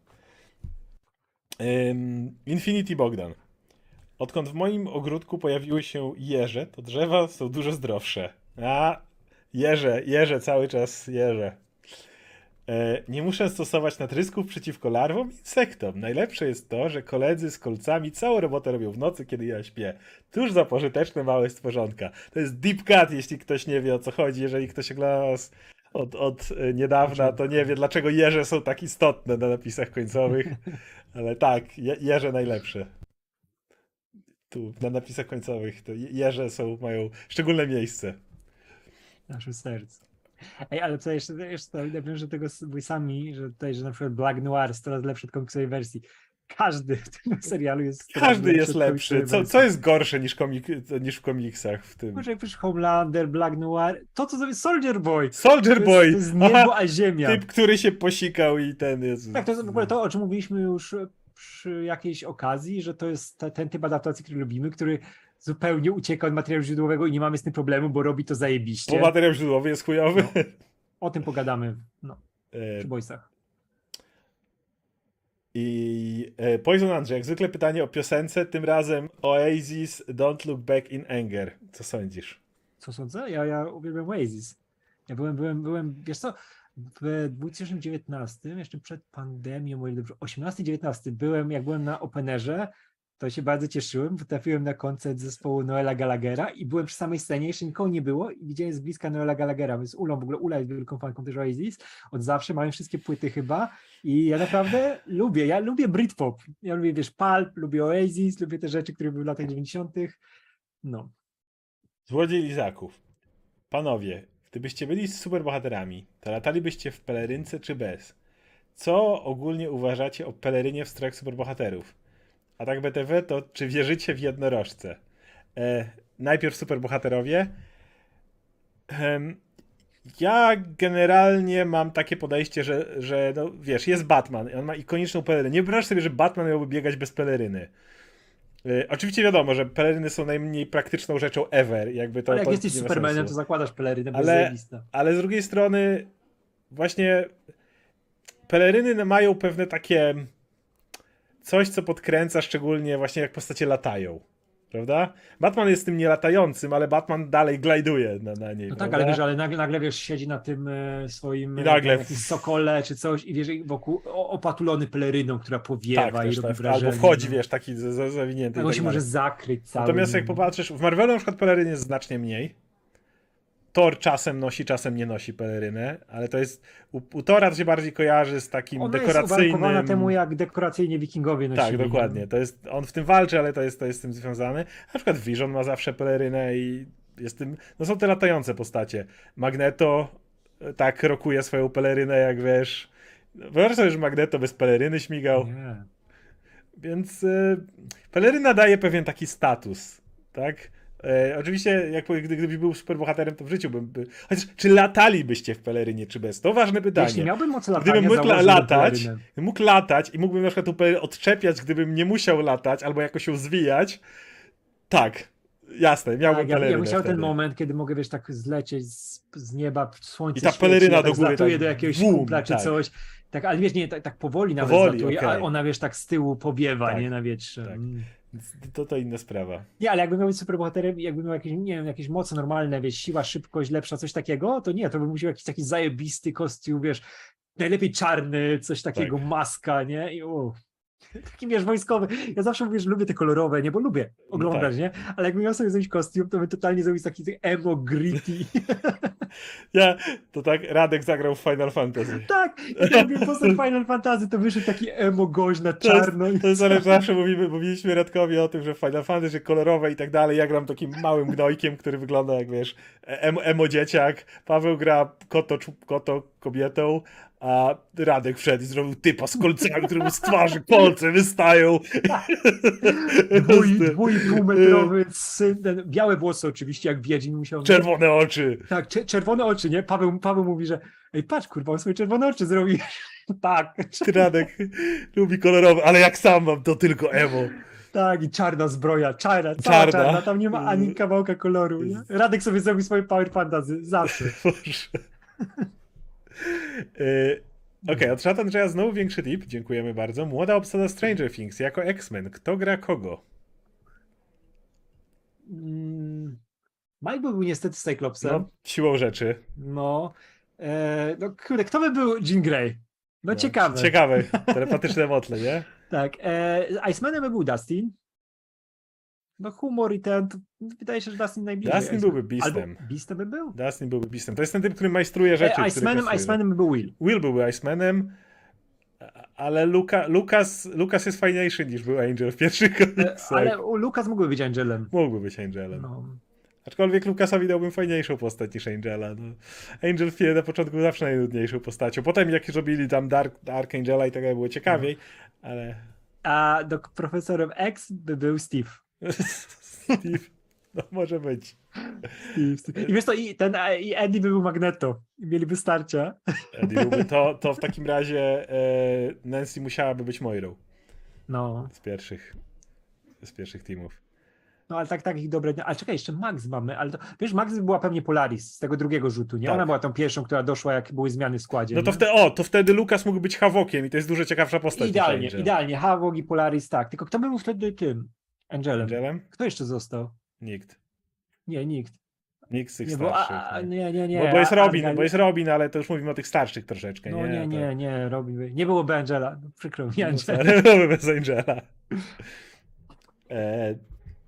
Ym, Infinity Bogdan. Odkąd w moim ogródku pojawiły się jeże, to drzewa są dużo zdrowsze. A, jeże, jeże, cały czas jeże. E, nie muszę stosować natrysków przeciwko larwom i insektom. Najlepsze jest to, że koledzy z kolcami całą robotę robią w nocy, kiedy ja śpię. Tuż za pożyteczne małe stworzonka. To jest deep cut, jeśli ktoś nie wie, o co chodzi. Jeżeli ktoś ogląda nas od, od e, niedawna, to nie wie, dlaczego jeże są tak istotne na napisach końcowych. Ale tak, je, jeże najlepsze. Tu na napisach końcowych to je- jeże są, mają szczególne miejsce. W naszym sercu. Ej, ale co jeszcze, jeszcze nawiążę do tego s- sami, że tutaj, że na przykład Black Noir jest coraz lepszy od komiksowej wersji. Każdy w tym serialu jest coraz Każdy jest od lepszy. komiksowej Co, wersji. co jest gorsze niż, komik, niż w komiksach w tym? Może jak wiesz, Homelander, Black Noir, to co zrobił Soldier Boy. Soldier To Boy! jest, to jest Aha, niebo, a ziemia. typ, który się posikał i ten jest... Tak, to jest w ogóle to, o czym mówiliśmy już przy jakiejś okazji, że to jest te, ten typ adaptacji, który lubimy, który zupełnie ucieka od materiału źródłowego i nie mamy z tym problemu, bo robi to zajebiście. Bo materiał źródłowy jest chujowy. No. O tym pogadamy no, E, przy Boysach. I e, Poison Andrzej, jak zwykle pytanie o piosence, tym razem Oasis Don't Look Back in Anger. Co sądzisz? Co sądzę? Ja, ja uwielbiam Oasis. Ja byłem, byłem, byłem, wiesz co, w dwa tysiące dziewiętnastym, jeszcze przed pandemią, o ile dobrze, osiemnasty dziewiętnasty, byłem, jak byłem na Openerze, to się bardzo cieszyłem, bo trafiłem na koncert zespołu Noela Gallaghera i byłem przy samej scenie, jeszcze nikogo nie było i widziałem z bliska Noela Gallaghera, więc Ulą, w ogóle Ula jest wielką fanką też Oasis, od zawsze mają wszystkie płyty chyba i ja naprawdę lubię, ja lubię Britpop, ja lubię, wiesz, Pulp, lubię Oasis, lubię te rzeczy, które były w latach dziewięćdziesiątych. No. Złodziej Lizaków. Panowie, gdybyście byli superbohaterami, to latalibyście w pelerynce czy bez? Co ogólnie uważacie o pelerynie w strojach superbohaterów? A tak B T W, to czy wierzycie w jednorożce? E, najpierw superbohaterowie. Em, ja generalnie mam takie podejście, że, że no, wiesz, jest Batman, on ma ikoniczną pelerynę. Nie wyobraź sobie, że Batman miałby biegać bez peleryny. E, oczywiście wiadomo, że peleryny są najmniej praktyczną rzeczą ever. Jakby to, Ale jak to jesteś nie ma Supermanem, sensu. to zakładasz pelerynę, bo Ale- jest zajebista. Ale z drugiej strony właśnie peleryny mają pewne takie coś, co podkręca, szczególnie właśnie jak postacie latają. Prawda? Batman jest tym nielatającym, ale Batman dalej glajduje na, na niej. No tak, prawda? ale wiesz, ale nagle, nagle wiesz, siedzi na tym e, swoim I e, nagle- jakimś sokole czy coś i wiesz, i wokół o, opatulony peleryną, która powiewa tak, i też, robi tak, wrażenie. albo wchodzi, no. wiesz, taki z- z- zawinięty. Tak i on tak się dalej. może zakryć cały. Natomiast jak no. popatrzysz, w Marvelu na przykład peleryn jest znacznie mniej. Thor czasem nosi, czasem nie nosi pelerynę, ale to jest, u, u Thora to się bardziej kojarzy z takim Ona jest dekoracyjnym... uwarunkowana temu, jak dekoracyjnie wikingowie nosili. Tak, no. dokładnie. To jest, on w tym walczy, ale to jest, to jest z tym związane. Na przykład Vision ma zawsze pelerynę i jest tym, no są te latające postacie. Magneto e, tak rokuje swoją pelerynę, jak wiesz, Wyobraź sobie, że Magneto bez peleryny śmigał. Nie. Więc y, peleryna daje pewien taki status, tak? E, oczywiście, jak powie- gdy, gdybyś był superbohaterem, to w życiu bym... By... Chociaż, czy latalibyście w pelerynie, czy bez? To ważne pytanie. Jeśli miałbym moc latania, Gdybym mógł la- założyłbym latać, pelerynę. mógł latać i mógłbym na przykład tą pelerynę odczepiać, gdybym nie musiał latać, albo jakoś ją zwijać, tak, jasne, miałbym Tak, ja, pelerynę ja bym chciał wtedy. ten moment, kiedy mogę, wiesz, tak zlecieć z, z nieba, słońce I ta świeci, peleryna ja do tak góry, zlatuję tak do jakiegoś bum, kumpla czy tak. coś. Tak, ale wiesz, nie, tak, tak powoli nawet Powoli, zlatuje, okej. a ona, wiesz, tak z tyłu powiewa, Tak, nie, na wietrze. tak. Mm. Więc To, to inna sprawa. Nie, ale jakbym miał być superbohaterem i jakbym miał jakieś, nie wiem, jakieś moce normalne, wiesz, siła, szybkość, lepsza, coś takiego, to nie, to bym musiał jakiś taki zajebisty kostium, wiesz, najlepiej czarny, coś takiego, Tak. maska, nie, i uff. Taki, wiesz, wojskowy. Ja zawsze mówię, że lubię te kolorowe, nie, bo lubię oglądać, tak. nie, ale jakbym miał sobie zrobić kostium, to bym totalnie zrobił taki emo, gritty. Ja, to tak, Radek zagrał w Final Fantasy. Tak, i jak robiłem postać Final Fantasy, to wyszedł taki emo gość na To jest, czarno. i- to jest ale zawsze mówimy, mówiliśmy Radkowi o tym, że Final Fantasy kolorowe i tak dalej. Ja gram takim małym gnojkiem, który wygląda jak, wiesz, emo, emo dzieciak. Paweł gra koto, czu- koto kobietą, a Radek wszedł i zrobił typa z kolcami, któremu z twarzy kolce wystają. Dwój, dwój półmetrowy syn, ten, białe włosy oczywiście, jak Wiedźmin musiał mieć. Czerwone oczy. Tak, cze- czerwone oczy, nie? Paweł, Paweł mówi, że ej, patrz, kurwa, on sobie czerwone oczy zrobił. Tak, Radek lubi kolorowe, ale jak sam mam, to tylko emo. tak, i czarna zbroja, czarna, cała Czarna. czarna, tam nie ma ani kawałka koloru, nie? Radek sobie zrobił swoje Power Fantasy, zawsze. Boże. Y, Okej, od Shot Andrzeja znowu większy tip, dziękujemy bardzo. Młoda obsada Stranger Things jako X-Men. Kto gra kogo? Mm, Mike był niestety Cyclopsem. No, siłą rzeczy. No, e, no kurde, kto by był Jean Grey? No, No, ciekawe. Ciekawe, telepatyczne motle, nie? Tak, e, Icemanem by był Dustin. No humor i ten, to wydaje się, że Dustin najbliżej. Dustin Iceman. byłby Beastem. Albo Beastem by był? Dustin byłby Beastem. To jest ten typ, który majstruje rzeczy. E, który Icemanem, kosuje. Icemanem by był Will. Will byłby Icemanem, ale Luka, Lucas, Lucas jest fajniejszy niż był Angel w pierwszych E, komiksach. ale u- Lucas mógłby być Angelem. Mógłby być Angelem. No. Aczkolwiek Lucasowi dałbym fajniejszą postać niż Angela. No. Angel w na początku był zawsze najnudniejszą postacią. Potem jak zrobili tam Dark, Dark Angela i tak dalej, było ciekawiej, ale... A do profesorem X by był Steve. Steve, no może być. Steve, Steve. I wiesz to, i, ten, i Eddie by był Magneto. I mieliby starcia. Eddie byłby to, to w takim razie e, Nancy musiałaby być Moirą No. z pierwszych, z pierwszych teamów. No ale tak, tak ich dobre. Ale czekaj, jeszcze Max mamy, ale to, wiesz, Max była pewnie Polaris z tego drugiego rzutu, nie? Tak. Ona była tą pierwszą, która doszła, jak były zmiany w składzie. No to nie? wtedy, o, to wtedy Lucas mógł być Havokiem i to jest dużo ciekawsza postać Idealnie, niż Angel. idealnie. Havok i Polaris, tak. Tylko kto by był wtedy tym? Angelem. Angelem? Kto jeszcze został? Nikt. Nie, nikt. Nikt z tych Nie, bo, starszych. a, a, nie. nie, nie, nie. Bo, bo jest a- Robin, a- bo jest Robin, ale to już mówimy o tych starszych troszeczkę, No nie? nie, nie, nie, Robin. by- Nie byłoby Angela. No, przykro mi, To... Angela. No, sorry, bez Angela. E...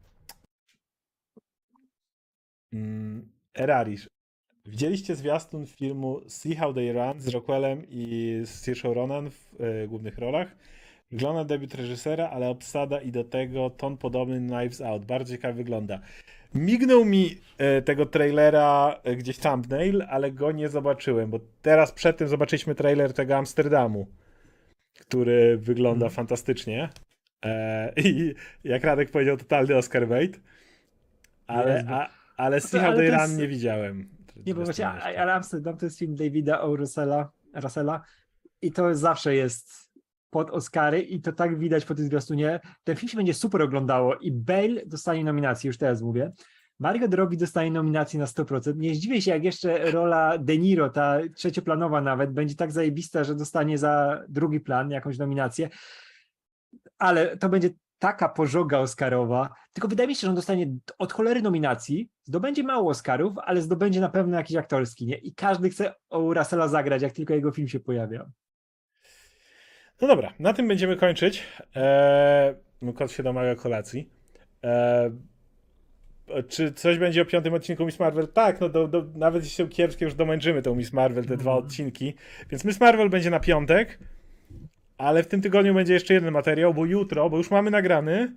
Mm, Erarish. Widzieliście zwiastun filmu See How They Run z Rockwellem i z Saoirse Ronan w e, głównych rolach? Wygląda na debiut reżysera, ale obsada i do tego ton podobny Knives Out. Bardzo ciekawie wygląda. Mignął mi e, tego trailera e, gdzieś thumbnail, ale go nie zobaczyłem, bo teraz przed tym zobaczyliśmy trailer tego Amsterdamu, który wygląda Mhm. fantastycznie. E, I jak Radek powiedział, totalny Oscar bait. Ale, Jest, bo- a, ale See to- How ale They to Run jest- nie widziałem. Nie, bo właśnie, Zresztą a- jeszcze. ale Amsterdam to jest film Davida O. Russella, Russella i to zawsze jest pod Oscary i to tak widać po tym zwiastunie. Ten film się będzie super oglądało i Bale dostanie nominację, już teraz mówię. Margot Robbie dostanie nominację na sto procent. Nie zdziwię się, jak jeszcze rola De Niro, ta trzecioplanowa nawet, będzie tak zajebista, że dostanie za drugi plan jakąś nominację. Ale to będzie taka pożoga Oscarowa. Tylko wydaje mi się, że on dostanie od cholery nominacji, zdobędzie mało Oscarów, ale zdobędzie na pewno jakiś aktorski, nie? I każdy chce o Russella zagrać, jak tylko jego film się pojawia. No dobra, na tym będziemy kończyć. Eee, mój kot się domaga kolacji. Eee, czy coś będzie o piątym odcinku Miss Marvel? Tak, no do, do, nawet jeśli są kiepskie, już domęczymy tą Miss Marvel, te dwa Mm. odcinki. Więc Miss Marvel będzie na piątek, ale w tym tygodniu będzie jeszcze jeden materiał, bo jutro, bo już mamy nagrany,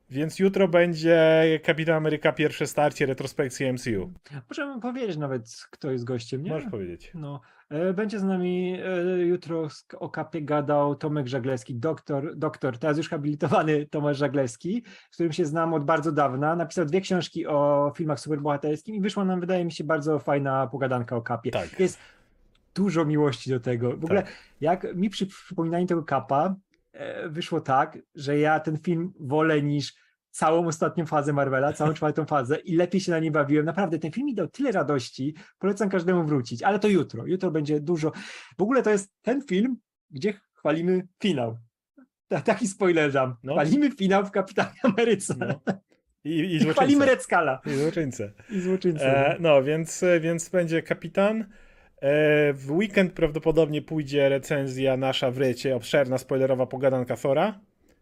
Więc jutro będzie Kapitan Ameryka pierwsze starcie retrospekcji M C U. Możemy powiedzieć nawet, kto jest gościem, nie? Możesz powiedzieć. No, e, będzie z nami e, jutro z- o kapie gadał Tomek Żaglewski, doktor, doktor, teraz już habilitowany Tomasz Żaglewski, z którym się znam od bardzo dawna. Napisał dwie książki o filmach superbohaterskim i wyszła nam, wydaje mi się, bardzo fajna pogadanka o kapie. Tak. Jest dużo miłości do tego. W ogóle, Tak. jak mi przy przypominaniu tego kapa e, wyszło tak, że ja ten film wolę niż całą ostatnią fazę Marvela, całą czwartą fazę i lepiej się na nie bawiłem. Naprawdę, ten film mi dał tyle radości, polecam każdemu wrócić, ale to jutro. Jutro będzie dużo. W ogóle to jest ten film, gdzie chwalimy finał. Ta- Taki spoiler dam. No. Chwalimy finał w Kapitanie Ameryce. No. I, i, I złoczyńcę. chwalimy Red Skulla. I złoczyńcę. I złoczyńcę. E, no, więc, więc będzie Kapitan. E, w weekend prawdopodobnie pójdzie recenzja nasza w Rycie, obszerna, spoilerowa pogadanka Thora.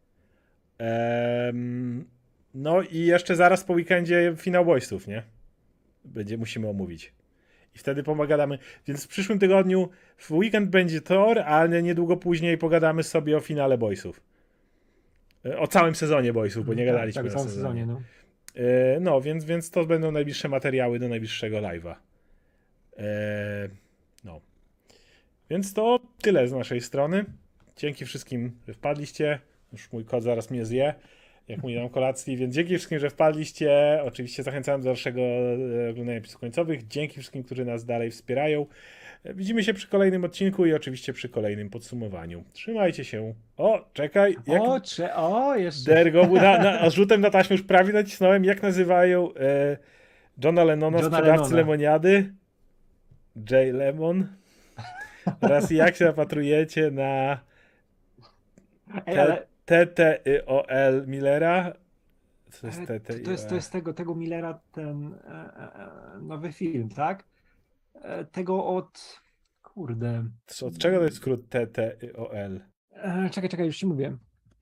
Em, no i jeszcze zaraz po weekendzie finał Boysów, nie? Będzie, musimy omówić. I wtedy pogadamy. Więc w przyszłym tygodniu w weekend będzie Thor, ale niedługo później pogadamy sobie o finale Boysów. E, O całym sezonie Boysów, bo nie Tak, gadaliśmy tak, w o całym sezonie. No. E, No, więc, więc to będą najbliższe materiały do najbliższego live'a. E, No. Więc to tyle z naszej strony. Dzięki wszystkim, że wpadliście. Już mój kot zaraz mnie zje, jak mu nie dam kolacji, więc dzięki wszystkim, że wpadliście. Oczywiście zachęcam do dalszego e, oglądania episodów końcowych. Dzięki wszystkim, którzy nas dalej wspierają. E, Widzimy się przy kolejnym odcinku i oczywiście przy kolejnym podsumowaniu. Trzymajcie się. O, czekaj. Jak... O, cze- o, jeszcze. Dergo, na, na, rzutem na taśmę już prawie nacisnąłem. Jak nazywają e, Johna Lennona, Johna sprzedawcy Lennona. lemoniady? J. Lemon. Oraz jak się zapatrujecie na Ej, ale T T Y O L Millera? Co jest Ale T T Y O L? To jest, to jest tego, tego Millera ten e, e, e, nowy film, tak? E, tego od. Kurde. Co- Od czego to jest skrót T T Y O L? E, czekaj, czekaj, już ci mówię.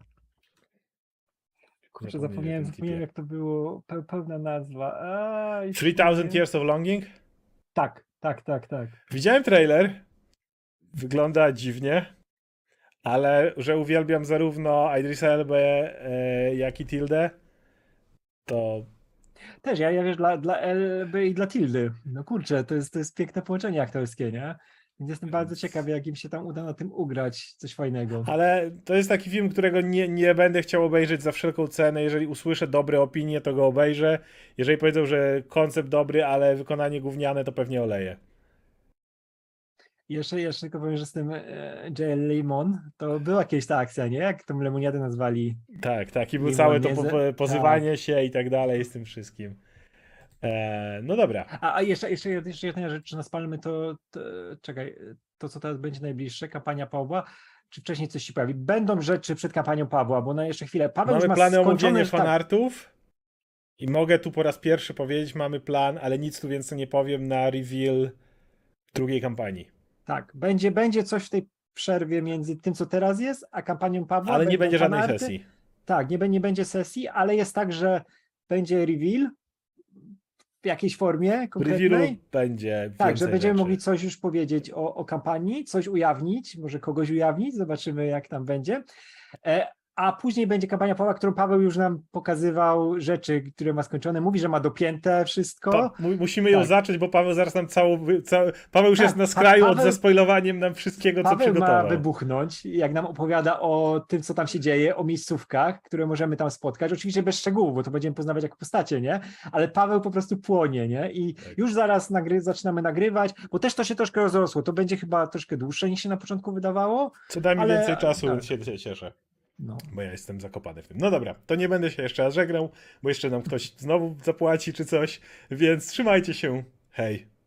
Kurczę, Zapomniałem zapomniałem, o tym zapomniałem typie. jak to było. Pe, pełna nazwa. A, już three ci thousand mówię. Years of Longing? Tak, tak, tak, tak. Widziałem trailer. Wygląda dziwnie. Ale że uwielbiam zarówno Idrisa Elbę, e, jak i Tildę, to Też ja, ja wiesz, dla, dla Elby i dla Tildy. No kurczę, to jest, to jest piękne połączenie aktorskie, nie? Więc jestem bardzo ciekaw, jak im się tam uda na tym ugrać coś fajnego. Ale to jest taki film, którego nie, nie będę chciał obejrzeć za wszelką cenę. Jeżeli usłyszę dobre opinie, to go obejrzę. Jeżeli powiedzą, że koncept dobry, ale wykonanie gówniane, to pewnie oleję. I Jeszcze, jeszcze tylko powiem, że z tym e, J L Lemon, to była kiedyś ta akcja, nie? Jak tą lemoniadę nazwali. Tak, tak. I było Mimo całe to nie po, ze- po, pozywanie się i tak dalej z tym wszystkim. E, no dobra. A, a jeszcze, jeszcze, jeszcze jedna rzecz, czy naspalmy to, to, czekaj, to co teraz będzie najbliższe, kampania Pawła, czy wcześniej coś się pojawi? Będą rzeczy przed kampanią Pawła, bo na jeszcze chwilę, Paweł Mamy już ma plany skończone, omówienia tak, fanartów. I mogę tu po raz pierwszy powiedzieć, mamy plan, ale nic tu więcej nie powiem na reveal drugiej kampanii. tak, będzie, będzie coś w tej przerwie między tym, co teraz jest, a kampanią Pawła. Ale nie Będą będzie żadnej fanarty. sesji. Tak, nie, bę- nie będzie sesji, ale jest tak, że będzie reveal w jakiejś formie W revealu konkretnej. będzie Tak, że więcej będziemy rzeczy. mogli coś już powiedzieć o, o kampanii, coś ujawnić, może kogoś ujawnić, zobaczymy jak tam będzie. E, a później będzie kampania Pawła, którą Paweł już nam pokazywał rzeczy, które ma skończone. Mówi, że ma dopięte wszystko. To mu- musimy ją Tak. zacząć, bo Paweł zaraz nam całą... wy- Cał... Paweł już Tak, jest na Pa- skraju od Paweł- zaspoilowaniem nam wszystkiego, co Paweł ma przygotował. wybuchnąć, jak nam opowiada o tym, co tam się dzieje, o miejscówkach, które możemy tam spotkać. Oczywiście bez szczegółów, bo to będziemy poznawać jako postacie, nie? Ale Paweł po prostu płonie, nie? I Tak. już zaraz nagry- zaczynamy nagrywać, bo też to się troszkę rozrosło. To będzie chyba troszkę dłuższe niż się na początku wydawało. Co da mi ale- więcej czasu, tak. się, się cieszę. No. Bo ja jestem zakopany w tym. No dobra, to nie będę się jeszcze raz żegnał, bo jeszcze nam ktoś znowu zapłaci czy coś, więc trzymajcie się. Hej.